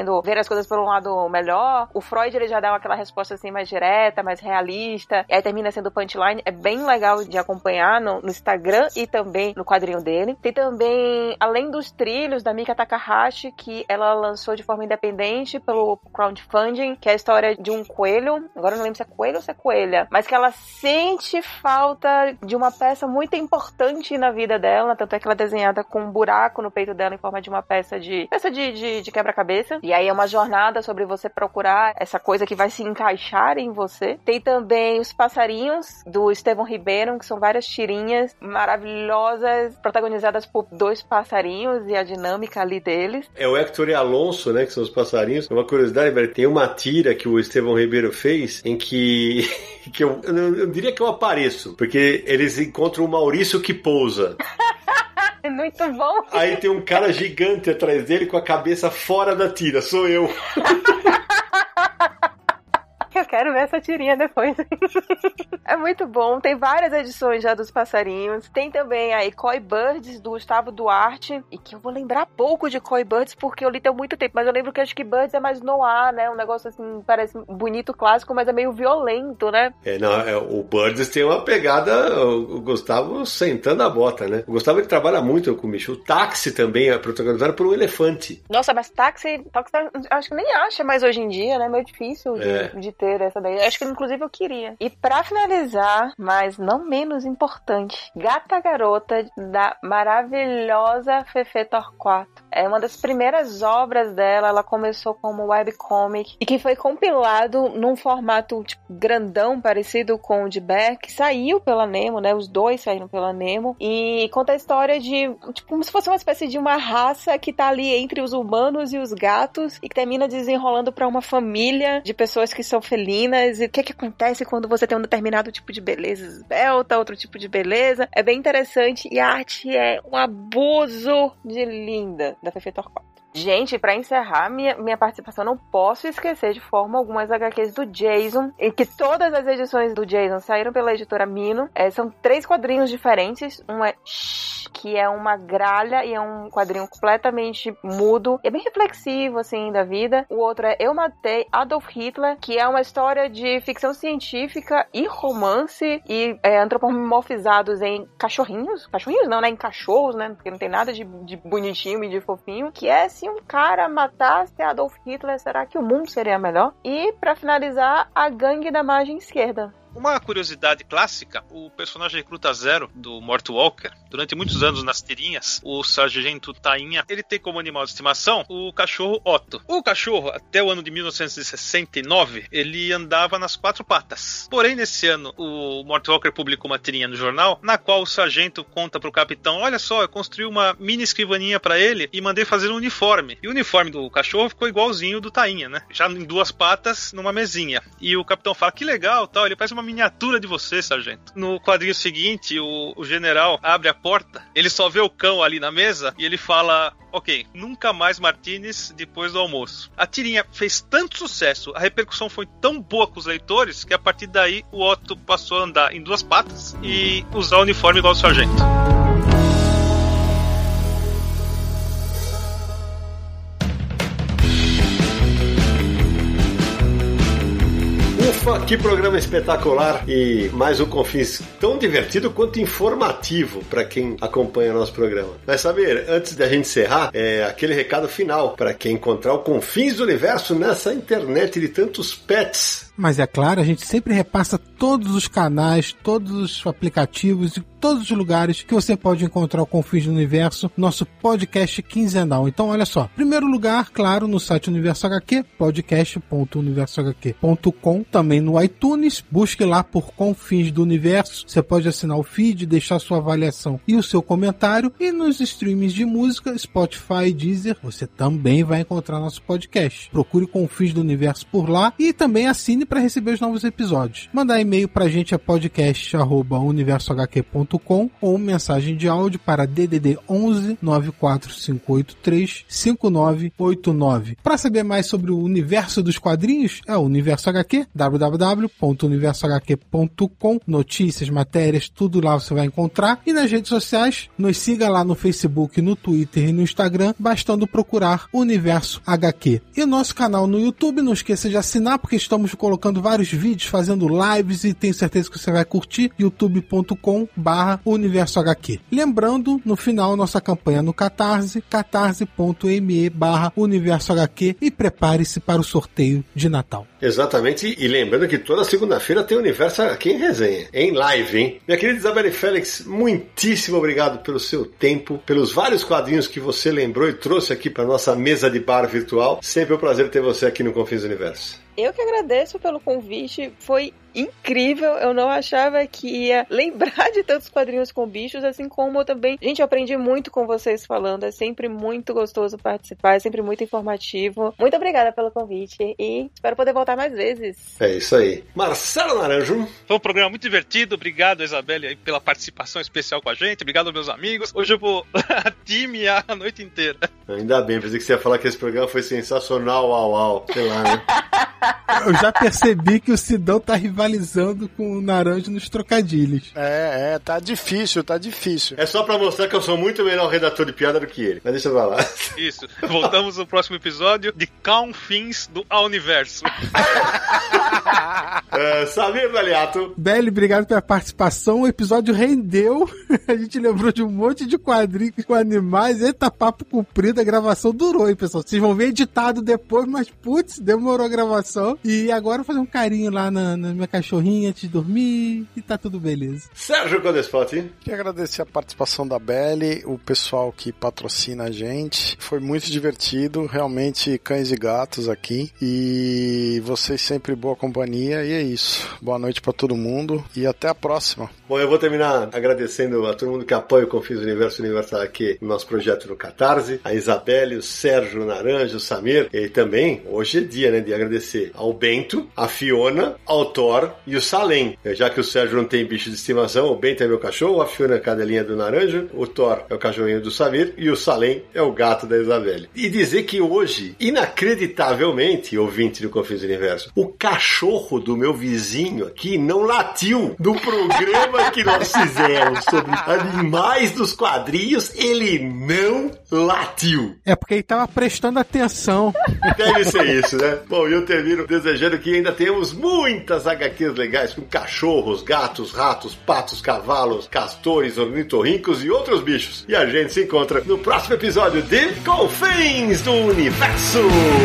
querendo ver as coisas por um lado melhor. O Freud, ele já dá aquela resposta assim mais direta, mais realista, e aí termina sendo punchline. É bem legal de acompanhar no, no Instagram e também no quadrinho dele. Tem também, além dos trilhos, da Mika Takahashi, que ela lançou de forma independente pelo crowdfunding, que é a história de um coelho, agora eu não lembro se é coelho ou se é coelha, mas que ela sente falta de uma peça muito importante na vida dela, tanto é que ela é desenhada com um buraco no peito dela em forma de uma peça de peça de, de, de quebra-cabeça, e aí é uma jornada sobre você procurar essa coisa que vai se encaixar em você. Tem também Os Passarinhos, do Estevão Ribeiro, que são várias tirinhas maravilhosas, protagonizadas por dois passarinhos e a dinâmica ali deles. É o Hector e Alonso, né, que são os passarinhos. Uma curiosidade, velho, tem uma tira que o Estevão Ribeiro fez em que, que eu, eu, eu diria que eu apareço, porque eles encontram o Maurício que pousa. É muito bom. Aí tem um cara gigante atrás dele com a cabeça fora da tira, sou eu. Eu quero ver essa tirinha depois. É muito bom. Tem várias edições já dos passarinhos. Tem também a Koi Birds, do Gustavo Duarte. E que eu vou lembrar pouco de Koi Birds, porque eu li tem muito tempo. Mas eu lembro que acho que Birds é mais noir, né? Um negócio assim, parece bonito, clássico, mas é meio violento, né? É, não, é, o Birds tem uma pegada, o, o Gustavo sentando a bota, né? O Gustavo, ele trabalha muito com o bicho. O Táxi também é protagonizado por um elefante. Nossa, mas Táxi, táxi acho que nem acha mais hoje em dia, né? Meio difícil de, é. de ter essa daí. Acho que inclusive eu queria. E pra finalizar, mas não menos importante, Gata Garota, da maravilhosa Fefe Torquato. É uma das primeiras obras dela. Ela começou como webcomic e que foi compilado num formato tipo, grandão, parecido com o de Beck. Saiu pela Nemo, né? Os dois saíram pela Nemo. E conta a história de, tipo, como se fosse uma espécie de uma raça que tá ali entre os humanos e os gatos e que termina desenrolando pra uma família de pessoas que são felinas. E o que que acontece quando você tem um determinado tipo de beleza esbelta, outro tipo de beleza. É bem interessante e a arte é um abuso de linda da Fefe Torquato. Gente, pra encerrar minha, minha participação, não posso esquecer de forma alguma as agá quês do Jason, e que todas as edições do Jason saíram pela editora Mino. É, são três quadrinhos diferentes. Um é Shhh, que é uma gralha e é um quadrinho completamente mudo. É bem reflexivo, assim, da vida. O outro é Eu Matei Adolf Hitler, que é uma história de ficção científica e romance, e é, antropomorfizados em cachorrinhos. Cachorrinhos não, né? Em cachorros, né? Porque não tem nada de, de bonitinho e de fofinho. Que é, se um cara matasse Adolf Hitler, será que o mundo seria melhor? E, pra finalizar, a Gangue da Margem Esquerda. Uma curiosidade clássica, o personagem Recruta Zero, do Mort Walker, durante muitos anos nas tirinhas, o sargento Tainha, ele tem como animal de estimação o cachorro Otto. O cachorro, até o ano de mil novecentos e sessenta e nove, ele andava nas quatro patas. Porém, nesse ano, o Mort Walker publicou uma tirinha no jornal, na qual o sargento conta pro capitão, olha só, eu construí uma mini escrivaninha pra ele e mandei fazer um uniforme. E o uniforme do cachorro ficou igualzinho do Tainha, né? Já em duas patas, numa mesinha. E o capitão fala, que legal, tal, ele parece uma miniatura de você, sargento. No quadrinho seguinte, o, o general abre a porta, ele só vê o cão ali na mesa e ele fala, ok, nunca mais Martínez depois do almoço. A tirinha fez tanto sucesso, a repercussão foi tão boa com os leitores que a partir daí o Otto passou a andar em duas patas e usar o uniforme igual o sargento. Que programa espetacular e mais um Confins tão divertido quanto informativo para quem acompanha nosso programa. Mas saber, antes da gente encerrar, é aquele recado final para quem encontrar o Confins do Universo nessa internet de tantos pets. Mas é claro, a gente sempre repassa todos os canais, todos os aplicativos e todos os lugares que você pode encontrar o Confins do Universo, nosso podcast quinzenal. Então, olha só. Primeiro lugar, claro, no site Universo agá quê, podcast ponto universo agá quê ponto com. Também no iTunes, busque lá por Confins do Universo. Você pode assinar o feed, deixar sua avaliação e o seu comentário. E nos streams de música, Spotify e Deezer, você também vai encontrar nosso podcast. Procure Confins do Universo por lá e também assine assine para receber os novos episódios. Mandar e-mail pra gente é podcast arroba universo h q ponto com ou mensagem de áudio para D D D onze nove quatro cinco oito três cinco nove oito nove. Para saber mais sobre o universo dos quadrinhos, é o Universo H Q, w w w ponto universo h q ponto com. Notícias, matérias, tudo lá você vai encontrar. E nas redes sociais, nos siga lá no Facebook, no Twitter e no Instagram, bastando procurar Universo H Q. E o nosso canal no YouTube, não esqueça de assinar, porque estamos colocando vários vídeos, fazendo lives, e tenho certeza que você vai curtir, youtube ponto com barra universo h q. Lembrando, no final, nossa campanha no Catarse, catarse ponto me barra universo h q, e prepare-se para o sorteio de Natal. Exatamente, e lembrando que toda segunda-feira tem Universo H Q em resenha, em live, hein? Minha querida Isabelle Félix, muitíssimo obrigado pelo seu tempo, pelos vários quadrinhos que você lembrou e trouxe aqui para nossa mesa de bar virtual. Sempre um prazer ter você aqui no Confins do Universo. Eu que agradeço pelo convite, foi incrível, eu não achava que ia lembrar de tantos quadrinhos com bichos, assim como eu também, gente, eu aprendi muito com vocês falando, é sempre muito gostoso participar, é sempre muito informativo. Muito obrigada pelo convite e espero poder voltar mais vezes. É isso aí. Marcelo Naranjo. Foi um programa muito divertido, obrigado Isabelle aí pela participação especial com a gente, obrigado meus amigos, hoje eu vou timear a noite inteira. Ainda bem, pensei que você ia falar que esse programa foi sensacional, uau, uau, sei lá, né? Eu já percebi que o Sidão tá rivalizando com o Naranjo nos trocadilhos. É, é, tá difícil, tá difícil. É só pra mostrar que eu sou muito melhor redator de piada do que ele. Mas deixa eu falar. Isso. Voltamos no próximo episódio de Confins do Universo. uh, Samir Daliato. Belly, obrigado pela participação. O episódio rendeu. A gente lembrou de um monte de quadrinhos com animais. Eita, papo comprido. A gravação durou, hein, pessoal? Vocês vão ver editado depois, mas putz, demorou a gravação. E agora eu vou fazer um carinho lá na, na minha cachorrinha antes de dormir e tá tudo beleza. Sérgio Codespot. Queria agradecer a participação da Belly, o pessoal que patrocina a gente. Foi muito divertido, realmente cães e gatos aqui. E vocês sempre boa companhia. E é isso. Boa noite pra todo mundo e até a próxima. Bom, eu vou terminar agradecendo a todo mundo que apoia o Confins do Universo Universo aqui no nosso projeto no Catarse. A Isabelle, o Sérgio, o Naranjo, o Samir. E também, hoje é dia, né, de agradecer ao Bento, a Fiona, ao Thor e o Salem. Já que o Sérgio não tem bicho de estimação, o Bento é meu cachorro, a Fiona é a cadelinha do Naranjo, o Thor é o cachorrinho do Samir e o Salem é o gato da Isabelle. E dizer que hoje, inacreditavelmente, ouvinte do Confins do Universo, o cachorro do meu vizinho aqui não latiu do programa que nós fizemos sobre animais dos quadrinhos, ele não latiu. É porque ele tava prestando atenção. Deve ser isso, né? Bom, eu termino desejando que ainda temos muitas agá quês legais com cachorros, gatos, ratos, patos, cavalos, castores, ornitorrincos e outros bichos. E a gente se encontra no próximo episódio de Confins do Universo!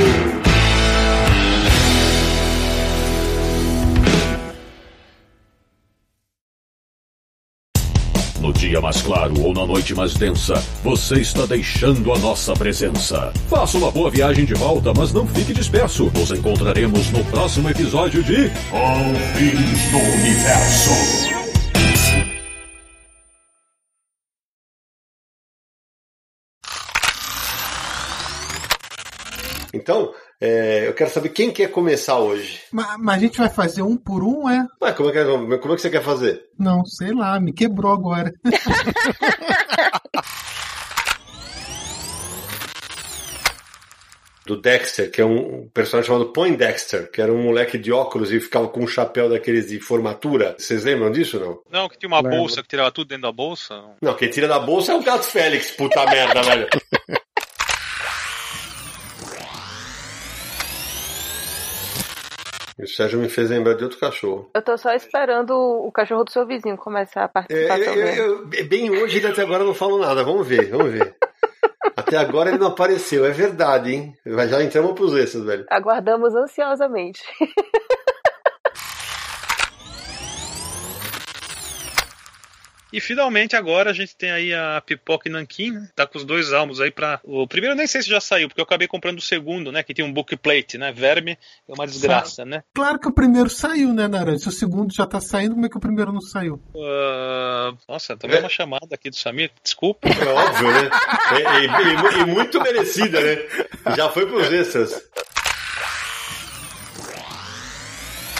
No dia mais claro ou na noite mais densa, você está deixando a nossa presença. Faça uma boa viagem de volta, mas não fique disperso. Nos encontraremos no próximo episódio de Confins do Universo. Então, é, eu quero saber quem quer começar hoje. Mas, mas a gente vai fazer um por um, é? Ué, como é, que, como é que você quer fazer? Não, sei lá, me quebrou agora. Do Dexter, que é um personagem chamado Poindexter, que era um moleque de óculos e ficava com um chapéu daqueles de formatura. Vocês lembram disso, não? Não, que tinha uma Lembra. bolsa, que tirava tudo dentro da bolsa. Não, quem tira da bolsa é o Gato Félix, puta merda, velho. O Sérgio me fez lembrar de outro cachorro. Eu tô só esperando o cachorro do seu vizinho começar a participar é, também. Eu, eu, bem hoje ele até agora não falou nada. Vamos ver, vamos ver. Até agora ele não apareceu. É verdade, hein? Já entramos pros extras, velho. Aguardamos ansiosamente. E finalmente agora a gente tem aí a Pipoca e Nanquim, né? Tá com os dois álbuns aí pra... O primeiro eu nem sei se já saiu, porque eu acabei comprando o segundo, né? Que tem um bookplate, né? Verme é uma desgraça, Sa- né? Claro que o primeiro saiu, né, Naranjo? Se o segundo já tá saindo, como é que o primeiro não saiu? Uh... Nossa, tomei é. uma chamada aqui do Samir, desculpa. É óbvio, né? E, e, e, e muito merecida, né? Já foi pros extras.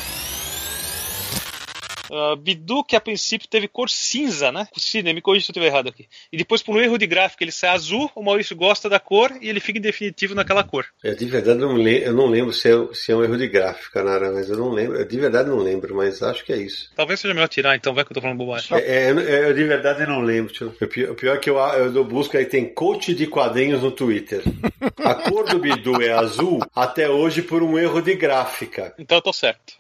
Uh, Bidu, que a princípio teve cor cinza, né? Sidney, me corrija se eu estiver errado aqui. E depois, por um erro de gráfico, ele sai azul, o Maurício gosta da cor e ele fica em definitivo naquela cor. Eu de verdade não lembro, eu não lembro se é, se é um erro de gráfica, Nara, mas eu não lembro. Eu de verdade não lembro, mas acho que é isso. Talvez seja melhor tirar, então, vai que eu tô falando bobagem. É, é, eu de verdade não lembro. Tio. O pior, o pior é que eu, eu busco aí, tem coach de quadrinhos no Twitter. A cor do Bidu é azul até hoje por um erro de gráfica. Então eu tô certo.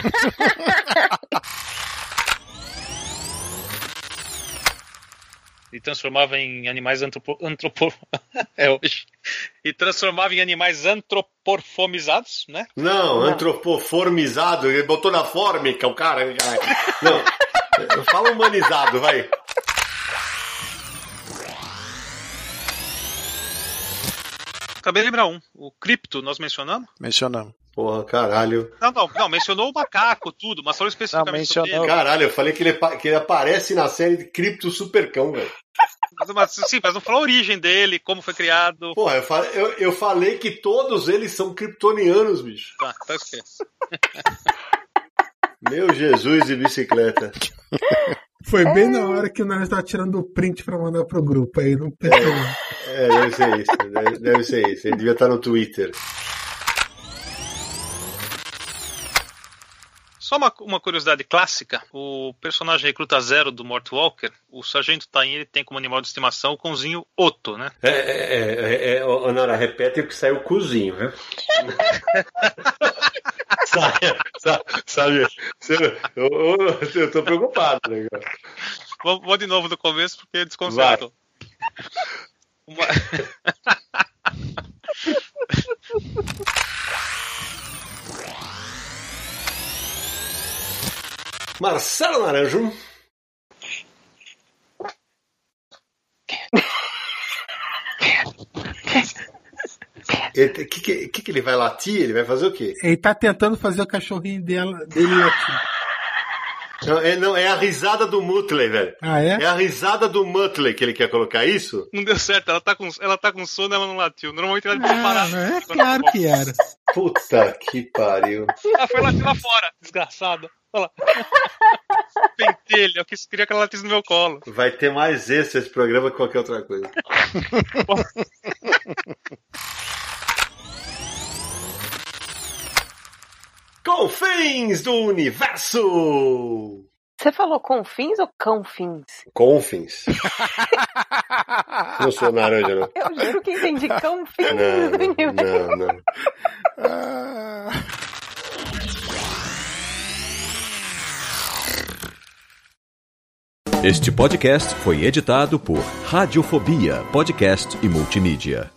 E transformava em animais antropo... antropo... é hoje. E transformava em animais antropomorfizados, né? Não, não. Antropoformizado. Ele botou na fórmica, o cara. Não, fala humanizado, vai. Acabei de lembrar um. O Cripto, nós mencionamos? Mencionamos. Porra, caralho. Não, não, não, mencionou o macaco, tudo, mas falou especificamente não, sobre ele. Caralho, eu falei que ele, que ele aparece na série de Cripto Supercão, velho. Mas, mas, sim, mas não falou a origem dele, como foi criado. Porra, eu falei, eu, eu falei que todos eles são kryptonianos, bicho. Tá, tá esquece. Meu Jesus de bicicleta. Foi bem na hora que nós estávamos tirando o print pra mandar pro grupo aí, não percebeu. É, é, deve ser isso, deve, deve ser isso. Ele devia estar no Twitter. Só uma, uma curiosidade clássica, o personagem Recruta Zero do Mort Walker, o Sargento Tain, ele tem como animal de estimação o cãozinho Otto, né? É, é, é, é oh, Nara, repete o que sai o cozinho, né? sabe, sabe, sabe eu, eu, eu tô preocupado, né? Vou, vou de novo do começo porque desconcertou. Uma... Marcelo Naranjo. O que, que, que, que ele vai latir? Ele vai fazer o quê? Ele tá tentando fazer o cachorrinho dela, dele latir. Não é, não, é a risada do Muttley, velho. Ah, é? É a risada do Muttley que ele quer colocar isso? Não deu certo, ela tá com, ela tá com sono e ela não latiu. Normalmente ela devia ah, parar. É claro que era. Puta que pariu. Ela foi latir lá fora, desgraçada. Olha lá. Pentelho, eu quis, queria que ela latisse no meu colo. Vai ter mais esse, esse programa que qualquer outra coisa. Confins do Universo! Você falou confins ou cãofins? Confins. Não sou naranja, não. Eu juro que entendi cãofins não, do Universo. Não, não. Ah... Este podcast foi editado por Radiofobia, podcast e multimídia.